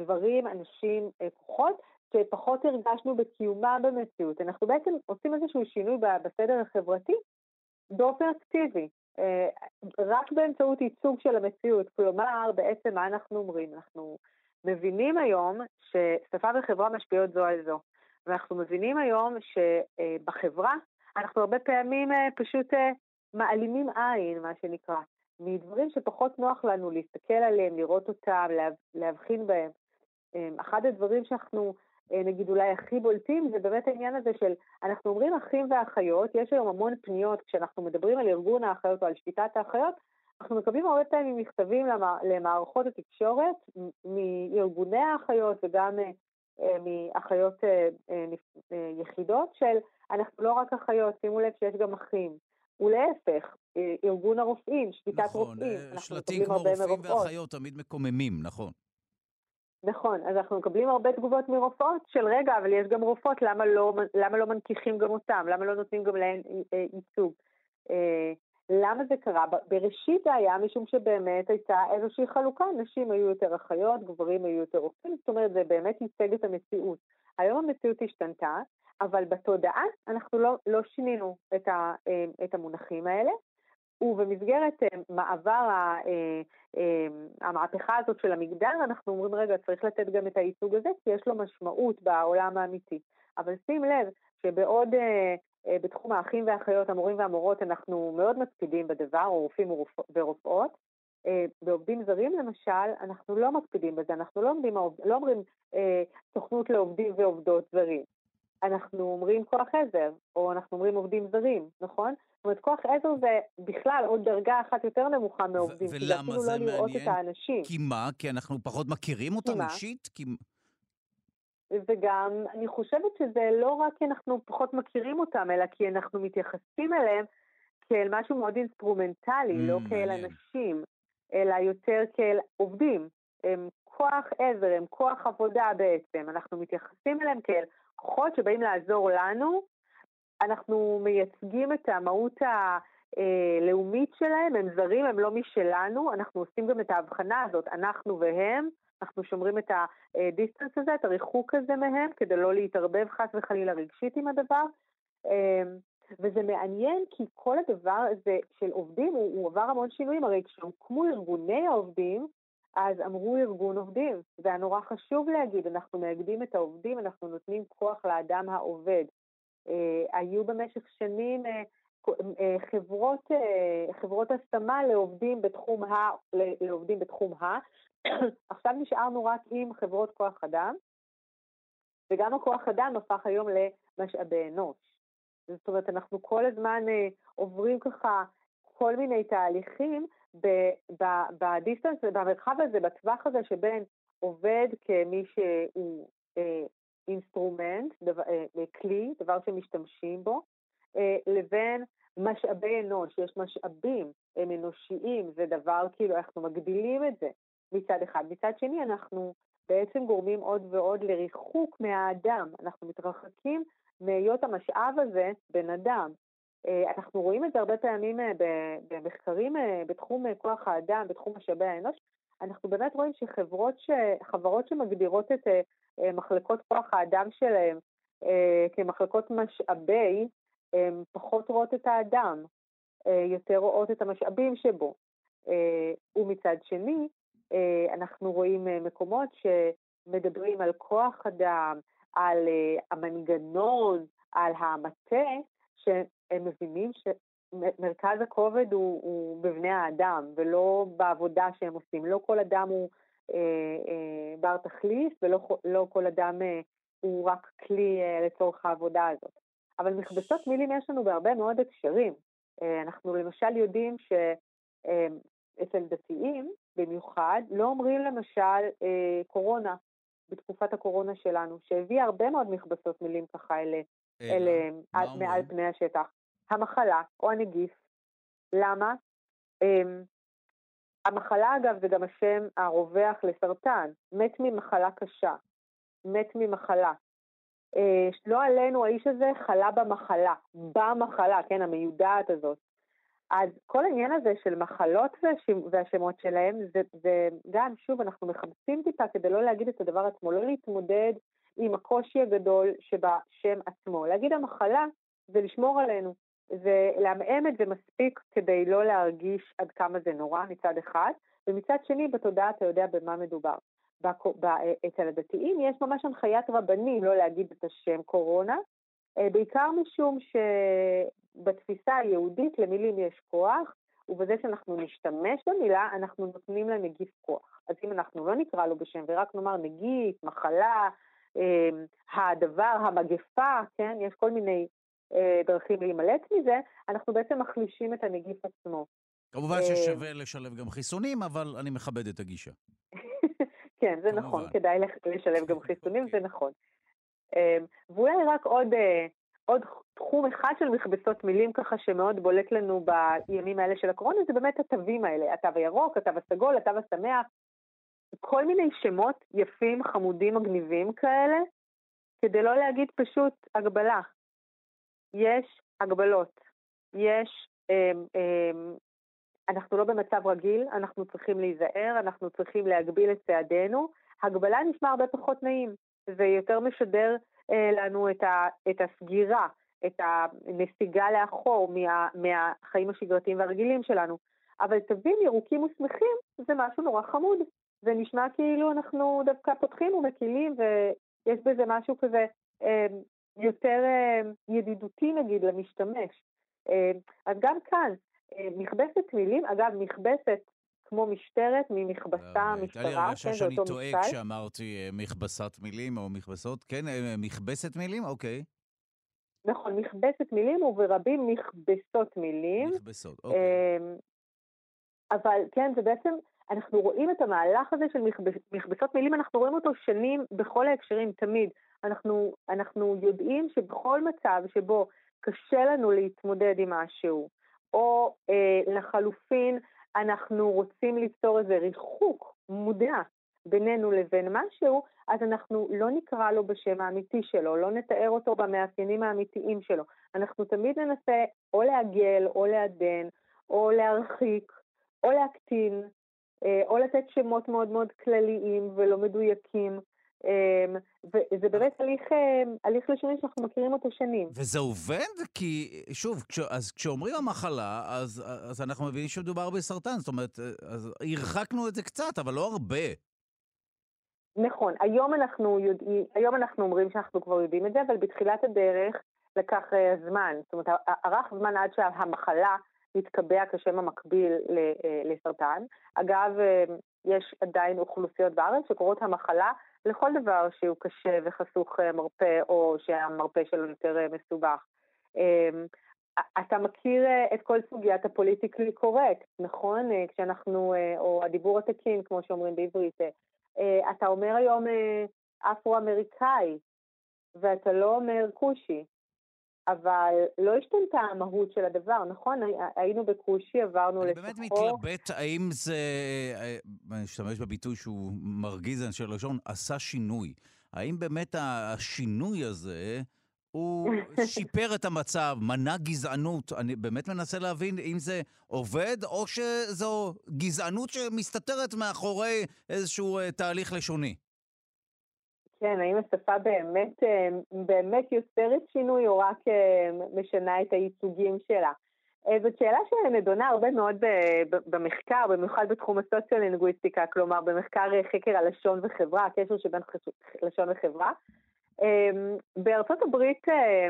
דברים, אנשים, כוחות, שפחות הרגשנו בקיומה במציאות. אנחנו בעצם עושים איזשהו שינוי בסדר החברתי באופן אקטיבי, רק באמצעות ייצוג של המציאות. כלומר, בעצם מה אנחנו אומרים? אנחנו מבינים היום ששפה וחברה משפיעות זו על זו. ואנחנו מבינים היום שבחברה אנחנו הרבה פעמים פשוט מעלימים עין, מה שנקרא, מדברים שפחות נוח לנו להסתכל עליהם, לראות אותם, להבחין בהם. אחד הדברים שאנחנו נגיד אולי הכי בולטים זה באמת העניין הזה של, אנחנו אומרים אחים ואחיות, יש היום המון פניות כשאנחנו מדברים על ארגון האחיות או על שפיטת האחיות, אנחנו מקבלים הרבה פעמים מכתבים למערכות התקשורת, מארגוני האחיות וגם מאחיות יחידות של, אנחנו לא רק אחיות, שימו לב שיש גם אחים. ולהפך, ארגון הרופאים, שביתת רופאים. נכון, שלטים כמו רופאים ואחיות תמיד מקוממים, נכון. נכון, אז אנחנו מקבלים הרבה תגובות מרופאות של רגע, אבל יש גם רופאות, למה לא מנכיחים גם אותם? למה לא נותנים גם להן ייצוג? למה זה קרה? בראשית זה היה משום שבאמת הייתה איזושהי חלוקה, נשים היו יותר אחיות, גברים היו יותר רופאים, זאת אומרת, זה באמת ייצג את המציאות. היום המציאות השתנתה, אבל בתודעה אנחנו לא שינינו את המונחים האלה, ובמסגרת מעבר המהפכה הזאת של המגדר, אנחנו אומרים, רגע, צריך לתת גם את הייצוג הזה, כי יש לו משמעות בעולם האמיתי. אבל שים לב שבעוד בתחום האחים והאחיות, המורים והמורות, אנחנו מאוד מקפידים בדבר, או רופאים ורופאות, בעובדים זרים למשל, אנחנו לא מקפידים בזה, אנחנו לא אומרים תוכנות לעובדים ועובדות זרים. אנחנו אומרים כוח עזר, או אנחנו אומרים עובדים זרים, נכון? זאת אומרת, כוח עזר זה בכלל עוד דרגה אחת יותר נמוכה מעובדים. ולמה זה לא לראות את האנשים. כי מה? כי אנחנו פחות מכירים אותם אישית? וגם אני חושבת שזה לא רק כי אנחנו פחות מכירים אותם, אלא כי אנחנו מתייחסים אליהם כאל משהו מאוד אינסטרומנטלי, לא כאל אנשים, אלא יותר כאל עובדים. הם כוח עזר, הם כוח עבודה בעצם. אנחנו מתייחסים אליהם כאל כוחות שבאים לעזור לנו, אנחנו מייצגים את המהות הלאומית שלהם, הם זרים, הם לא משלנו, אנחנו עושים גם את ההבחנה הזאת, אנחנו והם, אנחנו שומרים את הדיסטנס הזה, את הריחוק הזה מהם, כדי לא להתערבב חס וחלילה רגשית עם הדבר, וזה מעניין כי כל הדבר הזה של עובדים, הוא עבר המון שינויים, הרי כשהוקמו ארגוני העובדים, אז אמרו ארגון עובדים, זה היה נורא חשוב להגיד, אנחנו מאגדים את העובדים, אנחנו נותנים כוח לאדם העובד. היו במשך שנים חברות השמה לעובדים בתחום עכשיו נשארנו רק עם חברות כוח אדם, וגם הכוח אדם הפך היום למשאבי אנוש. זאת אומרת, אנחנו כל הזמן עוברים ככה כל מיני תהליכים בדיסטנס, במרחב הזה, בטווח הזה שבין עובד כמי שהוא אינסטרומנט, כלי, דבר שמשתמשים בו, לבין משאבי אנוש, יש משאבים, הם אנושיים, זה דבר כאילו אנחנו מגדילים את זה מצד אחד. מצד שני אנחנו בעצם גורמים עוד ועוד לריחוק מהאדם, אנחנו מתרחקים מהיות המשאב הזה בין אדם. אנחנו רואים את זה הרבה פעמים במחקרים בתחום כוח האדם, בתחום משאבי האנוש, אנחנו באמת רואים שחברות שמגדירות את מחלקות כוח האדם שלהם כמחלקות משאבי, פחות רואות את האדם, יותר רואות את המשאבים שבו. ומצד שני, אנחנו רואים מקומות שמדברים על כוח אדם, על המנגנון, על המטה, שהם מבינים שמרכז הכובד הוא בבני האדם, ולא בעבודה שהם עושים. לא כל אדם הוא בר תחליף, ולא כל אדם הוא רק כלי לצורך העבודה הזאת. אבל מכבסות מילים יש לנו בהרבה מאוד הקשרים. אנחנו למשל יודעים שאצל דתיים, במיוחד, לא אומרים למשל קורונה, בתקופת הקורונה שלנו, שהביא הרבה מאוד מכבסות מילים ככה מעל פני השטח. המחלה או הנגיף. למה? המחלה אגב זה גם השם הרווח לסרטן, מת ממחלה קשה, מת ממחלה. לא עלינו האיש הזה חלה במחלה, כן, המיודעת הזאת. אז כל העניין הזה של מחלות והשמות שלהם, זה גם, שוב, אנחנו מחפשים טיפה כדי לא להגיד את הדבר עצמו, לא להתמודד עם הקושי הגדול שבשם עצמו. להגיד המחלה זה לשמור עלינו, ולהמאם את זה מספיק כדי לא להרגיש עד כמה זה נורא מצד אחד, ומצד שני בתודעה אתה יודע במה מדובר. אצל הדתיים יש ממש הנחיית רבנים לא להגיד את השם קורונה, בעיקר משום שבתפיסה היהודית למילים יש כוח, ובזה שאנחנו נשתמש במילה, אנחנו נותנים לה נגיף כוח. אז אם אנחנו לא נקרא לו בשם, ורק נאמר נגיף, מחלה, הדבר, המגפה, כן? יש כל מיני דרכים להימלט מזה, אנחנו בעצם מחלישים את הנגיף עצמו. כמובן ששווה לשלב גם חיסונים, אבל אני מכבד את הגישה. כן, זה נכון, כדאי לשלב גם חיסונים, זה נכון. ואולי רק עוד תחום אחד של מכבסות מילים ככה שמאוד בולט לנו בימים האלה של הקורונה, זה באמת התווים האלה, התו הירוק, התו הסגול, התו השמח, כל מיני שמות יפים, חמודים, מגניבים כאלה, כדי לא להגיד פשוט הגבלה. יש הגבלות, אנחנו לא במצב רגיל, אנחנו צריכים להיזהר, אנחנו צריכים להגביל את צעדינו, הגבלה נשמע הרבה פחות נעים, ויותר משדר לנו את הסגירה, את הנסיגה לאחור מהחיים השגרתיים והרגילים שלנו. אבל תווים ירוקים ושמחים זה משהו נורא חמוד. זה נשמע כאילו אנחנו דווקא פותחים ומקילים, ויש בזה משהו כזה יותר ידידותי נגיד למשתמש. אז גם כאן, מכבסת מילים, אגב מכבסת כמו משטרת, ממכבסה, משטרה. הייתה לי הרגשה שאני טועה כשאמרתי מכבסת מילים או מכבסות. כן, מכבסת מילים? אוקיי. נכון, מכבסת מילים וברבים מכבסות מילים. מכבסות, אוקיי. אבל כן, זה בעצם, אנחנו רואים את המהלך הזה של מכבסות מילים, אנחנו רואים אותו שנים בכל ההקשרים תמיד. אנחנו יודעים שבכל מצב שבו קשה לנו להתמודד עם משהו, או לחלופין, אנחנו רוצים ליצור איזה ריחוק מודע בינינו לבין משהו, אז אנחנו לא נקרא לו בשם האמיתי שלו, לא נתאר אותו במאפיינים האמיתיים שלו. אנחנו תמיד ננסה או להגל, או לעדן, או להרחיק, או להקטין, או לתת שמות מאוד מאוד כלליים ולא מדויקים. וזה באמת הליך לשוני שאנחנו מכירים אותו שנים. וזה עובד? כי, שוב, אז כשאומרים המחלה, אז אנחנו מבינים שמדובר בסרטן, זאת אומרת, אז הרחקנו את זה קצת, אבל לא הרבה. נכון, היום אנחנו אומרים שאנחנו כבר יודעים את זה, אבל בתחילת הדרך לקח זמן, זאת אומרת, ארך זמן עד שהמחלה התקבע כשם המקביל לסרטן. אגב, יש עדיין אוכלוסיות בארץ שקורות המחלה לכל דבר שהוא קשה וחסוך מרפא, או שהמרפא שלו יותר מסובך. אתה מכיר את כל סוגיית הפוליטיקלי קורקט, נכון? כשאנחנו, או הדיבור התקין, כמו שאומרים בעברית, אתה אומר היום אפרו-אמריקאי, ואתה לא אומר קושי, אבל לא השתנתה המהות של הדבר, נכון? היינו בקושי, עברנו לתוכו. אני באמת מתלבט האם זה, אני אשתמש בביטוי שהוא מרגיז אנשי לשון, עשה שינוי. האם באמת השינוי הזה הוא שיפר את המצב, מנע גזענות? אני באמת מנסה להבין אם זה עובד, או שזו גזענות שמסתתרת מאחורי איזשהו תהליך לשוני. כן, האם השפה באמת יוצרת שינוי, או רק משנה את הייצוגים שלה? זאת שאלה שנדונה הרבה מאוד במחקר, במיוחד בתחום הסוציו-לינגוויסטיקה, כלומר במחקר חקר הלשון וחברה, הקשר שבין לשון וחברה. בארצות הברית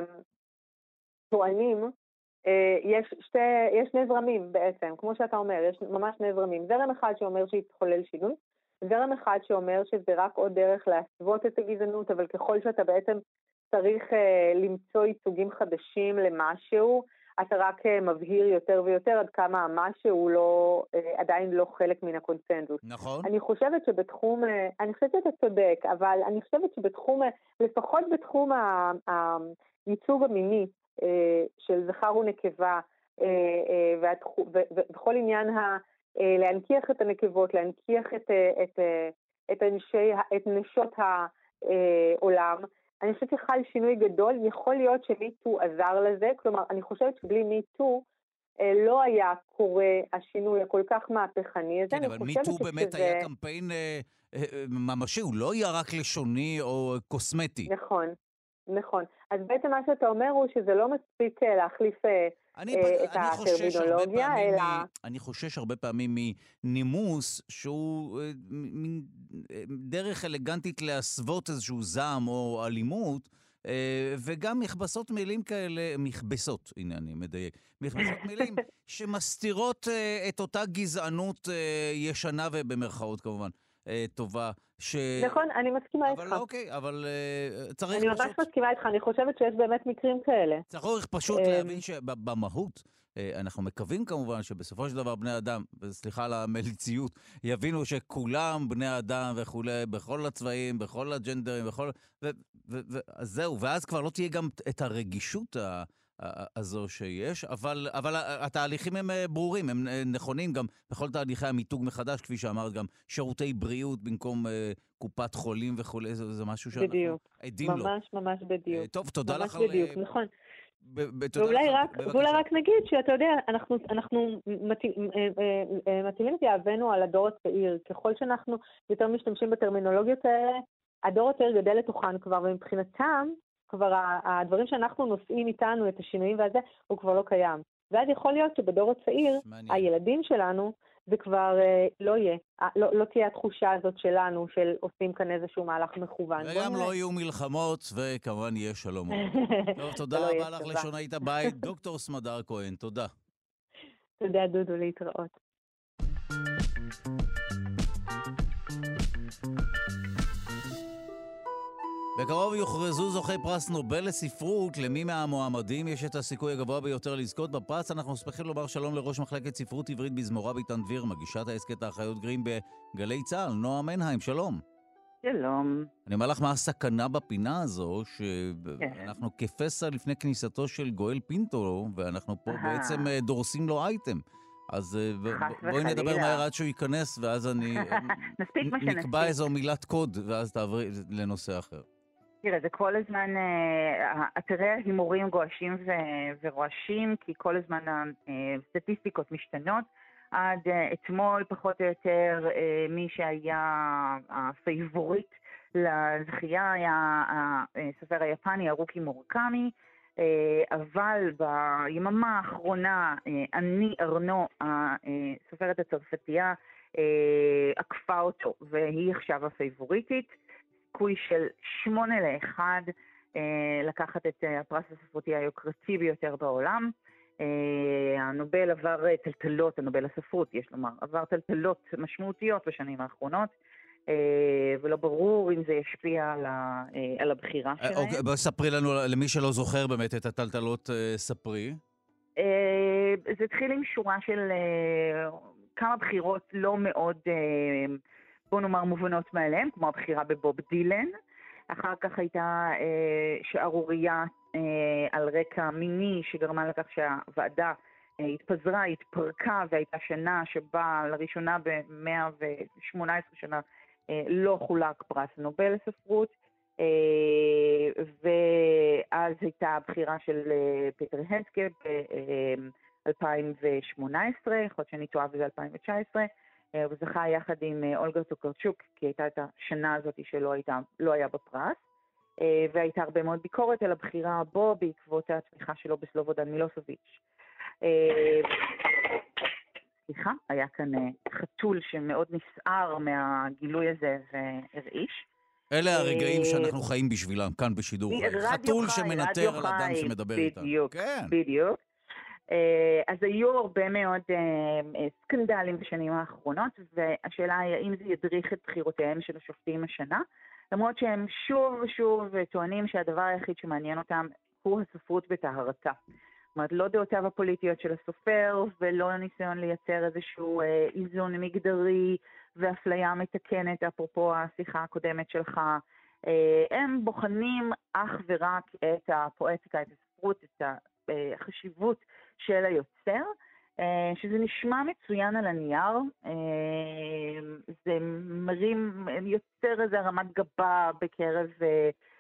טוענים, יש שני זרמים בעצם, כמו שאתה אומר, יש ממש שני זרמים. זרם אחד שאומר שהתחולל שינוי, זרם אחד שאומר שזה רק עוד דרך להסוות את הגזענות, אבל ככל שאתה בעצם צריך למצוא ייצוגים חדשים למשהו, אתה רק מבהיר יותר ויותר עד כמה המשהו עדיין לא חלק מן הקונצנזוס. נכון. אני חושבת שאתה צודק, אבל אני חושבת לפחות בתחום הייצוג המיני של זכר ונקבה, ובכל עניין להנכיח את הנקבות, להנכיח את נשות העולם. אני חושבת שחל שינוי גדול, יכול להיות שמיטו עזר לזה, כלומר, אני חושבת שבלי מיטו, לא היה קורה השינוי הכל כך מהפכני הזה. כן, אבל מיטו באמת היה קמפיין ממשי, הוא לא היה רק לשוני או קוסמטי. נכון, נכון. אז בעצם מה שאתה אומר הוא שזה לא מספיק להחליף את הטרמינולוגיה, אלא... אני חושש הרבה פעמים מנימוס, שהוא דרך אלגנטית להסוות איזשהו זעם או אלימות, וגם מכבסות מילים כאלה, מכבסות, הנה אני מדייק, מכבסות מילים שמסתירות את אותה גזענות ישנה ובמרכאות כמובן טובה. נכון, אני מסכימה איתך. אבל אוקיי, אבל צריך אני ממש מסכימה איתך, אני חושבת שיש באמת מקרים כאלה. צריך פשוט להבין שבמהות, אנחנו מקווים כמובן שבסופו של דבר בני אדם, וסליחה על המליציות, יבינו שכולם בני אדם וכולי, בכל הצבעים, בכל הג'נדרים, אז זהו, ואז כבר לא תהיה גם את הרגישות הזו שיש, אבל התהליכים הם ברורים, הם נכונים גם בכל תהליכי המיתוג מחדש, כפי שאמרת גם, שירותי בריאות במקום קופת חולים וכולי, זה משהו שאנחנו עדים לו. ממש בדיוק. טוב, תודה לך על... בדיוק, נכון. ואולי רק נגיד שאתה יודע, אנחנו מטילים את יהבנו על הדור הצעיר. ככל שאנחנו יותר משתמשים בטרמינולוגיות האלה, הדור הצעיר גדל לתוכן כבר, ומבחינתם, כבר הדברים שאנחנו נושאים איתנו, את השינויים והזה, הוא כבר לא קיים. ואז יכול להיות שבדור הצעיר, הילדים שלנו, זה כבר לא יהיה. לא תהיה התחושה הזאת שלנו, של עושים כאן איזשהו מהלך מכוון. וגם לא יהיו מלחמות, וכמובן יהיה שלום. טוב, תודה רבה לך לשונאית הבית, דוקטור סמדר כהן, תודה. תודה דודו, להתראות. בקרוב יוכרזו זוכי פרס נובל לספרות. למי מהמועמדים יש את הסיכוי הגבוה ביותר לזכות בפרס? אנחנו שמחים לומר שלום לראש מחלקת ספרות עברית בזמורה ביטן דביר, מגישת ההסכת האחיות גרים בגלי צהל, נועה מנהיים, שלום. שלום. אני אומר לך מה הסכנה בפינה הזו, שאנחנו כפסע לפני כניסתו של גואל פינטו, ואנחנו פה בעצם דורסים לו אייטם. אז בואי נדבר מהר עד שהוא ייכנס, ואז אני נקבע איזו מילת קוד, ואז תעברי לנושא אחר. תראה, זה כל הזמן, אתרי ההימורים גועשים ורועשים, כי כל הזמן הסטטיסטיקות משתנות. עד אתמול, פחות או יותר, מי שהיה הפייבוריט לזכייה היה הסופר היפני, הרוקי מורקמי, אבל ביממה האחרונה, אני ארנו, הסופרת הצרפתייה, עקפה אותו, והיא עכשיו הפייבוריטית. סיכוי של 8-1 לקחת את הפרס הספרותי היוקרתי ביותר בעולם. הנובל עבר טלטלות, הנובל הספרות, יש לומר, עבר טלטלות משמעותיות בשנים האחרונות, ולא ברור אם זה ישפיע על הבחירה שלהם. אוקיי, בוא ספרי לנו, למי שלא זוכר באמת את הטלטלות, ספרי. זה התחיל עם שורה של כמה בחירות לא מאוד, בוא נאמר, מובנות מאליהם, כמו הבחירה בבוב דילן. אחר כך הייתה שערוריה על רקע מיני שגרמה לכך שהוועדה התפזרה, התפרקה, והייתה שנה שבה לראשונה ב-118 שנה לא חולק פרס נובל לספרות, ואז הייתה הבחירה של פיטר הנדקה ב-2018, יכול להיות שאני טועה בזה 2019, הוא זכה יחד עם אולגה טוקרצ'וק, כי הייתה את השנה הזאת שלא היה בפרס, והייתה הרבה מאוד ביקורת על הבחירה בו בעקבות התמיכה שלו בסלובודן מילוסוביץ'. סליחה, היה כאן חתול שמאוד נסער מהגילוי הזה והרעיש. אלה הרגעים שאנחנו חיים בשבילם, כאן בשידור חי. חתול שמנטר על אדם שמדבר איתם. בדיוק, בדיוק. אז היו הרבה מאוד סקנדלים בשנים האחרונות, והשאלה היא האם זה ידריך את בחירותיהם של השופטים השנה, למרות שהם שוב ושוב טוענים שהדבר היחיד שמעניין אותם הוא הספרות בטהרתה. זאת אומרת, לא דעותיו הפוליטיות של הסופר, ולא ניסיון לייצר איזשהו איזון מגדרי ואפליה מתקנת, אפרופו השיחה הקודמת שלך. הם בוחנים אך ורק את הפואטיקה, את הספרות, את החשיבות של היוצר, שזה נשמע מצוין על הנייר, זה מרים, יוצר איזה רמת גבה בקרב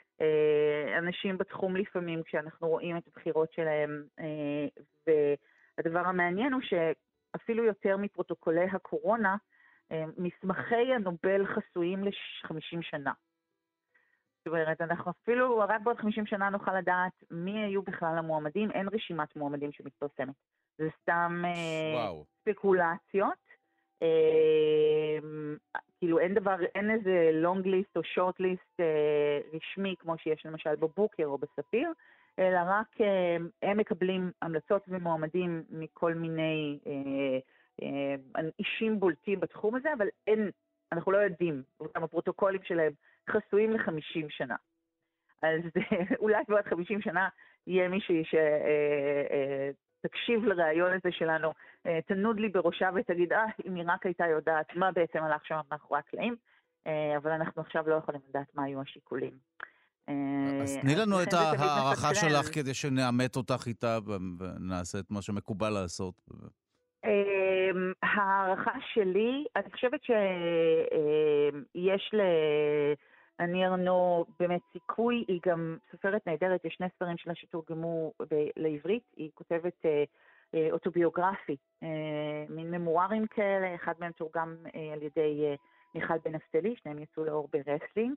אנשים בתחום לפעמים, כשאנחנו רואים את הבחירות שלהם, הדבר המעניין הוא שאפילו יותר מפרוטוקולי הקורונה, מסמכי הנובל חסויים ל-50 שנה. זאת אומרת, אנחנו אפילו רק בעוד 50 שנה נוכל לדעת מי היו בכלל המועמדים, אין רשימת מועמדים שמתפרסמת. זה סתם ספקולציות. כאילו אין איזה long list או short list רשמי כמו שיש למשל בבוקר או בספיר, אלא רק הם מקבלים המלצות ומועמדים מכל מיני אישים בולטים בתחום הזה, אבל אנחנו לא יודעים, אותם הפרוטוקולים שלהם חסויים ל-50 שנה. אז אולי בעוד 50 שנה יהיה מישהי תקשיב לרעיון הזה שלנו, תנוד לי בראשה ותגיד, אם היא רק הייתה יודעת מה בעצם הלך שם מאחורי הקלעים, אבל אנחנו עכשיו לא יכולים לדעת מה היו השיקולים. אז תני לנו את הערכה שלך כדי שנאמת אותך איתה ונעשה את מה שמקובל לעשות. הערכה שלי, אני חושבת שיש אני ארנו באמת סיכוי, היא גם סופרת נהדרת, יש 2 ספרים שלה שתורגמו לעברית, היא כותבת אוטוביוגרפי, מין ממוארים כאלה, אחד מהם תורגם על ידי מיכל בן נפתלי, שניהם יצאו לאור ברסלינג,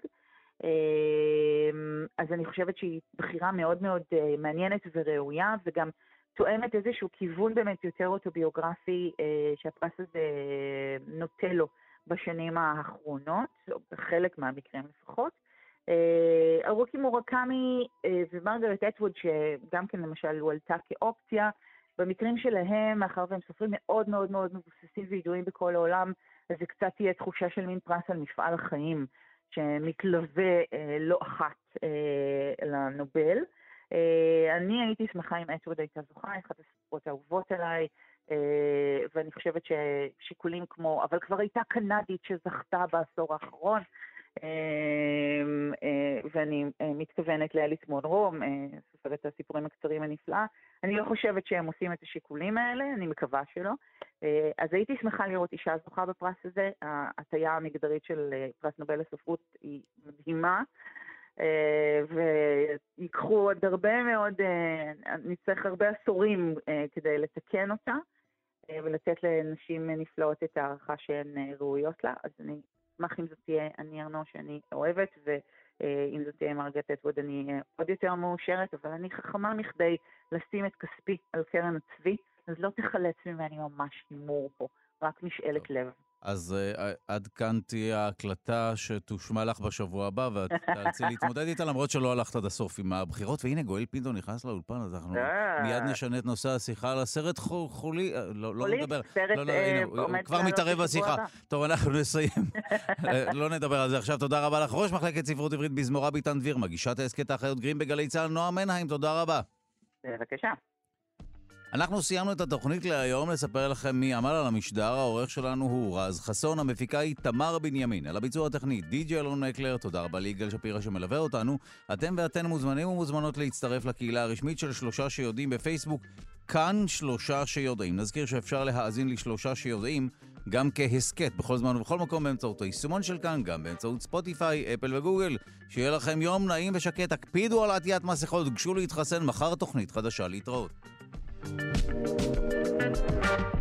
אז אני חושבת שהיא בחירה מאוד מאוד מעניינת וראויה, וגם תואמת איזשהו כיוון באמת יותר אוטוביוגרפי שהפרס הזה נוטה לו בשנים האחרונות, או בחלק מהמקרים לפחות. ארוכי מורקמי ומרגרט אטווד, שגם כן למשל הוא עלתה כאופציה, במקרים שלהם, מאחר והם סופרים מאוד מאוד מאוד מבוססים וידועים בכל העולם, אז זה קצת תהיה תחושה של מין פרס על מפעל החיים, שמתלווה לא אחת לנובל. אני הייתי שמחה אם אטווד הייתה זוכה, אחת הספרות האהובות עליי, ואני חושבת ששיקולים כמו, אבל כבר הייתה קנדית שזכתה בעשור האחרון, ואני מתכוונת לאליס מונרו, סופרת הסיפורים הקצרים הנפלאה, אני לא חושבת שהם עושים את השיקולים האלה, אני מקווה שלא. אז הייתי שמחה לראות אישה זוכה בפרס הזה, ההטיה המגדרית של פרס נובל לספרות היא מדהימה, ויקחו עוד הרבה מאוד, נצטרך הרבה עשורים כדי לתקן אותה, ולתת לנשים נפלאות את הערכה שהן ראויות לה. אז אני אשמח אם זאת תהיה אני ארנו שאני אוהבת, ואם זאת תהיה מרגרט אטווד אני עוד יותר מאושרת, אבל אני חכמה מכדי לשים את כספי על קרן הצבי, אז לא תחלץ ממני ממש הימור פה, רק משאלת לב. אז עד כאן תהיה ההקלטה שתושמע לך בשבוע הבא, ואת תאלצי להתמודד איתה, למרות שלא הלכת עד הסוף עם הבחירות, והנה גואל פינטו נכנס לאולפן, אז אנחנו מיד נשנה את נושא השיחה על הסרט חולי, לא נדבר, הוא כבר מתערב בשיחה. טוב, אנחנו נסיים, לא נדבר על זה עכשיו. תודה רבה לך, ראש מחלקת ספרות עברית בזמורה ביטן דביר, מגישת ההסכת האחיות גרים בגלי צה"ל, נועה מנהיים, תודה רבה. בבקשה. אנחנו סיימנו את התוכנית להיום, לספר לכם מי עמל על המשדר. העורך שלנו הוא רז חסון, המפיקה היא תמר בנימין, על הביצוע הטכני די.ג'י אלון מקלר. תודה רבה ליגאל שפירא שמלווה אותנו. אתם ואתן מוזמנים ומוזמנות להצטרף לקהילה הרשמית של 3 שיודעים בפייסבוק, כאן 3 שיודעים. נזכיר שאפשר להאזין ל3 שיודעים גם כהסקט בכל זמן ובכל מקום באמצעות היישומון של כאן, גם באמצעות ספוטיפיי, אפל וגוגל. שיהיה לכם יום נעים ושקט, תקפידו על עטיית מסכות, גשו להתחסן, מחר תוכנית חדשה להתראות. Thank you.